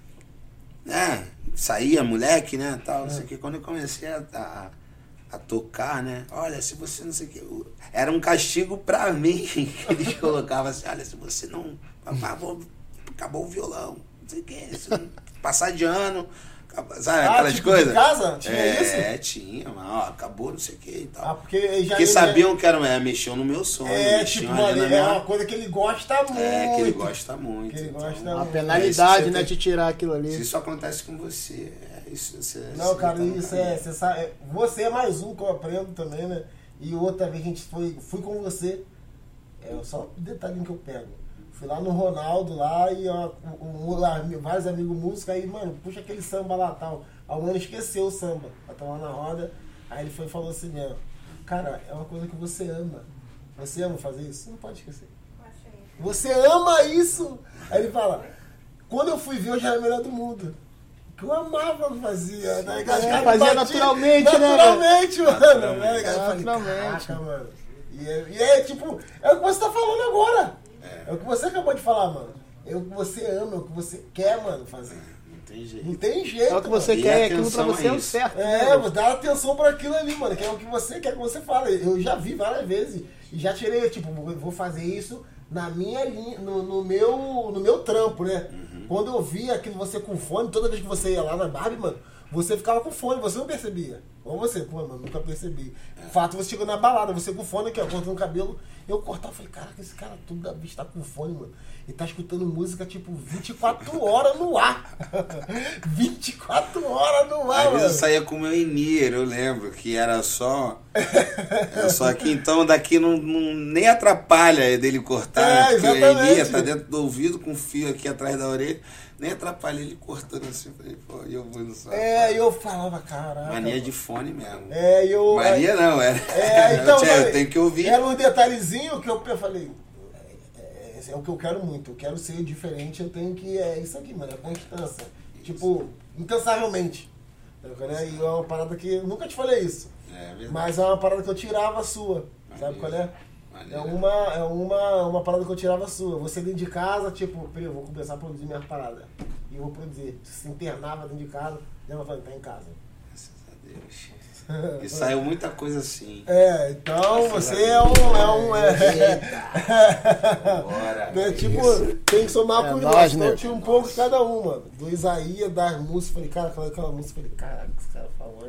né, saía moleque, né, tal, não sei o que, quando eu comecei a tocar, né, olha, se você não sei o que, era um castigo pra mim, que eles colocavam assim, olha, se você não, acabou o violão, não sei o que, passar de ano... Sabe aquelas tipo, coisas? De casa? Tinha isso? Tinha, mas acabou, não sei o que e tal. Porque sabiam que era, mexiam no meu sonho. Tipo, é uma coisa que ele gosta muito. Que ele gosta muito. A penalidade, né, de tirar aquilo ali. Se isso acontece com você, isso você... Não, cara, isso você sabe, você é mais um que eu aprendo também, né? E outra vez a gente fui com você, só um detalhinho que eu pego. Fui lá no Ronaldo lá e ó, vários amigos músicos, aí, mano, puxa aquele samba lá tal. Aí o mano esqueceu o samba, eu tava lá na roda, aí ele foi e falou assim mesmo, cara, é uma coisa que você ama. Você ama fazer isso? Você não pode esquecer. Você ama isso? Aí ele fala, quando eu fui ver, eu já era o melhor do mundo. Que eu amava fazer, né? Fazia naturalmente, né? Naturalmente, mano. Naturalmente. Caraca, mano. E é tipo, é o que você tá falando agora. É o que você acabou de falar, mano. É o que você ama, é o que você quer, mano, fazer. Não tem jeito. Não tem jeito. É o que você mano. quer, E aquilo pra atenção você é a o isso. certo. É, dá atenção pra aquilo ali, mano. Que é o que você quer que você fale. Eu já vi várias vezes. E já tirei, tipo, vou fazer isso na minha linha, no meu trampo, né? Quando eu via aquilo, você com fone, toda vez que você ia lá na Barbie, mano, você ficava com fone, você não percebia. Ou você, pô, mano, nunca percebi. Fato, você chegou na balada, você com fone aqui, ó, cortando o cabelo. Eu cortava, falei, caraca, esse cara tudo da vista tá com fone, mano. Ele tá escutando música, tipo, 24 horas no ar. 24 horas no ar, Às vezes eu mano. saía com o meu in-ear, eu lembro, que era só aqui, então daqui nem atrapalha dele cortar, porque o exatamente. in-ear tá dentro do ouvido com fio aqui atrás da orelha, nem atrapalha ele cortando assim, falei, pô, e eu vou no sofá. Eu falava, caraca. Mania de fone mesmo. eu... Mania não, era. Então, eu tenho que ouvir. Era um detalhezinho que eu falei, é o que eu quero muito, eu quero ser diferente, eu tenho que, é isso aqui, mano, é constância. Tipo, incansavelmente. E é uma parada que, eu nunca te falei isso, mas é uma parada que eu tirava a sua, sabe qual é? É uma parada que eu tirava a sua. Você dentro de casa, tipo, eu vou começar a produzir minhas paradas. E eu vou produzir. Se internava dentro de casa, ela falou, tá em casa. Graças a Deus. E saiu muita coisa assim. Então Graças você a Deus. Tipo, tem que somar com nós, então tinha um pouco de cada um, mano. Do Isaías, das músicas, falei, cara, aquela música, falei, caraca, esse cara falou,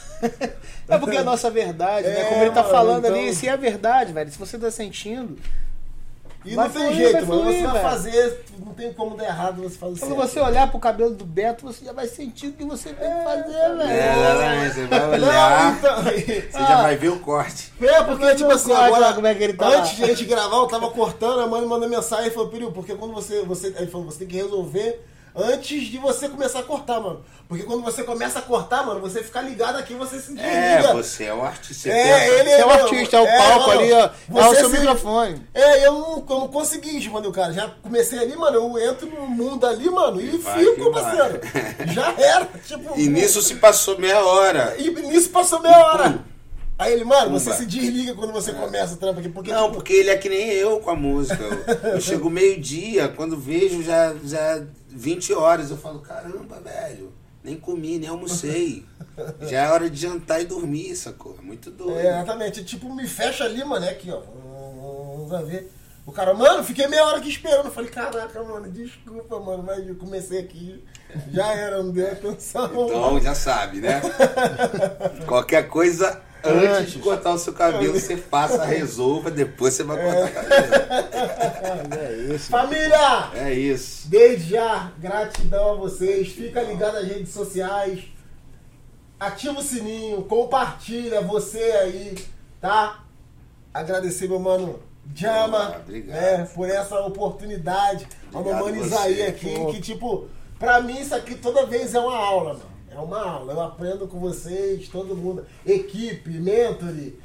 É porque é a nossa verdade, né? Como ele tá mano, falando então... ali, se é verdade, velho, se você tá sentindo... E vai não tem fluir, jeito, vai mano. fluir, Você vai velho. fazer, não tem como dar errado você fazer Quando certo. você olhar pro cabelo do Beto, você já vai sentir o que você tem que fazer, velho. Exatamente, você vai olhar, Não, então... você já vai ver o corte. Porque, tipo assim, corte, agora, olha como é que ele tá antes lá. de a gente gravar, eu tava cortando, a mãe mandou mensagem e falou, Peru, porque quando você aí falou, você tem que resolver antes de você começar a cortar, mano. Porque quando você começa a cortar, mano, você fica ligado aqui, você se desliga. Você é o artista. Você ele Você é o artista, é o palco ali, ó. É o seu microfone. Eu não consegui responder o cara. Já comecei ali, mano, eu entro no mundo ali, mano, e Vai fico, que vai. parceiro. Já era, tipo... E nisso se passou meia hora. E nisso passou meia hora. Aí ele, mano, você Pumba. se desliga quando você começa o trampo aqui. Porque, Não, tipo, porque ele é que nem eu com a música. Eu chego meio-dia, quando vejo já 20 horas. Eu falo, caramba, velho, nem comi, nem almocei. Já é hora de jantar e dormir, sacou? É muito doido. exatamente. Tipo, me fecha ali, mano, é aqui, ó. Vamos ver. O cara, mano, fiquei meia hora aqui esperando. Eu falei, caraca, mano, desculpa, mano, mas eu comecei aqui. Já era, não deu atenção. Então já sabe, né? Qualquer coisa, antes de cortar o seu cabelo, você faça, resolva, depois você vai cortar o cabelo. É isso. Família! É isso. Desde já, gratidão a vocês. Fica ligado nas redes sociais. Ativa o sininho, compartilha você aí, tá? Agradecer, meu mano Jama, Obrigado. por essa oportunidade. Ao meu Obrigado mano você, Isaías aqui, pô. que tipo, pra mim isso aqui toda vez é uma aula, mano. É uma aula. Eu aprendo com vocês, todo mundo. Equipe, Mentory,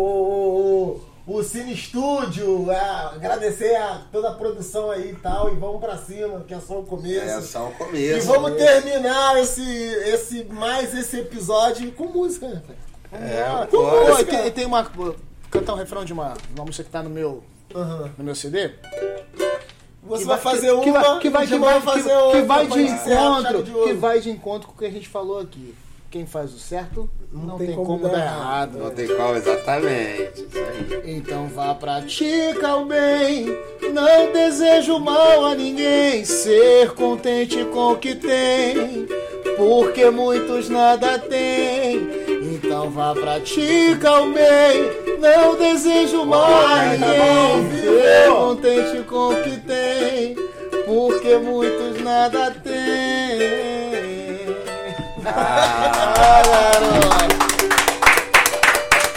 o Cine Studio, agradecer a toda a produção aí e tal. E vamos pra cima, que é só o começo. É só o E começo. vamos terminar esse episódio com música, né? Com Pô, música. tem uma... Cantar um refrão de uma música que tá no meu CD. Você Que vai fazer uma, que vai o Jamal fazer outra. que vai de pra encerrar com chave encontro, de ouro. que vai de encontro com o que a gente falou aqui. Quem faz o certo não tem como dar errado. Não tem qual, exatamente. Isso aí. Então vá, pratica o bem, não desejo mal a ninguém, ser contente com o que tem, porque muitos nada têm. Então vá, pratica o bem, não desejo mal a ninguém, ser contente com o que tem, porque muitos nada têm. Garoto.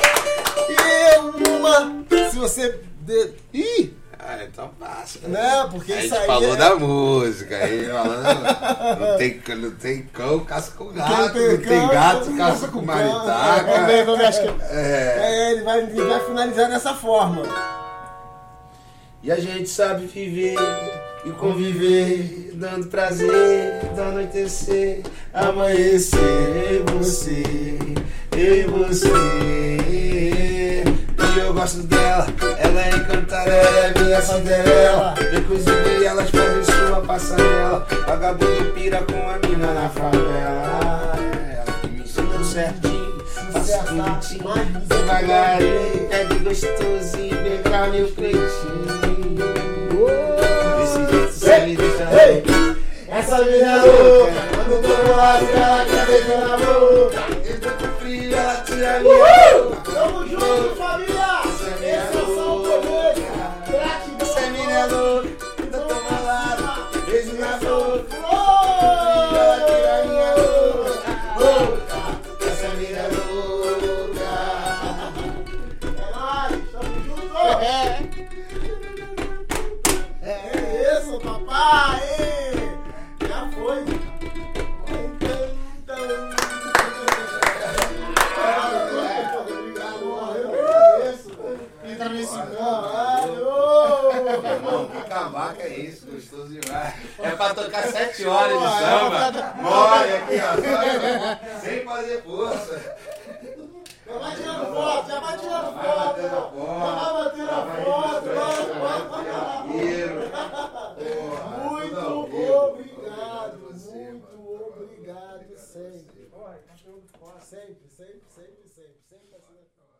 E uma, se você... Ih! Então passa. Né? porque A isso gente aí falou é... da música, aí falando, não tem cão, caça com gato, não tem gato, caça com maritaca. Vamos ver, acho que... ele vai finalizar dessa forma. E a gente sabe viver e conviver, dando prazer, do anoitecer, amanhecer, eu e você. E eu gosto dela, ela é encantada, ela é minha Cinderela. Inclusive elas fazem sua passarela, vagabundo pira com a mina na favela. Ela que me ensina certinho, faço tudo devagarinho, é de gostosinho, pegar meu peitinho. Desse jeito você me deixa louco. Essa mina louca, quando eu tô no lado dela, quer beijar na boca. Eu tô com frio, ela tira a minha roupa. Tamo junto, família! Esse é o som comigo. Gratidão. Essa mina é louca, eu tô malado, beijo na boca. Ela tira a minha Louca, essa mina é louca. É nóis, tamo junto! É isso, papai! Já foi! Entra nesse Irmão, que cavaca é isso, gostoso demais. É pra tocar 7 horas de samba. Mole aqui, ó, sem fazer força. Já vai tirando foto, já vai tirando foto! Já vai batendo foto! Muito obrigado sempre. Sempre.